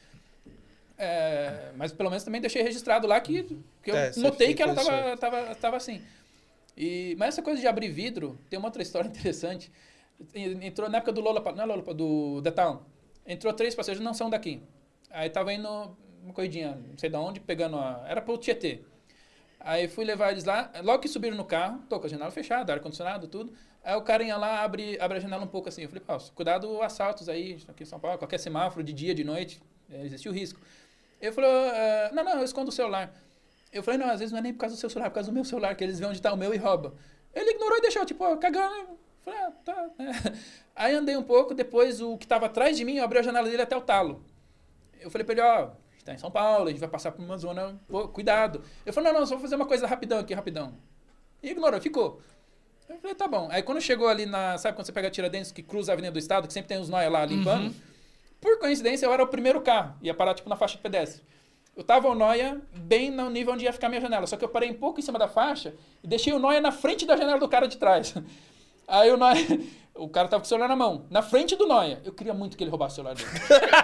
é, mas pelo menos também deixei registrado lá que, que eu É, você notei que ela fez tava, tava, tava assim. E, mas essa coisa de abrir vidro, tem uma outra história interessante. Entrou na época do Lola, não é Lola, do The Town. Entrou três passageiros, não são daqui. Aí tava indo uma corridinha, não sei de onde, pegando a... Era pro Tietê. Aí fui levar eles lá, logo que subiram no carro, tô com a janela fechada, ar-condicionado, tudo. Aí o cara ia lá, abre, abre a janela um pouco assim. Eu falei, pô, cuidado assaltos aí, aqui em São Paulo, qualquer semáforo, de dia, de noite, é, existe o risco. Ele falou, ah, não, não, eu escondo o celular. Eu falei, não, às vezes não é nem por causa do seu celular, é por causa do meu celular, que eles vêem onde tá o meu e roubam. Ele ignorou e deixou, tipo, ó, cagando. Eu falei, ah, tá, né? Aí andei um pouco, depois o que tava atrás de mim, eu abri a janela dele até o talo. Eu falei pra ele, ó, tá em São Paulo, a gente vai passar por uma zona, pô, cuidado. Eu falei, não, não, só vou fazer uma coisa rapidão aqui, rapidão. E ignorou, ficou. Eu falei, tá bom. Aí quando chegou ali na, sabe quando você pega a Tiradentes que cruza a Avenida do Estado, que sempre tem os nóia lá limpando? Uhum. Por coincidência, eu era o primeiro carro, ia parar tipo na faixa de pedestre. Eu tava o nóia bem no nível onde ia ficar a minha janela, só que eu parei um pouco em cima da faixa e deixei o nóia na frente da janela do cara de trás. Aí o nóia, o cara tava com o celular na mão, na frente do nóia. Eu queria muito que ele roubasse o celular dele.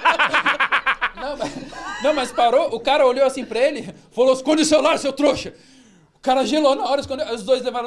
Não, mas, não, mas parou, o cara olhou assim pra ele, falou, esconde o celular, seu trouxa. O cara gelou na hora, escondeu, os dois levaram...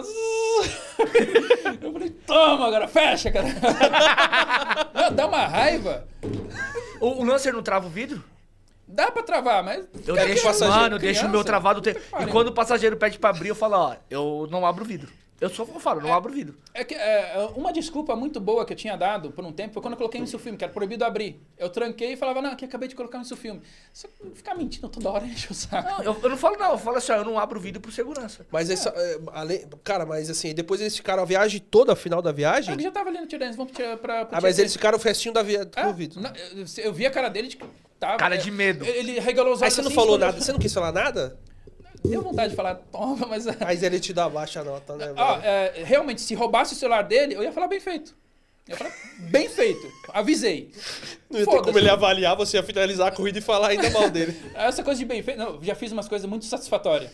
Eu falei, toma, agora fecha, cara. Não, dá uma raiva. O, o Lancer não trava o vidro? Dá pra travar, mas... Eu Cara, deixo, criança, mano, eu deixo o meu criança. travado. Te... Puta que E pariu. quando o passageiro pede pra abrir, eu falo, ó, eu não abro o vidro. Eu só eu falo, não abro o vidro. É que, é, uma desculpa muito boa que eu tinha dado por um tempo foi quando eu coloquei isso filme, que era proibido abrir. Eu tranquei e falava, não, aqui acabei de colocar isso filme. Você ficar mentindo toda hora enche o saco. Não, eu, eu não falo não, eu falo assim, ó, eu não abro o vidro por segurança. Mas essa, é, além, cara, mas assim, depois eles ficaram a viagem toda, a final da Ah, viagem? que já tava ali no Tiradentes, vamos pra, pra, pro Ah, mas Tietê. eles ficaram o festinho da viagem É, com o vidro. não, eu, eu vi a cara dele de... Tava, Cara é, de medo. Ele regalou os Aí olhos você não assim, falou escondeu- nada, você não quis falar nada? Deu vontade de falar, toma, mas... Mas ele te dá baixa nota, né? Ó, velho? é, realmente, se roubasse o celular dele, eu ia falar bem feito. Eu ia falar bem feito. Avisei. Não ia ter foda-se. como ele avaliar, você ia finalizar a corrida e falar ainda mal dele. Essa coisa de bem feito... Não, já fiz umas coisas muito satisfatórias.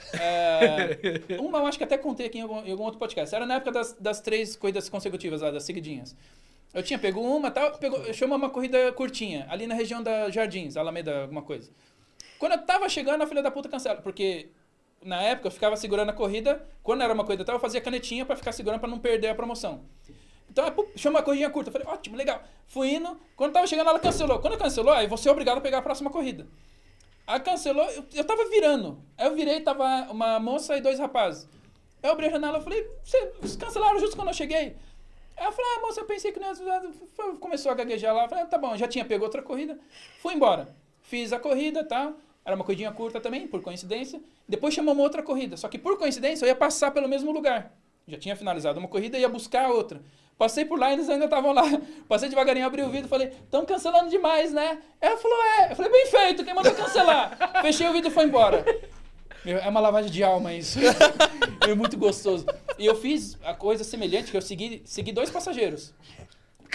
É, uma eu acho que até contei aqui em algum, em algum outro podcast. Era na época das, das três corridas consecutivas lá, das seguidinhas. Eu tinha pego uma, tal, pegou, chamou uma corrida curtinha, ali na região da Jardins, Alameda, alguma coisa. Quando eu tava chegando, a filha da puta cancela, porque na época eu ficava segurando a corrida, quando era uma corrida tal, eu fazia canetinha pra ficar segurando pra não perder a promoção. Então, pô, chama uma corridinha curta. Eu falei, ótimo, legal. Fui indo, quando tava chegando, ela cancelou. Quando cancelou, aí você é obrigado a pegar a próxima corrida. Aí cancelou, eu, eu tava virando. Aí eu virei, tava uma moça e dois rapazes. Eu abri a janela e falei, vocês cancelaram justo quando eu cheguei. Aí eu falei, ah, moça, eu pensei que não ia... Começou a gaguejar lá. Eu falei, ah, tá bom, já tinha pego outra corrida. Fui embora. Fiz a corrida e tal. Era uma corridinha curta também, por coincidência. Depois chamou uma outra corrida. Só que por coincidência eu ia passar pelo mesmo lugar. Já tinha finalizado uma corrida e ia buscar a outra. Passei por lá e eles ainda estavam lá. Passei devagarinho, abri o vidro e falei, estão cancelando demais, né? Ela falou, é. Eu falei, bem feito, quem mandou cancelar? Fechei o vidro e foi embora. Meu, é uma lavagem de alma isso. É muito gostoso. E eu fiz a coisa semelhante, que eu segui, segui dois passageiros.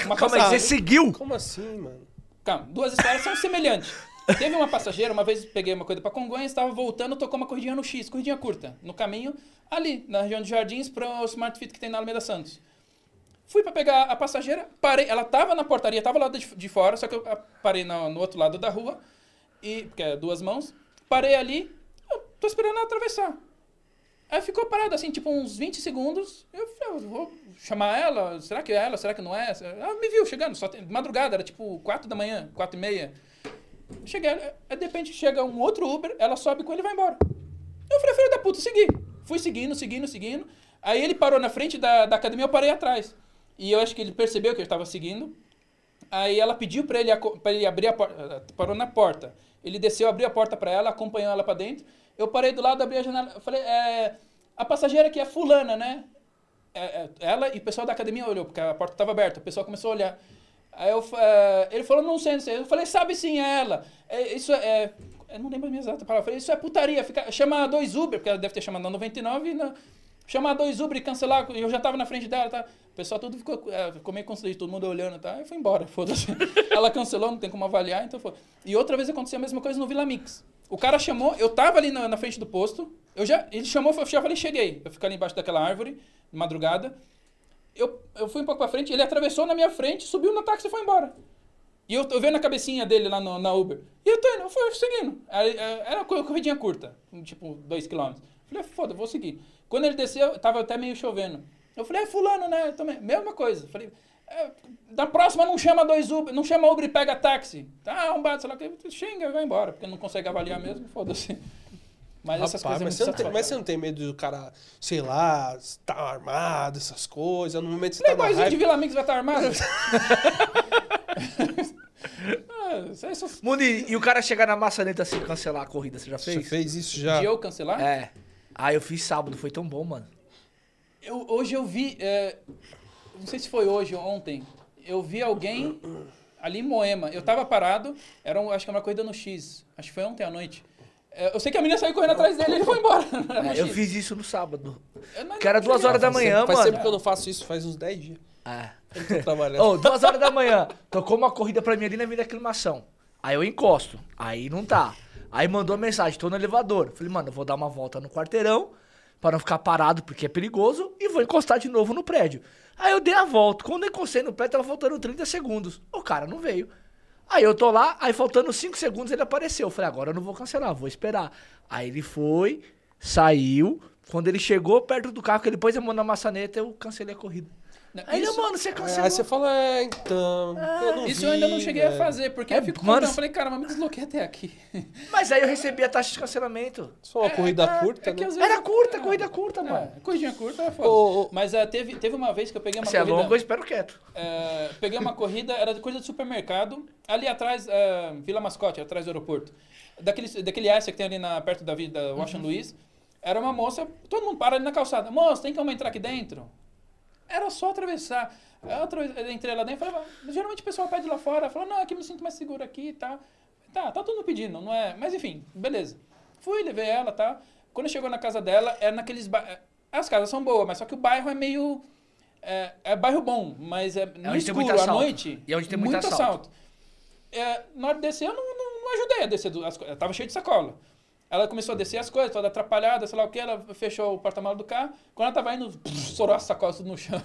Uma Calma aí, passagem- você seguiu? Como assim, mano? Calma, duas histórias são semelhantes. Teve uma passageira, uma vez peguei uma coisa pra Congonhas, estava voltando, tocou uma corridinha no X, corridinha curta, no caminho, ali, na região de Jardins, para o Smart Fit que tem na Alameda Santos. Fui pra pegar a passageira, parei, ela tava na portaria, tava lá de, de fora, só que eu ah, parei no, no outro lado da rua, e, porque é duas mãos, parei ali, eu tô esperando ela atravessar. Aí ficou parada assim, tipo uns vinte segundos, eu falei, eu vou chamar ela, será que é ela, será que não é? Ela me viu chegando, só tem, madrugada, era tipo quatro da manhã, quatro e meia. Cheguei, aí de repente chega um outro Uber, ela sobe com ele e vai embora. Eu falei, filho da puta, segui. Fui seguindo, seguindo, seguindo. Aí ele parou na frente da, da academia, eu parei atrás. E eu acho que ele percebeu que eu estava seguindo. Aí ela pediu pra ele, pra ele abrir a porta, parou na porta. Ele desceu, abriu a porta pra ela, acompanhou ela pra dentro. Eu parei do lado, abri a janela, eu falei, é, a passageira aqui é fulana, né? É, é, ela e o pessoal da academia olhou, porque a porta estava aberta, o pessoal começou a olhar. Aí eu, uh, ele falou, não sei, não sei. Eu falei, sabe sim, é ela. É, isso é, é... Eu não lembro a minha exata palavra. Eu falei, isso é putaria. Fica, chama dois Uber, porque ela deve ter chamado na noventa e nove. Na, chama dois Uber e cancelar. Eu já tava na frente dela, tá? O pessoal tudo ficou, é, ficou meio constrangido, todo mundo olhando, tá? Aí foi embora, foda-se. Ela cancelou, não tem como avaliar, então foi. E outra vez aconteceu a mesma coisa no Vila Mix. O cara chamou, eu tava ali na, na frente do posto. Eu já, ele chamou, eu já falei, cheguei. Eu fiquei ali embaixo daquela árvore, de madrugada. Eu, eu fui um pouco pra frente, ele atravessou na minha frente, subiu no táxi e foi embora. E eu tô vendo a cabecinha dele lá no, na Uber. E eu tô indo, eu fui seguindo. Aí, era uma corridinha curta, tipo dois quilômetros. Falei, foda, vou seguir. Quando ele desceu, tava até meio chovendo. Eu falei, é fulano, né? Eu também. Mesma coisa. Falei, é, da próxima não chama dois Uber, não chama Uber e pega táxi. Tá arrombado, sei lá, que xinga e vai embora, porque não consegue avaliar mesmo, foda-se. Mas Rapaz, essas coisas mas, você não tem, mas você não tem medo do cara, sei lá, estar armado, essas coisas, no momento que você tá na Playboyzinho de raiva... Vila Mix vai estar armado? ah, isso é só... Muni, e o cara chegar na maçaneta assim, cancelar a corrida, você já fez? Você fez isso já? De eu cancelar? É. Ah, eu fiz sábado, foi tão bom, mano. Eu, hoje eu vi, é, não sei se foi hoje ou ontem, eu vi alguém ali em Moema. Eu tava parado, era um, acho que era uma corrida no X, acho que foi ontem à noite. É, eu sei que a menina saiu correndo atrás dele e ele foi embora. É, eu fiz isso no sábado. Eu não- Que era não duas cheguei horas a da fazer. manhã, Faz mano. tempo que eu não faço isso, faz uns dez dias. É. Eu tô trabalhando. Ô, duas horas da manhã, tocou uma corrida pra mim ali na minha aclimação. Aí eu encosto, aí não tá. Aí mandou mensagem, tô no elevador. Falei, mano, eu vou dar uma volta no quarteirão, pra não ficar parado, porque é perigoso, e vou encostar de novo no prédio. Aí eu dei a volta. Quando eu encostei no prédio, tava faltando trinta segundos. O cara não veio. Aí eu tô lá, aí faltando cinco segundos ele apareceu. Eu falei, agora eu não vou cancelar, vou esperar. Aí ele foi, saiu. Quando ele chegou perto do carro, que ele pôs a mão na maçaneta, eu cancelei a corrida. Não, Aí ele, isso- mano, você cancelou. Aí você fala, é, então... eu não Isso vi, eu ainda não cheguei velho. a fazer, porque É, eu fico mano, contando, eu falei, cara, mas me desloquei até aqui. Mas aí eu recebi a taxa de cancelamento. Só uma corrida é, curta, é que né? às vezes- Era curta, corrida curta, mano. É, corridinha curta é foda. Ô, ô. Mas é, teve, teve uma vez que eu peguei uma Se é corrida... longo, eu espero quieto. É, peguei uma corrida, era coisa de supermercado, ali atrás, é, Vila Mascote, atrás do aeroporto. Daquele, daquele S que tem ali na, perto da, vi- da Washington Luiz. Era uma moça, todo mundo para ali na calçada. Moça, tem como entrar aqui dentro? Era só atravessar. Eu atre- eu entrei lá dentro e falei, "Ah, geralmente o pessoal pede lá fora. Falou, não, aqui me sinto mais seguro aqui e tal. Tá, tá todo mundo pedindo, não é? Mas enfim, beleza. Fui, levei ela e tal. Quando chegou na casa dela, era naqueles... Ba... As casas são boas, mas só que o bairro é meio... É, é bairro bom, mas é no onde tem escuro, muito à assalto. noite. E é onde tem muito assalto. É, na hora de descer, eu não, não, não ajudei a descer. Do, as, coisas. Tava cheio de sacola. Ela começou a descer as coisas, toda atrapalhada, sei lá o que. Ela fechou o porta-malas do carro. Quando ela tava indo, estourou as sacolas tudo no chão.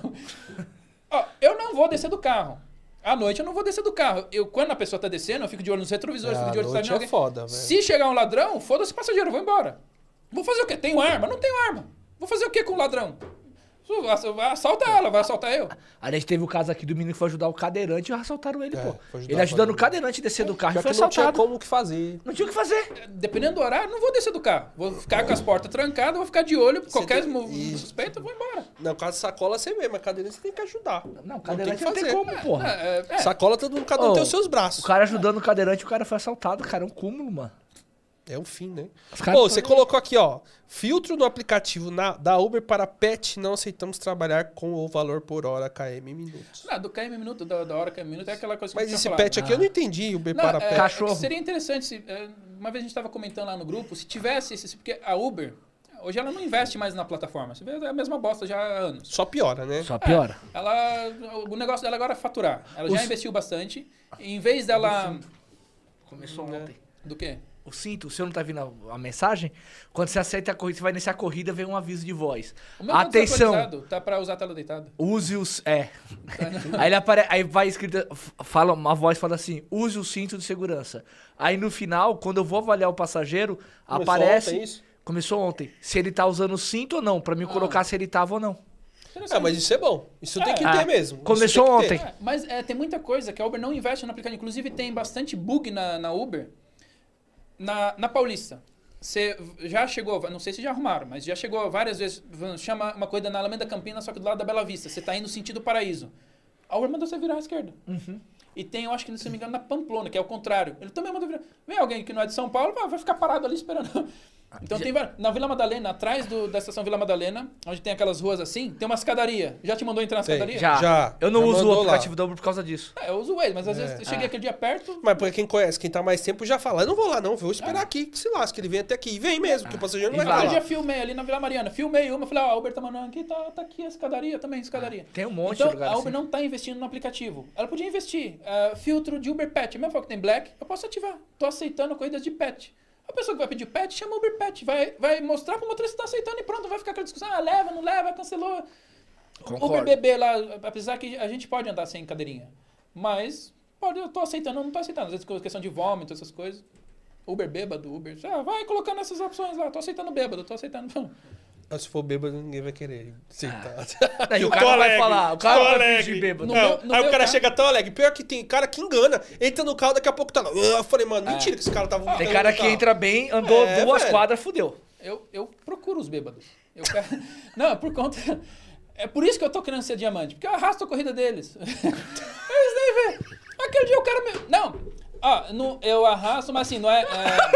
Ó, eu não vou descer do carro. À noite eu não vou descer do carro. Eu, quando a pessoa tá descendo, eu fico de olho nos retrovisores, É, fico de à olho se tá noite vindo é alguém. foda, velho. Se chegar um ladrão, foda-se passageiro, eu vou embora. Vou fazer o quê? Tenho arma? Não tenho arma. Vou fazer o quê com o ladrão? Vai assaltar ela, vai assaltar eu. A gente teve o caso aqui do menino que foi ajudar o cadeirante e assaltaram ele, É, pô. foi ajudar Ele o ajudando o cadeirante. cadeirante a descer do carro Já e foi que não tinha assaltado. como o que fazer. Não tinha o que fazer. Dependendo do horário, não vou descer do carro. Vou ficar com as portas trancadas, vou ficar de olho. Qualquer tem- mo- Isso. suspeito, eu vou embora. No caso de sacola, você mesmo. A cadeira você tem que ajudar. Não, o tem cadeirante que não tem, fazer. como, porra. É, é, Sacola, todo mundo, cada um Ô, tem os seus braços. O cara ajudando o cadeirante, o cara foi assaltado, cara. É um cúmulo, mano. É o fim, né? Os caras Pô, você colocou aqui, ó. Filtro no aplicativo na- da Uber para pet, não aceitamos trabalhar com o valor por hora K M minutos. Não, do K M minuto, da, da hora K M minuto, é aquela coisa que Mas eu tinha esse falado. pet aqui eu não entendi, Uber Não, para é, pet. Cachorro. é que seria interessante, se, é, uma vez a gente estava comentando lá no grupo, se tivesse esse, porque a Uber, hoje ela não investe mais na plataforma. Você vê, é a mesma bosta já há anos. Só piora, né? Só piora. É, ela, o negócio dela agora é faturar. Ela já Os- investiu bastante. Em vez dela... Começou Né? ontem. Do quê? O cinto, o senhor não tá vendo a, a mensagem? Quando você aceita a corrida, você vai iniciar a corrida, vem um aviso de voz. O meu tá Atenção, desatualizado, tá pra usar a tela deitada. use os... É. aí, ele apare, aí vai escrito, f- fala, uma voz fala assim, use o cinto de segurança. Aí no final, quando eu vou avaliar o passageiro, Começou aparece... ontem isso? Começou ontem. Se ele tá usando o cinto ou não, pra mim Ah. colocar se ele tava ou não. Ah, mas isso é bom. Isso tem que É. ter mesmo. Isso Começou tem que ter. ontem. É, mas é, tem muita coisa que a Uber não investe no aplicativo. Inclusive, tem bastante bug na, na Uber. Na, na Paulista. Você já chegou, não sei se já arrumaram, mas já chegou várias vezes. Chama uma coisa na Alameda Campinas, só que do lado da Bela Vista. Você tá indo no sentido paraíso. A Uber mandou você virar à esquerda. E tem, eu acho que, se não me engano, na Pamplona, que é o contrário. Ele também mandou virar. Vem alguém que não é de São Paulo, vai vai ficar parado ali esperando. Então tem várias- na Vila Madalena, atrás do, da estação Vila Madalena, onde tem aquelas ruas assim, tem uma escadaria. Já te mandou entrar na Tem. escadaria? Já. Já. Eu não Já uso o mandou aplicativo lá. da Uber por causa disso. É, eu uso o Waze, mas às É. vezes eu cheguei Ah. aquele dia perto. Mas pra quem conhece, quem tá mais tempo já fala, eu não vou lá não, vou esperar aqui, que se lasque, ele vem até aqui. E vem mesmo, que o passageiro não E vai vai. Eu lá. já filmei ali na Vila Mariana. Filmei uma, falei, ó, a Uber tá mandando aqui, tá, tá aqui a escadaria também, escadaria. Tem um monte então, de lugar a Uber assim. não tá investindo no aplicativo. Ela podia investir. Uh, filtro de Uber Pet. Mesmo que tem Black, eu posso ativar. Tô aceitando corridas de pet. A pessoa que vai pedir pet, chama Uber Pet. Vai, vai mostrar pro motorista que tá aceitando e pronto. Vai ficar aquela discussão. Ah, leva, não leva, cancelou. Concordo. Uber bebê lá, apesar que a gente pode andar sem cadeirinha. Mas, pode, eu tô aceitando, eu não tô aceitando. Às vezes, questão de vômito, essas coisas. Uber bêbado, Uber. Ah, vai colocando essas opções lá. Tô aceitando bêbado, tô aceitando. Mas se for bêbado, ninguém vai querer aceitar. Aí o Tô cara vai alegre, falar, o cara tô vai alegre. fingir bêbado. No Não, meu- no aí meu o cara carro- chega tão alegre. Pior que tem cara que engana, entra no carro, daqui a pouco tá lá. Eu falei, mano, mentira que esse cara tá vomitando Tem cara no que carro. entra bem, andou É, duas velho. quadras, fudeu. Eu, eu procuro os bêbados. Eu quero... Não, é por conta... É por isso que eu tô querendo ser diamante. Porque eu arrasto a corrida deles. Eles nem vê. Aquele dia o cara me... Não. Ó, no, eu arrasto, mas assim, não é...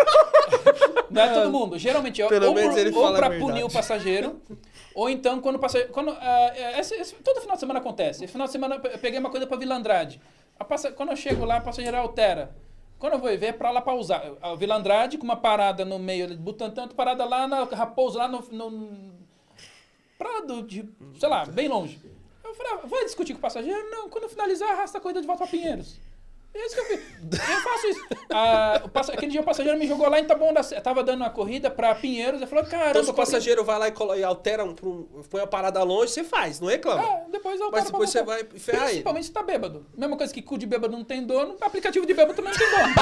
é... Não é todo mundo. Geralmente, eu, Pelo ou, menos por- ele ou fala a pra verdade. punir o passageiro, ou então quando o passageiro... Quando, ah, esse, esse- todo final de semana acontece. Esse final de semana eu peguei uma coisa pra Vila Andrade. A passa, quando eu chego lá, a passageira altera. Quando eu vou ver, é pra lá pausar. A Vila Andrade, com uma parada no meio de Butantã, outra parada lá na Raposo, lá no... no Prado, de, sei lá, bem longe. Eu falei, ah, vai discutir com o passageiro? Não, quando eu finalizar, arrasta a corrida de volta pra Pinheiros. É isso que eu fiz. Eu faço isso. Ah, o passa- aquele dia o passageiro me jogou lá em Taboão da Serra. Tava dando uma corrida pra Pinheiros. Ele falou, caramba... Então se o corri- passageiro vai lá e, colo- e altera, um, pra um, põe a parada longe, você faz, não reclama. É, depois eu Mas paro pra depois você voltar. vai ferrar ele. Principalmente se tá bêbado. Mesma coisa que cu de bêbado não tem dono, aplicativo de bêbado também não tem dono.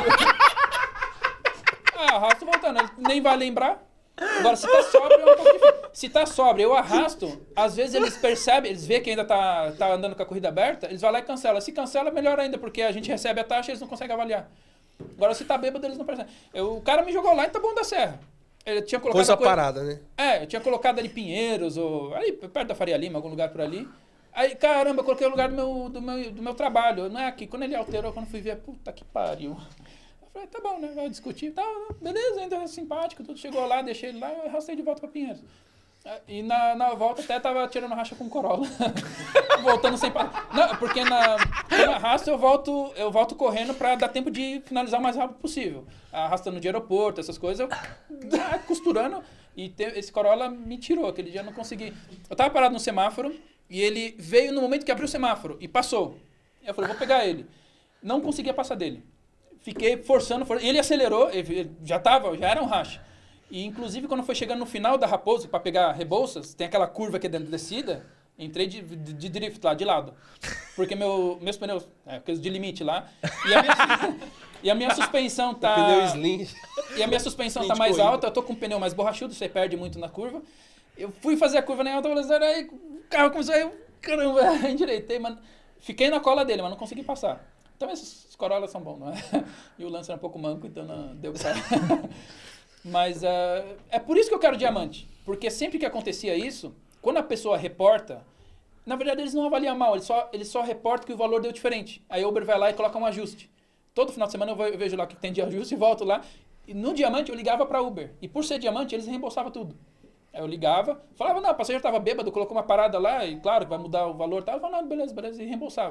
Ah, arrasto voltando. Ele nem vai lembrar. Agora, se tá sóbrio, é um pouco difícil. Se tá sóbrio, eu arrasto, às vezes eles percebem, eles veem que ainda tá, tá andando com a corrida aberta, eles vão lá e cancelam. Se cancela, melhor ainda, porque a gente recebe a taxa e eles não conseguem avaliar. Agora, se tá bêbado, eles não percebem. Eu, o cara me jogou lá em Taboão da Serra. Ele tinha colocado Coisa a coisa- parada, né? É, eu tinha colocado ali Pinheiros, ou ali perto da Faria Lima, algum lugar por ali. Aí, caramba, eu coloquei o lugar do meu, do meu, do meu trabalho. Não é aqui. Quando ele alterou, quando fui ver, puta que pariu. Eu falei, tá bom, né? Vai discutir. Tá, beleza, ainda é simpático, tudo. Chegou lá, deixei ele lá, eu arrastei de volta pra Pinheiros. E na, na volta até tava tirando racha com Corolla. Voltando sem parar. Não, porque na, quando eu arrasto, eu volto, eu volto correndo pra dar tempo de finalizar o mais rápido possível. Arrastando de aeroporto, essas coisas, eu costurando. E te, esse Corolla me tirou. Aquele dia eu não consegui. Eu tava parado no semáforo e ele veio no momento que abriu o semáforo e passou. Eu falei, vou pegar ele. Não conseguia passar dele. Fiquei forçando, forçando. Ele acelerou, ele já tava, já era um racha. E, inclusive, quando foi chegando no final da Raposo, para pegar Rebouças, tem aquela curva que é dentro da descida, entrei de, de, de drift lá, de lado. Porque meu, meus pneus, é, coisa de limite lá, e a minha, e a minha suspensão tá... Pneu slim. E a minha suspensão Slim tá de mais corrida. alta, eu tô com o pneu mais borrachudo, você perde muito na curva. Eu fui fazer a curva na alta velocidade, aí o carro começou, aí eu, caramba, endireitei, mas fiquei na cola dele, mas não consegui passar. Então esses Corollas são bons, não é? E o Lancer é um pouco manco, então não deu pra... Mas uh, é por isso que eu quero diamante. Porque sempre que acontecia isso, quando a pessoa reporta, na verdade eles não avaliam mal, eles só, eles só reportam que o valor deu diferente. Aí o Uber vai lá e coloca um ajuste. Todo final de semana eu, vou, eu vejo lá o que tem de ajuste e volto lá. E no diamante eu ligava para Uber. E por ser diamante, eles reembolsavam tudo. Aí eu ligava, falava, não, o passageiro estava bêbado, colocou uma parada lá, e claro, vai mudar o valor, tal. Eu falava, não, beleza, beleza, e reembolsava.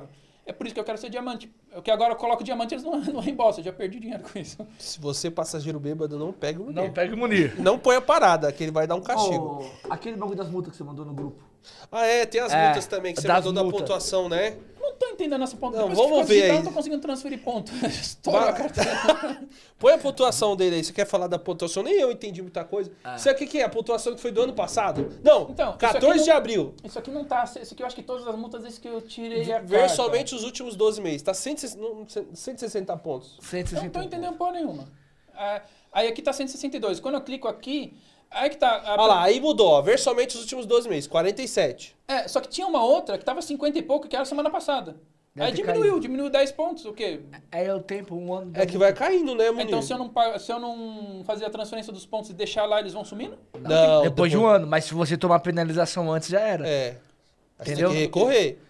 É por isso que eu quero ser diamante. Porque agora eu coloco diamante e eles não, não reembolsam. Eu já perdi dinheiro com isso. Se você, passageiro bêbado, não pega o Munir. Não pega o Munir. Não põe a parada, que ele vai dar um castigo. Oh, aquele bagulho das multas que você mandou no grupo. Ah, é, tem as É, multas também, que você das mandou da multas. pontuação, né? Não tô entendendo essa ponta. Não, Depois vamos que ficou ver digital, aí. Eu tô conseguindo transferir ponto. Estoura Vai- a carteira. Põe a pontuação dele aí. Você quer falar da pontuação? Nem eu entendi muita coisa. Ah. Sabe o que, que é? A pontuação que foi do ano passado? Não, Então, isso quatorze aqui de não- abril. Isso aqui não tá... Isso aqui eu acho que todas as multas, isso que eu tirei a Ver carta. somente os últimos doze meses. Tá cento e sessenta, não, cento e sessenta pontos. cento e Eu não sessenta tô entendendo porra nenhuma. Ah, aí aqui tá cento e sessenta e dois. Quando eu clico aqui, aí que tá... a- Olha lá, aí mudou, ó. Ver somente os últimos doze meses. quarenta e sete. É, só que tinha uma outra que tava cinquenta e pouco, que era semana passada. Deve Aí ter diminuiu, caído. diminuiu dez pontos, o quê? É o tempo, um ano. da É que multa. vai caindo, né, Munir? Então se eu, não, pa- se eu não fazer a transferência dos pontos e deixar lá, eles vão sumindo? Não, Depois de um ano, mas se você tomar penalização antes, já era. É. Aí você Entendeu? tem que recorrer.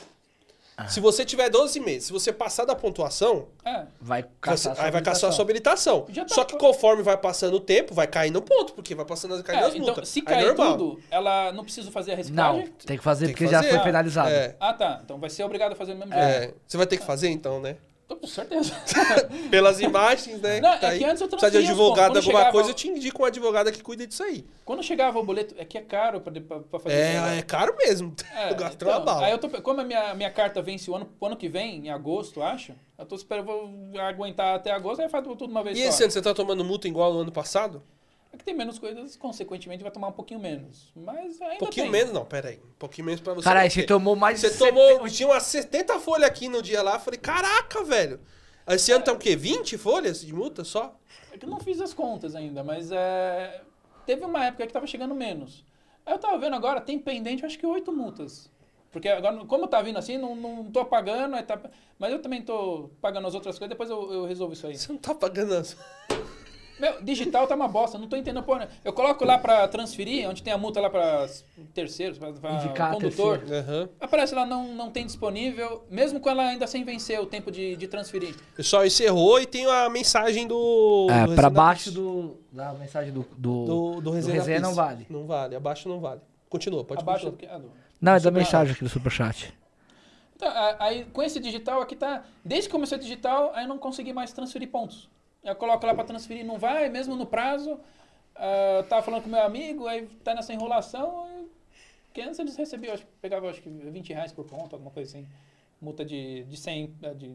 Se você tiver doze meses, se você passar da pontuação, É. Vai você- caçar aí vai caçar a sua habilitação. Já tá- Só que conforme vai passando o tempo, vai caindo o ponto, porque vai passando as, caindo É, as então, multas. se Aí cair normal. tudo, ela não precisa fazer a Não, reciclagem? tem que fazer Tem que porque já fazer. foi penalizado. É, Ah, tá. Então vai ser obrigado a fazer do mesmo jeito. é. Você vai ter que fazer então, né? Tô com certeza. Pelas imagens, né? Não, tá é aí. que antes eu Precisa de transferia os advogado, pontos. Quando alguma chegava- coisa, eu te indico um advogado que cuida disso aí. Quando chegava o boleto, é que é caro pra, pra, pra fazer isso. É, é caro mesmo. É, Eu gasto então, uma bala. aí eu tô, como a minha, minha carta vence o ano, o ano que vem, em agosto, acho, eu tô esperando, vou aguentar até agosto, aí eu faço tudo de uma vez E só. esse ano você tá tomando multa igual no ano passado? É que tem menos coisas, consequentemente vai tomar um pouquinho menos. Mas ainda Um pouquinho tem. menos, não, pera aí. Um pouquinho menos pra você. Caralho, não você ter. tomou mais Você de tomou. Tinha umas setenta folhas aqui no dia lá. Eu falei, caraca, velho. Esse ano tá o quê? vinte folhas de multa só? É que eu não fiz as contas ainda, mas é... teve uma época que tava chegando menos. Aí eu tava vendo agora, tem pendente, eu acho que oito multas. Porque agora, como tá vindo assim, não, não tô pagando, aí tá... mas eu também tô pagando as outras coisas, depois eu, eu resolvo isso aí. Você não tá pagando as. Meu, digital tá uma bosta, não tô entendendo porra. Eu coloco lá pra transferir, onde tem a multa lá pra terceiros, pra, pra Indicar condutor. terceiro. Aham. Aparece lá, não, não tem disponível, mesmo com ela ainda sem vencer o tempo de, de transferir. Pessoal, encerrou e tem a mensagem do. É, do pra Resenha baixo Pix. do, da mensagem do... Do, Do, do Resenha, resenha Pix. não vale. Não vale, abaixo não vale. Continua, pode Abaixo do continuar. que... Ah, do- Não, é da Super- mensagem aqui do Superchat. Então, a- aí com esse digital aqui tá... Desde que começou o digital, aí eu não consegui mais transferir pontos. Eu coloco lá pra transferir, não vai, mesmo no prazo. Ah, tava falando com meu amigo, aí tá nessa enrolação. aí- Porque antes eles recebiam, acho, que pegava acho que vinte reais por ponto, alguma coisa assim. Multa de, de cem... eh, De,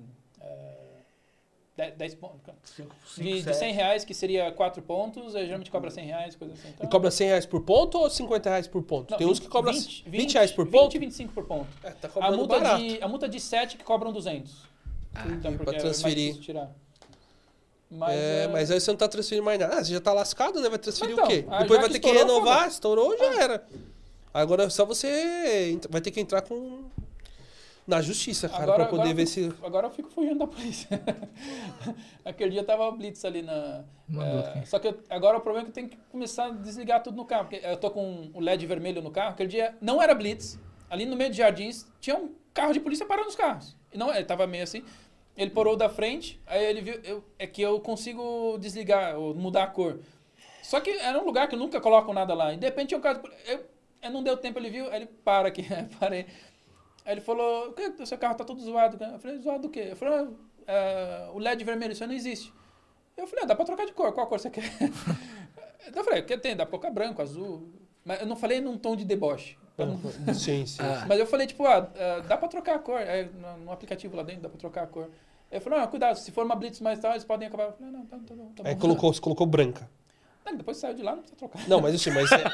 eh, dez pontos. De, de cem reais, que seria quatro pontos, aí geralmente cobra cem reais, coisa assim. E Então, cobra cem reais por ponto ou cinquenta reais por ponto? não, tem uns vinte, que cobram vinte, vinte reais por ponto? vinte, vinte e cinco por ponto. É, tá A cobrando multa, barato. de, a multa de sete que cobram duzentos. então, e porque pra é mais transferir. difícil tirar. Mas, é, é, mas aí você não tá transferindo mais nada. Ah, você já tá lascado, né? Vai transferir Então, o quê? ah, Depois já vai que ter que estourou, renovar, foda. estourou, já era. Agora é só você entra- vai ter que entrar com na justiça, cara, Agora- pra poder agora ver eu se Agora eu fico fugindo da polícia. Aquele dia tava o Blitz ali na. Mandou é, aqui. só que eu- agora o problema é que eu tenho que começar a desligar tudo no carro. Porque eu tô com o L E D vermelho no carro. Aquele dia não era Blitz. Ali no meio de jardins tinha um carro de polícia parando os carros. E não, ele tava meio assim. Ele parou da frente, aí ele viu. Eu, é que eu consigo desligar, ou mudar a cor. Só que era um lugar que eu nunca coloco nada lá. E de repente tinha um carro de polícia. Eu, eu não deu tempo, ele viu, aí ele para aqui, parei. Aí ele falou, o que? O seu carro tá todo zoado. Eu falei, zoado do quê? Ele falou, ah, o L E D vermelho, isso aí não existe. Eu falei, ah, dá pra trocar de cor, qual cor você quer? Eu falei, o que tem? Dá pra colocar branco, azul. Mas eu não falei num tom de deboche. pra não- sim, sim. Ah. Mas eu falei, tipo, ah, ah, dá pra trocar a cor. É, no, no aplicativo lá dentro, dá pra trocar a cor. Ele falou, não, cuidado, se for uma blitz mais tal, eles podem acabar. Eu falei, não, tá, tá, bom, tá bom. Aí colocou, você colocou branca. Não, depois saiu de lá, não precisa trocar. Não, mas assim, mas é-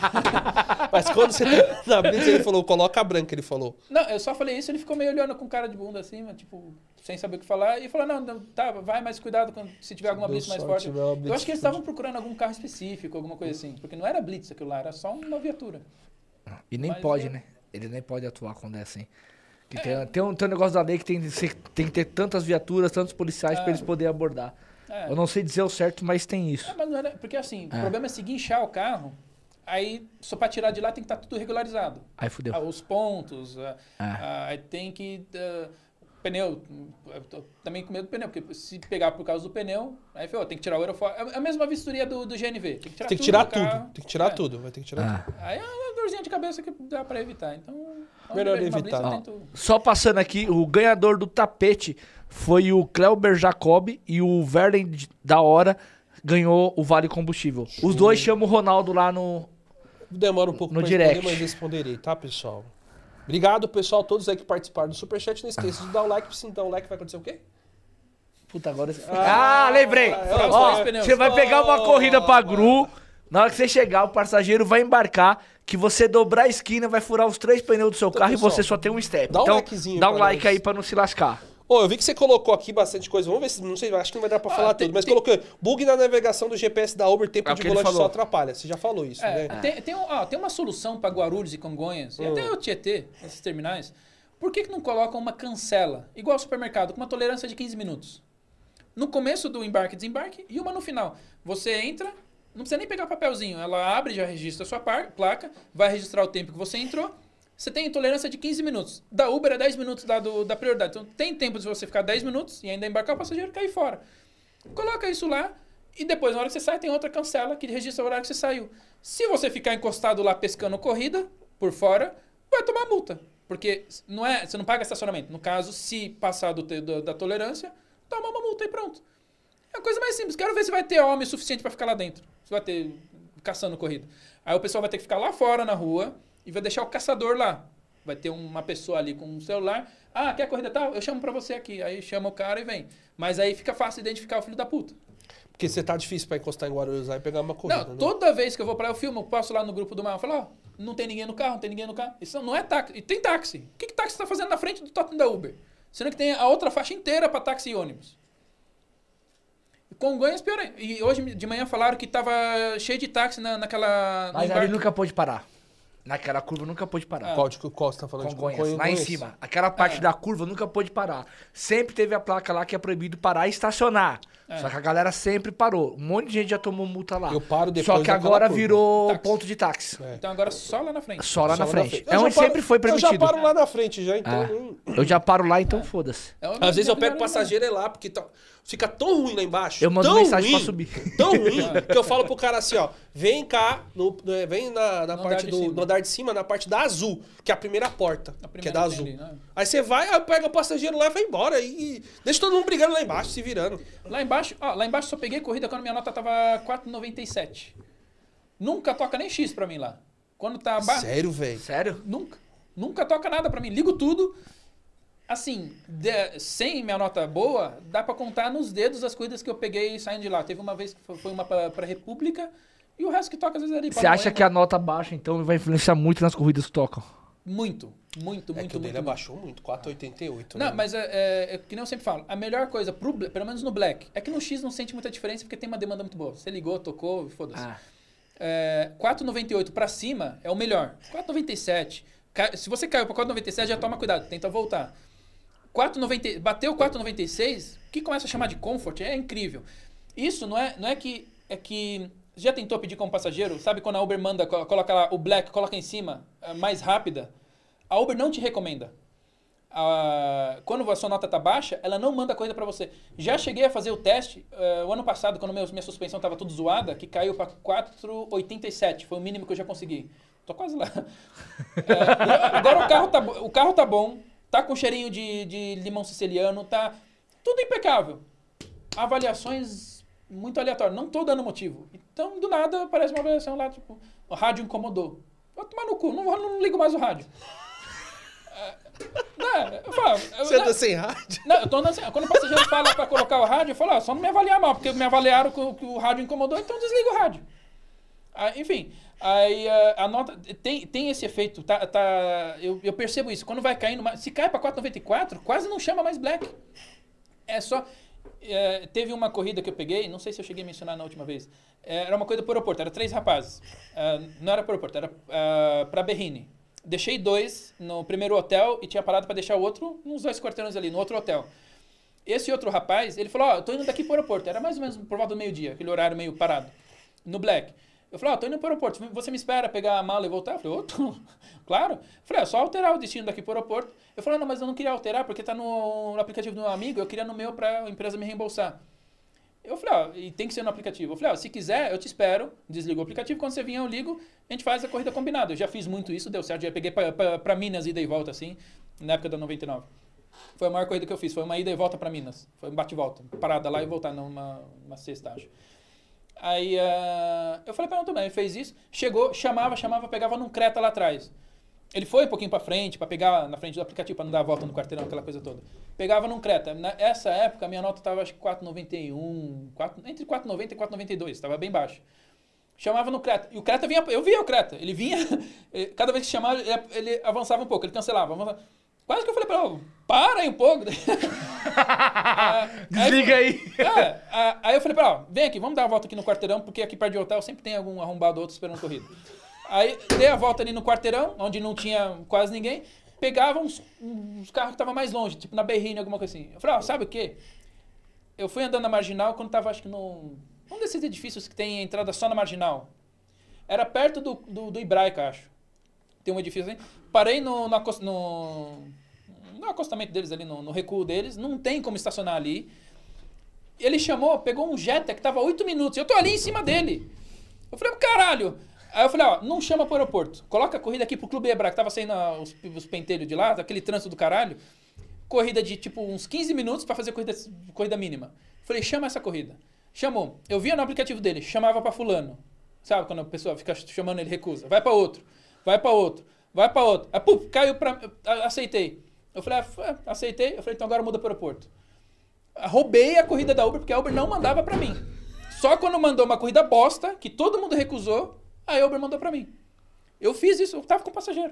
mas quando você tá na blitz, ele falou, coloca a branca, ele falou. Não, eu só falei isso, ele ficou meio olhando com cara de bunda assim, mas, tipo, sem saber o que falar. E falou, não, não, tá, vai, mas cuidado quando, se tiver alguma Deu blitz mais sorte, forte. tiver uma blitz Eu acho que eles forte. estavam procurando algum carro específico, alguma coisa assim. Porque não era blitz aquilo lá, era só uma viatura. E nem Mas pode, é- né? Ele nem pode atuar quando é assim. Que tem, tem, um, tem um negócio da lei que tem, que ser- tem que ter tantas viaturas, tantos policiais É. pra eles poderem abordar. É. Eu não sei dizer o certo, mas tem isso. É, mas não era, porque assim, É. o problema é seguir inchar o carro, aí só pra tirar de lá tem que estar tudo regularizado. Aí fudeu. Ah, os pontos, ah, É. ah, aí tem que... ah, pneu, eu tô também com medo do pneu, porque se pegar por causa do pneu, aí ferrou, tem que tirar o aerofólio. É a mesma vistoria do, do G N V, tem que tirar Tem que tudo tirar do tudo, carro. tem que tirar É. tudo, vai ter que tirar Ah. tudo. Aí é uma dorzinha de cabeça que dá pra evitar, então... Onde Melhor vejo uma evitar. blitz, eu Ó, tento- só passando aqui, o ganhador do tapete foi o Cleuber Jacob e o Verden da Hora ganhou o Vale Combustível. Os dois chamam o Ronaldo lá no... Demora um pouco No pra direct. responder, mas responderei, tá, pessoal? Obrigado, pessoal, todos aí que participaram do Superchat. Não esqueça de dar o like, se não dar o like vai acontecer o quê? Puta, agora... Ah, lembrei! é, Ó, os pneus. você vai pegar uma Oh, corrida pra mano. Gru, na hora que você chegar, o passageiro vai embarcar, que você dobrar a esquina, vai furar os três pneus do seu carro pessoal, e você só tem um step. dá um então, likezinho dá um pra like nós. aí pra não se lascar. Ô, eu vi que você colocou aqui bastante coisa. Vamos ver se, não sei, acho que não vai dar pra Ah, falar tem- tudo, mas tem- colocou bug na navegação do G P S da Uber, tempo É o de que ele volante falou. só atrapalha. Você já falou isso, É, né? tem, tem, um- ó, tem uma solução para Guarulhos e Congonhas, e Hum. até o Tietê, esses terminais. Por que, que não colocam uma cancela, igual ao supermercado, com uma tolerância de quinze minutos? No começo do embarque e desembarque e uma no final. Você entra, não precisa nem pegar papelzinho. Ela abre, já registra a sua par- placa, vai registrar o tempo que você entrou. Você tem tolerância de quinze minutos. Da Uber é dez minutos da, do, da prioridade. Então tem tempo de você ficar dez minutos e ainda embarcar o passageiro e cair fora. Coloca isso lá e depois, na hora que você sai, tem outra cancela que registra o horário que você saiu. Se você ficar encostado lá pescando corrida, por fora, vai tomar multa. Porque não é, você não paga estacionamento. No caso, se passar do, te- do- da tolerância, toma uma multa e pronto. É a coisa mais simples. Quero ver se vai ter homem suficiente para ficar lá dentro. Se vai ter caçando corrida. Aí o pessoal vai ter que ficar lá fora na rua e vai deixar o caçador lá. Vai ter uma pessoa ali com um celular. Ah, quer corrida tal? Eu chamo pra você aqui. Aí chama o cara e vem. Mas aí fica fácil identificar o filho da puta. Porque você tá difícil pra encostar em Guarulhos lá e pegar uma corrida, Não, né? toda vez que eu vou pra lá, eu filmo, eu passo lá no grupo do mar, eu falo, ó, não tem ninguém no carro, não tem ninguém no carro. Isso não é táxi. E tem táxi. O que, que táxi tá fazendo na frente do totem da Uber? Sendo que tem a outra faixa inteira pra táxi e ônibus. Congonhas pior ainda. E hoje de manhã falaram que tava cheio de táxi na, naquela... no Mas ali embarque. nunca pôde parar. Naquela curva nunca pôde parar. Qual, de, qual você tá falando? Congonhas, de lá em cima. Aquela parte É. da curva nunca pôde parar. Sempre teve a placa lá que é proibido parar e estacionar. É. Só que a galera sempre parou. Um monte de gente já tomou multa lá. Eu paro depois Só que daquela agora curva. virou Táxi. ponto de táxi. É. Então agora só lá na frente. Só lá Só na frente. Eu É já onde paro- sempre foi Eu permitido. já paro lá na frente já, então... Ah. hum. Eu já paro lá, então foda-se. É o- Às vezes eu pego é- passageiro e lá, porque tá- fica tão ruim lá embaixo. Eu mando tão mensagem ruim, pra subir. Tão ruim que eu falo pro cara assim, ó. Vem cá, no, no- vem na, na No parte andar de do cima. no andar de cima, na parte da azul, que é a primeira porta, A primeira que é da que azul. tem ali, né? Aí você vai, aí pega o passageiro lá e vai embora. E deixa todo mundo brigando lá embaixo, se virando. Lá embaixo, ó, lá embaixo só peguei corrida quando minha nota tava quatro e noventa e sete. Nunca toca nem X pra mim lá. Quando tá abaixo, Sério, velho. Sério? nunca. Nunca toca nada pra mim. Ligo tudo. Assim, de- sem minha nota boa, dá pra contar nos dedos as corridas que eu peguei saindo de lá. Teve uma vez que foi- foi uma pra, pra República e o resto que toca às vezes ali. Você acha que a nota baixa, então, vai influenciar muito nas corridas que tocam? Muito, muito, É muito, que o muito. dele muito. abaixou muito, quatro e oitenta e oito. Não, né? mas é, é, é que nem eu sempre falo, a melhor coisa, pro, Bla- pelo menos no Black, é que no X não sente muita diferença porque tem uma demanda muito boa. Você ligou, tocou, foda-se. Ah. É, quatro e noventa e oito pra cima é o melhor. quatro e noventa e sete, cai- se você caiu pra quatro e noventa e sete, já toma cuidado, tenta voltar. quatro e noventa, bateu quatro e noventa e seis, o que começa a chamar de comfort é incrível. Isso não é, não é que... É que já tentou pedir como passageiro? Sabe quando a Uber manda, co- coloca lá o Black, coloca em cima, é, mais rápida? A Uber não te recomenda. Ah, quando a sua nota tá baixa, ela não manda coisa pra você. Já cheguei a fazer o teste eh, o ano passado, quando meu- minha suspensão tava tudo zoada, que caiu pra quatro e oitenta e sete. Foi o mínimo que eu já consegui. Tô quase lá. Eh, agora o carro, tá, bo- o carro tá bom, tá com cheirinho de, de limão siciliano, tá tudo impecável. Avaliações muito aleatórias, não tô dando motivo. Então, do nada, aparece uma avaliação lá, tipo, o rádio incomodou. Vou tomar no cu, não, vou- não ligo mais o rádio. Não, eu falo, eu, Você não, anda sem rádio? não, eu tô andando assim, quando o passageiro fala pra colocar o rádio, eu falo, ó, só não me avaliar mal, porque me avaliaram que o, que o rádio incomodou, então desliga o rádio. Ah, enfim, aí ah, a nota tem, tem esse efeito, tá, tá, eu, eu percebo isso, quando vai caindo, mais- se cai pra quatro e noventa e quatro, quase não chama mais Black. É só, é, teve uma corrida que eu peguei, não sei se eu cheguei a mencionar na última vez, é, era uma corrida por aeroporto, era três rapazes, Ah, não era por aeroporto, era ah, pra Berrini. Deixei dois no primeiro hotel e tinha parado para deixar o outro uns dois quarteirões ali, no outro hotel. Esse outro rapaz, ele falou, ó, eu tô indo daqui pro aeroporto. Era mais ou menos por volta do meio-dia, aquele horário meio parado, no Black. Eu falei, ó, tô indo pro aeroporto, você me espera pegar a mala e voltar? Eu falei, ô, tô- claro. Eu falei, é só alterar o destino daqui pro aeroporto. Eu falei, não, mas eu não queria alterar porque tá no, no aplicativo do meu amigo, eu queria no meu pra a empresa me reembolsar. Eu falei, ó, e tem que ser no aplicativo. Eu falei, ó, se quiser, eu te espero, desligo o aplicativo, quando você vier eu ligo, a gente faz a corrida combinada. Eu já fiz muito isso, deu certo, já peguei pra, pra, pra Minas ida e volta, assim, na época da noventa e nove. Foi a maior corrida que eu fiz, foi uma ida e volta pra Minas. Foi um bate e volta, parada lá e voltar numa uma sexta, acho. Aí uh, eu falei pra ele também, ele fez isso, chegou, chamava, chamava, pegava num Creta lá atrás. Ele foi um pouquinho pra frente, pra pegar na frente do aplicativo, pra não dar a volta no quarteirão, aquela coisa toda. Pegava num Creta. Nessa época, a minha nota tava, acho que quatro vírgula noventa e um, quatro, entre quatro vírgula noventa e quatro vírgula noventa e dois, tava bem baixo. Chamava no Creta. E o Creta vinha, eu via o Creta. Ele vinha, cada vez que chamava, ele, ele avançava um pouco, ele cancelava. Avançava. Quase que eu falei pra ele, para aí um pouco. ah, Desliga aí. aí. É, ah, aí eu falei pra ele, ó, vem aqui, vamos dar uma volta aqui no quarteirão, porque aqui perto de hotel sempre tem algum arrombado outro esperando corrida. Aí dei a volta ali no quarteirão, onde não tinha quase ninguém, pegava uns, uns carros que estavam mais longe, tipo na Berrine, alguma coisa assim. Eu falei, ó, sabe o quê? Eu fui andando na Marginal quando tava, acho que num... Um desses edifícios que tem entrada só na Marginal. Era perto do, do, do Hebraica, acho. Tem um edifício assim. Parei no, no, acost, no, no acostamento deles ali, no, no recuo deles. Não tem como estacionar ali. Ele chamou, pegou um Jetta que tava oito minutos. Eu tô ali em cima dele. Eu falei, caralho... Aí eu falei, ó, não chama pro aeroporto. Coloca a corrida aqui pro Clube Ebra, que tava saindo ah, os, os pentelhos de lá, aquele trânsito do caralho. Corrida de, tipo, uns quinze minutos pra fazer corrida, corrida mínima. Falei, chama essa corrida. Chamou. Eu via no aplicativo dele, chamava pra fulano. Sabe, quando a pessoa fica chamando, ele recusa. Vai pra outro, vai pra outro, vai pra outro. Aí, puf, caiu pra... Aceitei. Eu falei, ah, aceitei. Eu falei, então agora muda pro aeroporto. Roubei a corrida da Uber, porque a Uber não mandava pra mim. Só quando mandou uma corrida bosta, que todo mundo recusou, aí a Uber mandou pra mim. Eu fiz isso, eu tava com passageiro.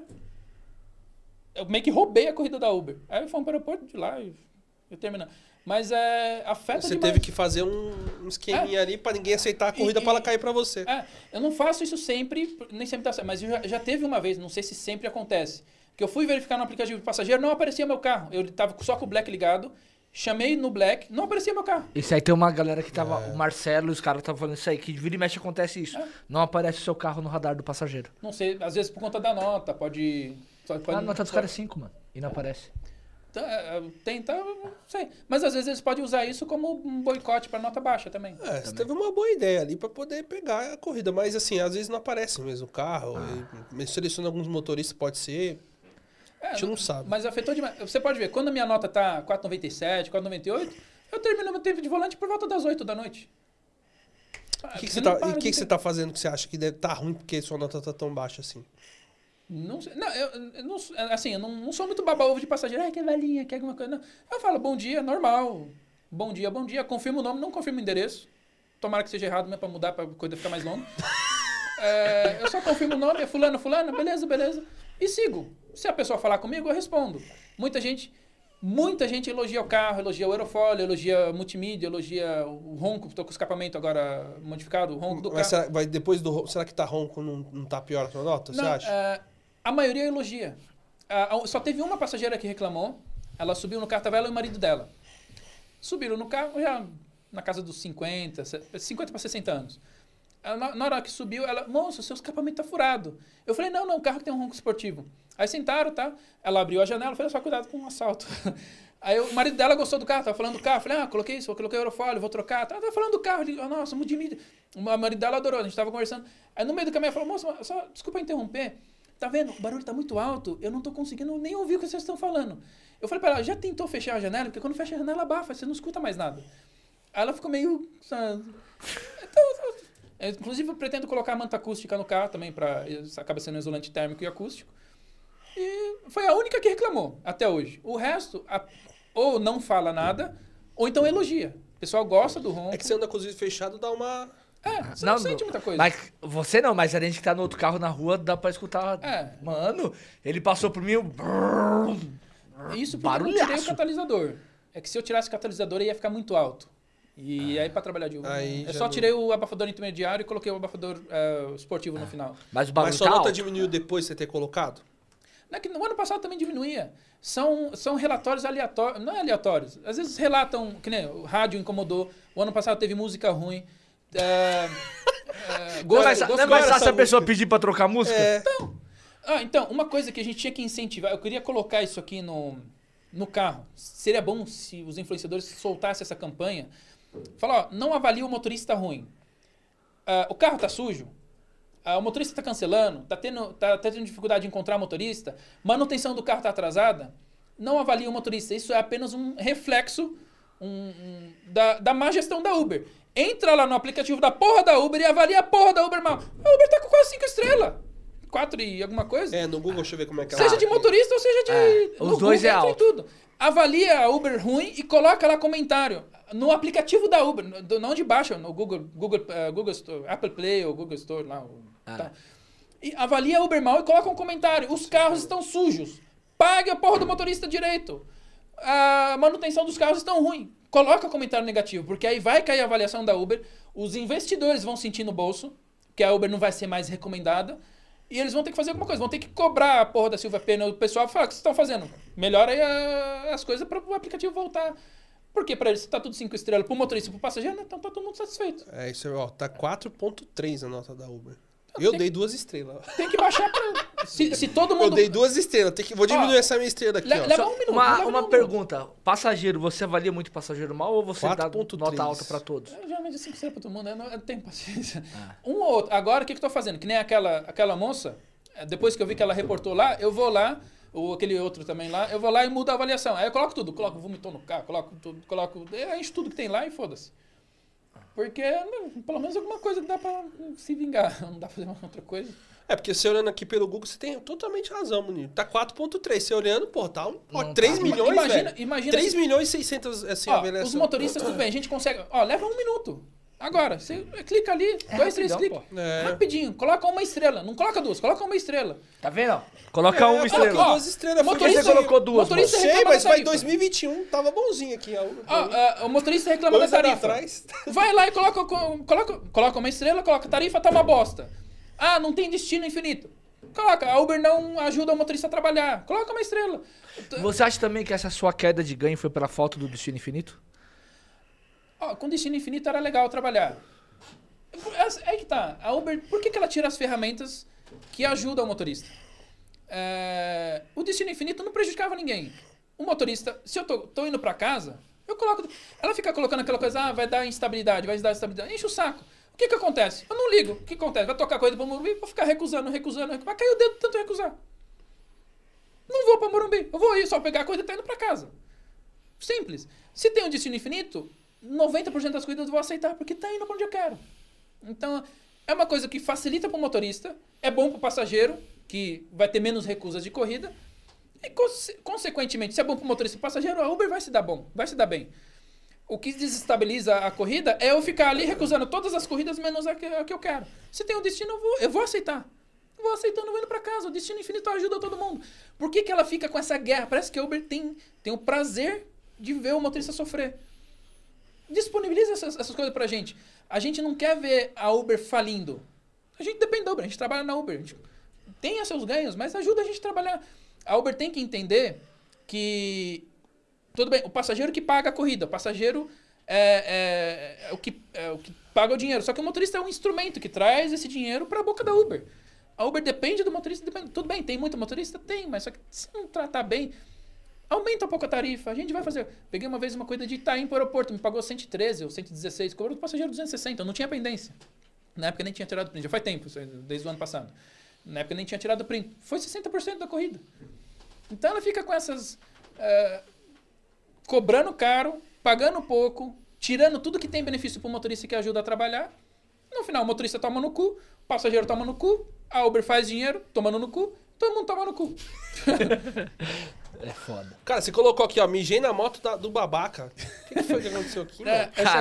Eu meio que roubei a corrida da Uber. Aí eu fui pro aeroporto de lá e eu terminei. Mas é, afeta Você demais. teve que fazer um, um esqueminha é. ali pra ninguém aceitar a corrida e, pra ela cair pra você. É, eu não faço isso sempre, nem sempre tá certo. Mas já, já teve uma vez, não sei se sempre acontece, que eu fui verificar no aplicativo de passageiro, não aparecia meu carro. Eu tava só com o Black ligado. Chamei no Black, não aparecia meu carro. Isso aí tem uma galera que tava... É. O Marcelo e os caras estavam falando isso aí, que de vira e mexe acontece isso. É. Não aparece o seu carro no radar do passageiro. Não sei, às vezes por conta da nota, pode... pode ah, a nota dos caras é cinco, mano. E não aparece. Então, tenta, não sei. Mas às vezes eles podem usar isso como um boicote pra nota baixa também. É, também. Você teve uma boa ideia ali pra poder pegar a corrida. Mas assim, às vezes não aparece mesmo o carro. Ah. Seleciona alguns motoristas, pode ser... É, a gente não sabe. Mas afetou demais. Você pode ver, quando a minha nota tá quatro vírgula noventa e sete, quatro vírgula noventa e oito, eu termino meu tempo de volante por volta das oito da noite. O que, que você tá, e que, que você tá fazendo que você acha que deve tá ruim porque sua nota tá tão baixa assim? Não sei. Não, eu, eu não, assim, eu não, não sou muito baba-ovo de passageiro. Ah, que velhinha, quer alguma coisa. Não. Eu falo, bom dia, normal. Bom dia, bom dia. Confirmo o nome, não confirmo o endereço. Tomara que seja errado mesmo pra mudar, pra coisa ficar mais longa. é, eu só confirmo o nome, é fulano, fulano, beleza, beleza. E sigo. Se a pessoa falar comigo, eu respondo. Muita gente, muita gente elogia o carro, elogia o aerofólio, elogia multimídia, elogia o ronco. Estou com o escapamento agora modificado, o ronco do Mas carro. será, vai, depois do será que tá ronco não, não tá pior a sua nota, não, você acha? É, a maioria elogia. Uh, só teve uma passageira que reclamou. Ela subiu no carro, tava ela e o marido dela. Subiram no carro já na casa dos cinquenta, cinquenta para sessenta anos. Ela, na hora que subiu, ela, moço, seu escapamento tá furado. Eu falei, não, não, o carro que tem um ronco esportivo. Aí sentaram, tá? Ela abriu a janela, falei, só cuidado com um assalto. Aí o marido dela gostou do carro, tava falando do carro. Eu falei, ah, coloquei isso, eu coloquei aerofólio, vou trocar. Tava, tava falando do carro, ele, oh, nossa, multimídia. O marido dela adorou, a gente tava conversando. Aí no meio do caminho, ela falou, moça, só, desculpa interromper. Tá vendo? O barulho tá muito alto, eu não tô conseguindo nem ouvir o que vocês estão falando. Eu falei pra ela, já tentou fechar a janela? Porque quando fecha a janela, abafa, você não escuta mais nada. Aí ela ficou meio... Sabe? Então, eu, inclusive, eu pretendo colocar a manta acústica no carro também, pra, acaba sendo isolante térmico e acústico. E foi a única que reclamou, até hoje. O resto, a, ou não fala nada, ou então elogia. O pessoal gosta do ronco. É que você anda com os vidros fechados, dá uma... É, você não, não sente muita coisa. Mas você não, mas a gente que tá no outro carro na rua, dá pra escutar. É. Mano, ele passou por mim... Eu... Isso porque eu não tirei o catalisador. É que se eu tirasse o catalisador, ia ficar muito alto. E aí, pra trabalhar de Uber, aí eu já só não... tirei o abafador intermediário e coloquei o abafador uh, esportivo no final. Mas o barulho Mas sua tá nota alto. diminuiu depois de você ter colocado? Não é que no ano passado também diminuía. São, são relatórios aleatórios. Não é aleatórios. Às vezes relatam, que nem o rádio incomodou. O ano passado teve música ruim. É, é, gosto, Não é mais, gosto não é mais dessa fácil a pessoa música. pedir pra trocar música? É. Então, ah, então, uma coisa que a gente tinha que incentivar, eu queria colocar isso aqui no, no carro. Seria bom se os influenciadores soltassem essa campanha Fala, ó, não avalia o motorista ruim. Uh, o carro tá sujo, uh, o motorista tá cancelando, tá tendo, tá, tá tendo dificuldade de encontrar motorista, manutenção do carro tá atrasada, não avalia o motorista. Isso é apenas um reflexo um, um, da, da má gestão da Uber. Entra lá no aplicativo da porra da Uber e avalia a porra da Uber mal. A Uber tá com quase cinco estrelas. quatro e alguma coisa. É, no Google, deixa eu ver como é que ela... Seja de motorista ou seja de... É, os no dois Google, é entra em alto. tudo. Avalia a Uber ruim e coloca lá comentário. No aplicativo da Uber, no- não de baixo, no Google, Google, eh, Google Store, Apple Play ou Google Store lá. o- Ah. tal. E avalia a Uber mal e coloca um comentário. Os carros estão sujos. Pague a porra do motorista direito. A manutenção dos carros estão ruim. Coloca comentário negativo, porque aí vai cair a avaliação da Uber. Os investidores vão sentir no bolso que a Uber não vai ser mais recomendada. E eles vão ter que fazer alguma coisa. Vão ter que cobrar a porra da Silvia Pena. O pessoal fala, o que vocês estão fazendo? Melhora aí a- as coisas para o aplicativo voltar. Porque para eles, se tá tudo cinco estrelas, pro motorista e pro passageiro, né? Então tá todo mundo satisfeito. É, isso, ó, tá quatro ponto três a nota da Uber. Então, Eu tem- dei duas estrelas. Tem que baixar pra... Se, se todo Eu mundo... dei duas estrelas. Tem que... Vou diminuir Ó, essa minha estrela aqui, le- ó. leva Só um minuto. Uma, leva uma um pergunta. Passageiro, você avalia muito passageiro mal ou você dá quatro ponto nota três. alta pra todos? Eu geralmente cinco estrelas pra todo mundo, eu não eu tenho paciência. Ah. Um ou outro. Agora, o que que eu tô fazendo? Que nem aquela, aquela moça, eh, depois que eu vi que ela reportou lá, eu vou lá, ou aquele outro também lá, eu vou lá e mudo a avaliação. Aí eu coloco tudo, coloco vomitou no carro, coloco tudo, coloco... Eu encho tudo que tem lá e foda-se. Porque, né, pelo menos alguma coisa que dá pra se vingar. Não dá pra fazer uma outra coisa. É, porque você olhando aqui pelo Google, você tem totalmente razão, menino. Tá quatro ponto três. Você olhando, pô, tá um, ó, Não três tá. milhões, Imagina- velho. imagina três se- milhões e seiscentos, assim, Ó, avaliação. os motoristas, tudo bem, a gente consegue... Ó, leva um minuto. Agora, você clica ali, dois, três rapidão, cliques. É. Rapidinho, coloca uma estrela. Não coloca duas, coloca uma estrela. Tá vendo? Coloca É, uma eu estrela. coloquei Ó, duas estrelas. Por que motorista- você colocou duas, motorista Sei, reclama mas da vai tarifa. dois mil e vinte e um, tava bonzinho aqui. Ó, Ó, ah, o motorista reclama da Dois anos tarifa. atrás. Vai lá e coloca, co- coloca, coloca uma estrela, coloca tarifa, tá uma bosta. Ah, não tem destino infinito. Coloca, a Uber não ajuda o motorista a trabalhar. Coloca uma estrela. Você acha também que essa sua queda de ganho foi pela falta do destino infinito? Ó, com destino infinito era legal trabalhar. É aí que tá. A Uber, por que, que ela tira as ferramentas que ajudam o motorista? É, o destino infinito não prejudicava ninguém. O motorista, se eu tô, tô indo pra casa, eu coloco. Ela fica colocando aquela coisa, ah, vai dar instabilidade, vai dar instabilidade. Enche o saco. O que que acontece? Eu não ligo. O que acontece? Vai tocar corrida pro Morumbi, vou ficar recusando, recusando, recusando. Vai cair o dedo de tanto recusar. Não vou pra Morumbi. Eu vou ir só pegar a corrida e tá indo pra casa. Simples. Se tem um destino infinito, noventa por cento das corridas eu vou aceitar, porque tá indo pra onde eu quero. Então, é uma coisa que facilita pro motorista, é bom pro passageiro, que vai ter menos recusas de corrida, e, conse- consequentemente, se é bom pro motorista e pro passageiro, a Uber vai se dar bom, vai se dar bem. O que desestabiliza a corrida é eu ficar ali recusando todas as corridas, menos a que, a que eu quero. Se tem um destino, eu vou, eu vou aceitar. Eu vou aceitando, vou indo pra casa. O destino infinito ajuda todo mundo. Por que que ela fica com essa guerra? Parece que a Uber tem, tem o prazer de ver o motorista sofrer. Disponibiliza essas, essas coisas pra gente. A gente não quer ver a Uber falindo. A gente depende da Uber, a gente trabalha na Uber. A gente tem seus ganhos, mas ajuda a gente a trabalhar. A Uber tem que entender que... Tudo bem, o passageiro que paga a corrida, o passageiro é, é, é o que, é o que paga o dinheiro. Só que o motorista é um instrumento que traz esse dinheiro para a boca da Uber. A Uber depende do motorista. Depende. Tudo bem, tem muito motorista? Tem, mas só que se não tratar bem, aumenta um pouco a tarifa. A gente vai fazer. Peguei uma vez uma corrida de Itaim para o aeroporto, me pagou cento e treze ou cento e dezesseis, cobrou do passageiro duzentos e sessenta, eu não tinha pendência. Na época nem tinha tirado print, já faz tempo, desde o ano passado. Na época nem tinha tirado print. Foi sessenta por cento da corrida. Então ela fica com essas... é, cobrando caro, pagando pouco, tirando tudo que tem benefício para o motorista que ajuda a trabalhar. No final, o motorista toma no cu, o passageiro toma no cu, a Uber faz dinheiro, tomando no cu, todo mundo toma no cu. É foda. Cara, você colocou aqui, ó, mijei na moto da- do babaca. O que, que foi que aconteceu aqui, mano? É, essa aí...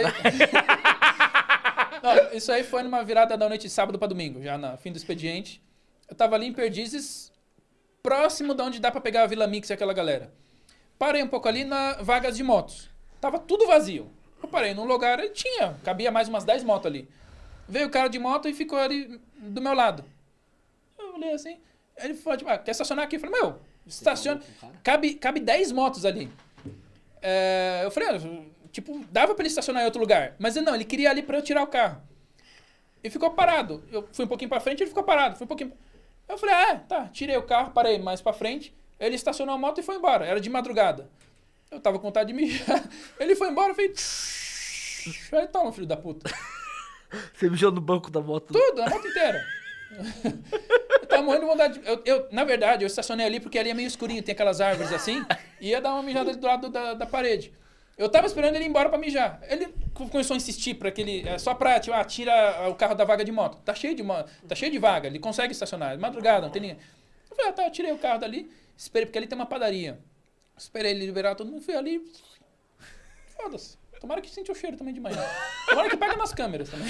Não, isso aí foi numa virada da noite de sábado para domingo, já no fim do expediente. Eu tava ali em Perdizes, próximo de onde dá para pegar a Vila Mix e aquela galera. Parei um pouco ali na vagas de motos. Tava tudo vazio. Eu parei num lugar e tinha, cabia mais umas dez motos ali. Veio o cara de moto e ficou ali do meu lado. Eu olhei assim, ele falou, tipo, ah, quer estacionar aqui? Eu falei, meu, estaciona. Cabe, cabe dez motos ali. É, eu falei, ah, tipo, dava pra ele estacionar em outro lugar. Mas ele não, ele queria ali pra eu tirar o carro. E ficou parado. Eu fui um pouquinho pra frente, ele ficou parado. Fui um pouquinho... Eu falei, ah, é, tá, tirei o carro, parei mais pra frente. Ele estacionou a moto e foi embora. Era de madrugada. Eu tava com vontade de mijar. Ele foi embora, eu falei... Aí toma, filho da puta. Você mijou no banco da moto? Tudo, a moto inteira. Eu tava morrendo de vontade. de- Eu, eu, na verdade, eu estacionei ali porque ali é meio escurinho, tem aquelas árvores assim, e ia dar uma mijada do lado da, da parede. Eu tava esperando ele ir embora pra mijar. Ele co- começou a insistir para aquele. É, só pra, tipo, ah, tira o carro da vaga de moto. Tá cheio de, mo- tá cheio de vaga, ele consegue estacionar. É madrugada, não tem ninguém. Eu falei, ah, tá, eu tirei o carro dali, esperei, porque ali tem uma padaria. Esperei ele liberar todo mundo, fui ali. Foda-se. Tomara que sente o cheiro também de manhã. Tomara que pega nas câmeras também.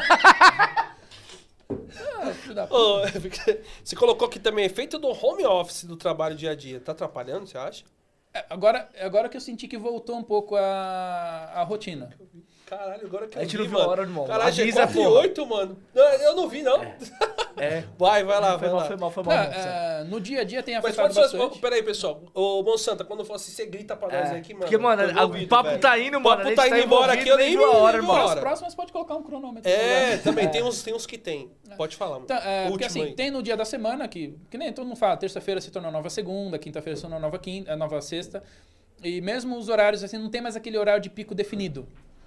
Ah, filho da puta. Ô, você colocou aqui também efeito do home office do trabalho dia a dia. Tá atrapalhando, você acha? É, Agora, agora que eu senti que voltou um pouco a, a rotina. Caralho, agora que A eu gente vi, não viu a mano. hora, irmão. Caralho, já é Avisa, quatro e porra. oito, mano. Não, eu não vi, não. É. Vai, vai lá, Foi vai mal, lá. foi mal, foi Não, mal. é, no dia a dia tem Mas afetado quando você... bastante. Peraí, pessoal. Ô, Monsanta, quando for assim, você grita pra nós É. aí que, mano... Porque, mano, tô a- envolvido, o papo velho. tá indo, O mano. papo a gente tá indo embora aqui, eu nem viu a hora, vi, irmão. vi a As hora. próximas pode colocar um cronômetro. É, né? também tem uns, tem uns que tem. Pode falar, mano. Então, é, porque Último assim, aí. tem no dia da semana, que, que nem todo mundo fala, terça-feira se torna nova segunda, quinta-feira se torna nova quinta, nova sexta. E mesmo os horários, assim, não tem mais aquele horário de pico definido.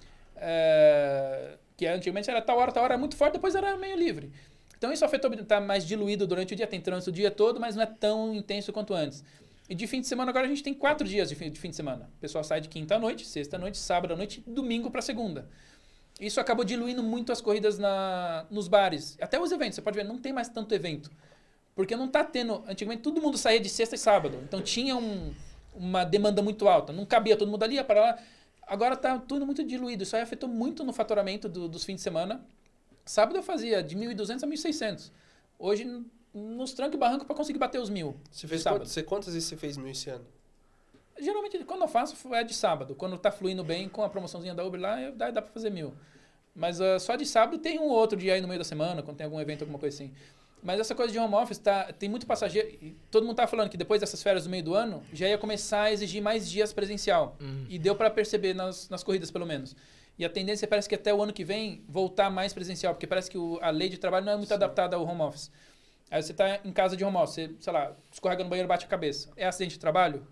É, que antigamente era tal hora, tal hora, era muito forte, depois era meio livre. Então isso afetou, tá mais diluído durante o dia, tem trânsito o dia todo, mas não é tão intenso quanto antes. E de fim de semana agora a gente tem quatro dias de fim de, fim de semana. O pessoal sai de quinta à noite, sexta à noite, sábado à noite, domingo para segunda. Isso acabou diluindo muito as corridas na, nos bares. Até os eventos, você pode ver, não tem mais tanto evento. Porque não tá tendo... Antigamente todo mundo saía de sexta e sábado. Então tinha um, uma demanda muito alta. Não cabia todo mundo ali, ia para lá. Agora tá tudo muito diluído. Isso aí afetou muito no faturamento do, dos fins de semana. Sábado eu fazia de mil e duzentos a mil e seiscentos. Hoje, n- nos trancos e barrancos para conseguir bater os mil. Você fez sábado. quantas, você, quantas vezes você fez mil esse ano? Geralmente, quando eu faço, é de sábado. Quando tá fluindo bem com a promoçãozinha da Uber lá, eu- dá, dá pra fazer mil. Mas ah, só de sábado tem um ou outro dia aí no meio da semana, quando tem algum evento, alguma coisa assim. Mas essa coisa de home office, tá, tem muito passageiro. E todo mundo tá falando que depois dessas férias do meio do ano, já ia começar a exigir mais dias presencial. E deu pra perceber nas, nas corridas, pelo menos. E a tendência parece que até o ano que vem voltar mais presencial, porque parece que o- a lei de trabalho não é muito adaptada ao home office. Aí você tá em casa de home office, você, sei lá, escorrega no banheiro, bate a cabeça. É acidente de trabalho?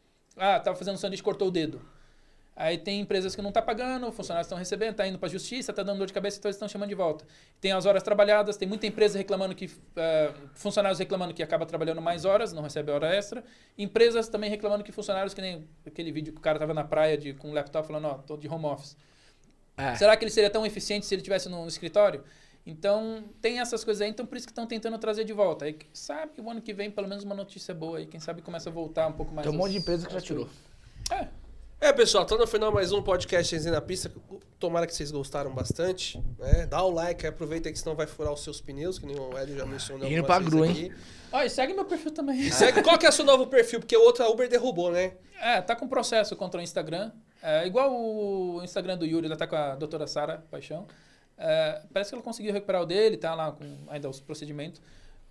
Ah, tava fazendo sanduíche, cortou o dedo. Aí tem empresas que não tá pagando, funcionários estão recebendo, tá indo pra justiça, tá dando dor de cabeça, então eles estão chamando de volta. Tem as horas trabalhadas, tem muita empresa reclamando que... eh, funcionários reclamando que acaba trabalhando mais horas, não recebe hora extra. Empresas também reclamando que funcionários, que nem aquele vídeo que o cara tava na praia de, com um laptop falando, ó, tô de home office. É. Será que ele seria tão eficiente se ele estivesse no escritório? Então, tem essas coisas aí, então por isso que estão tentando trazer de volta. Aí, quem sabe, o ano que vem, pelo menos uma notícia boa aí, quem sabe começa a voltar um pouco mais. Tem um monte as- de empresa que já as tirou. coisas. É. É, pessoal, tô no final mais um podcast Resenha na Pista. Tomara que vocês gostaram bastante. Né? Dá o like, aproveita que senão vai furar os seus pneus, que nem o Hélio já mencionou Indo algumas pra vezes Gru, aqui. Ó, e segue meu perfil também. Segue, qual que é o seu novo perfil? Porque o outro a Uber derrubou, né? É, tá com processo contra o Instagram. É, igual o Instagram do Yuri, ele tá com a doutora Sara Paixão. É, parece que ela conseguiu recuperar o dele, tá lá com ainda os procedimentos.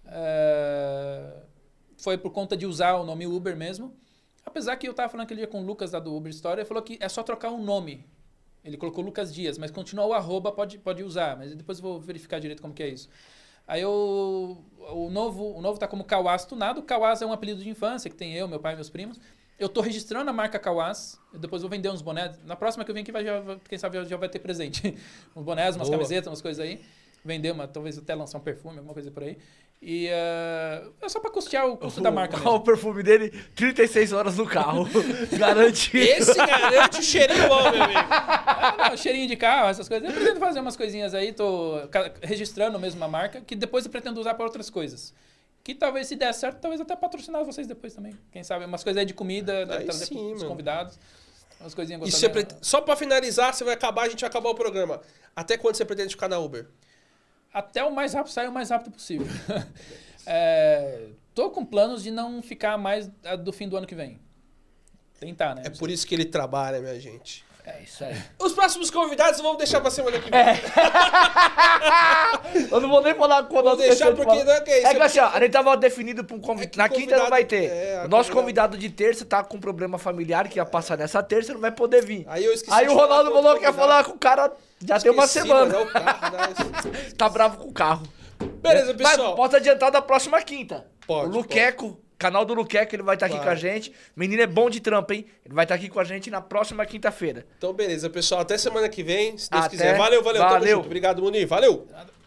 É, foi por conta de usar o nome Uber mesmo. Apesar que eu tava falando aquele dia com o Lucas da do Uber Story, ele falou que é só trocar o nome. Ele colocou Lucas Dias, mas continua o arroba, pode, pode usar. Mas depois eu vou verificar direito como que é isso. Aí eu, o novo o novo tá como Kawaz Tunado. Kawaz é um apelido de infância que tem eu, meu pai e meus primos. Eu tô registrando a marca Kawaz. Eu depois vou vender uns bonés. Na próxima que eu venho aqui, vai, já, quem sabe já vai ter presente. uns bonés, umas Boa. camisetas, umas coisas aí. Vender uma, talvez até lançar um perfume, alguma coisa por aí. E uh, é só pra custear o custo da marca Qual mesmo. o perfume dele? trinta e seis horas no carro. Garantido. Esse garante o cheirinho bom, meu amigo. Ah, não, cheirinho de carro, essas coisas. Eu pretendo fazer umas coisinhas aí, tô ca- registrando mesmo a marca, que depois eu pretendo usar para outras coisas. Que talvez, se der certo, talvez até patrocinar vocês depois também. Quem sabe, umas coisas aí de comida, deve Aí trazer sim, pros mano. convidados. Umas coisinhas E você gostosas. prete- Só pra finalizar, você vai acabar, a gente vai acabar o programa. Até quando você pretende ficar na Uber? Até o mais rápido, sair o mais rápido possível. é, tô com planos de não ficar mais ah, do fim do ano que vem. Tentar, né? É por isso que ele trabalha, minha gente. É isso aí. Os próximos convidados vamos deixar pra semana que vem. Eu não vou nem falar quando Vou eu deixar esqueci de porque falar. não é que é isso. É que assim, ó, a gente tava definido pra um É convidado. que Na quinta não convidado- vai ter. é, a o nosso convidado- convidado de terça tá com problema familiar que ia passar nessa terça, não vai poder vir. Aí eu esqueci Aí de o falar Ronaldo com outro falou que ia convidado. falar com o cara já tem uma Esqueci, semana. mano, é o carro, né? Tá bravo com o carro. Beleza, Mas pessoal. posso adiantar da próxima quinta. Pode, o Luqueco Canal do Luqueca, ele vai estar aqui Claro. com a gente. Menino é bom de trampa, hein? Ele vai estar aqui com a gente na próxima quinta-feira. Então, beleza, pessoal. Até semana que vem, se Deus Até. quiser. Valeu, valeu. Tamo Valeu. junto. Obrigado, Munir. Valeu. Nada.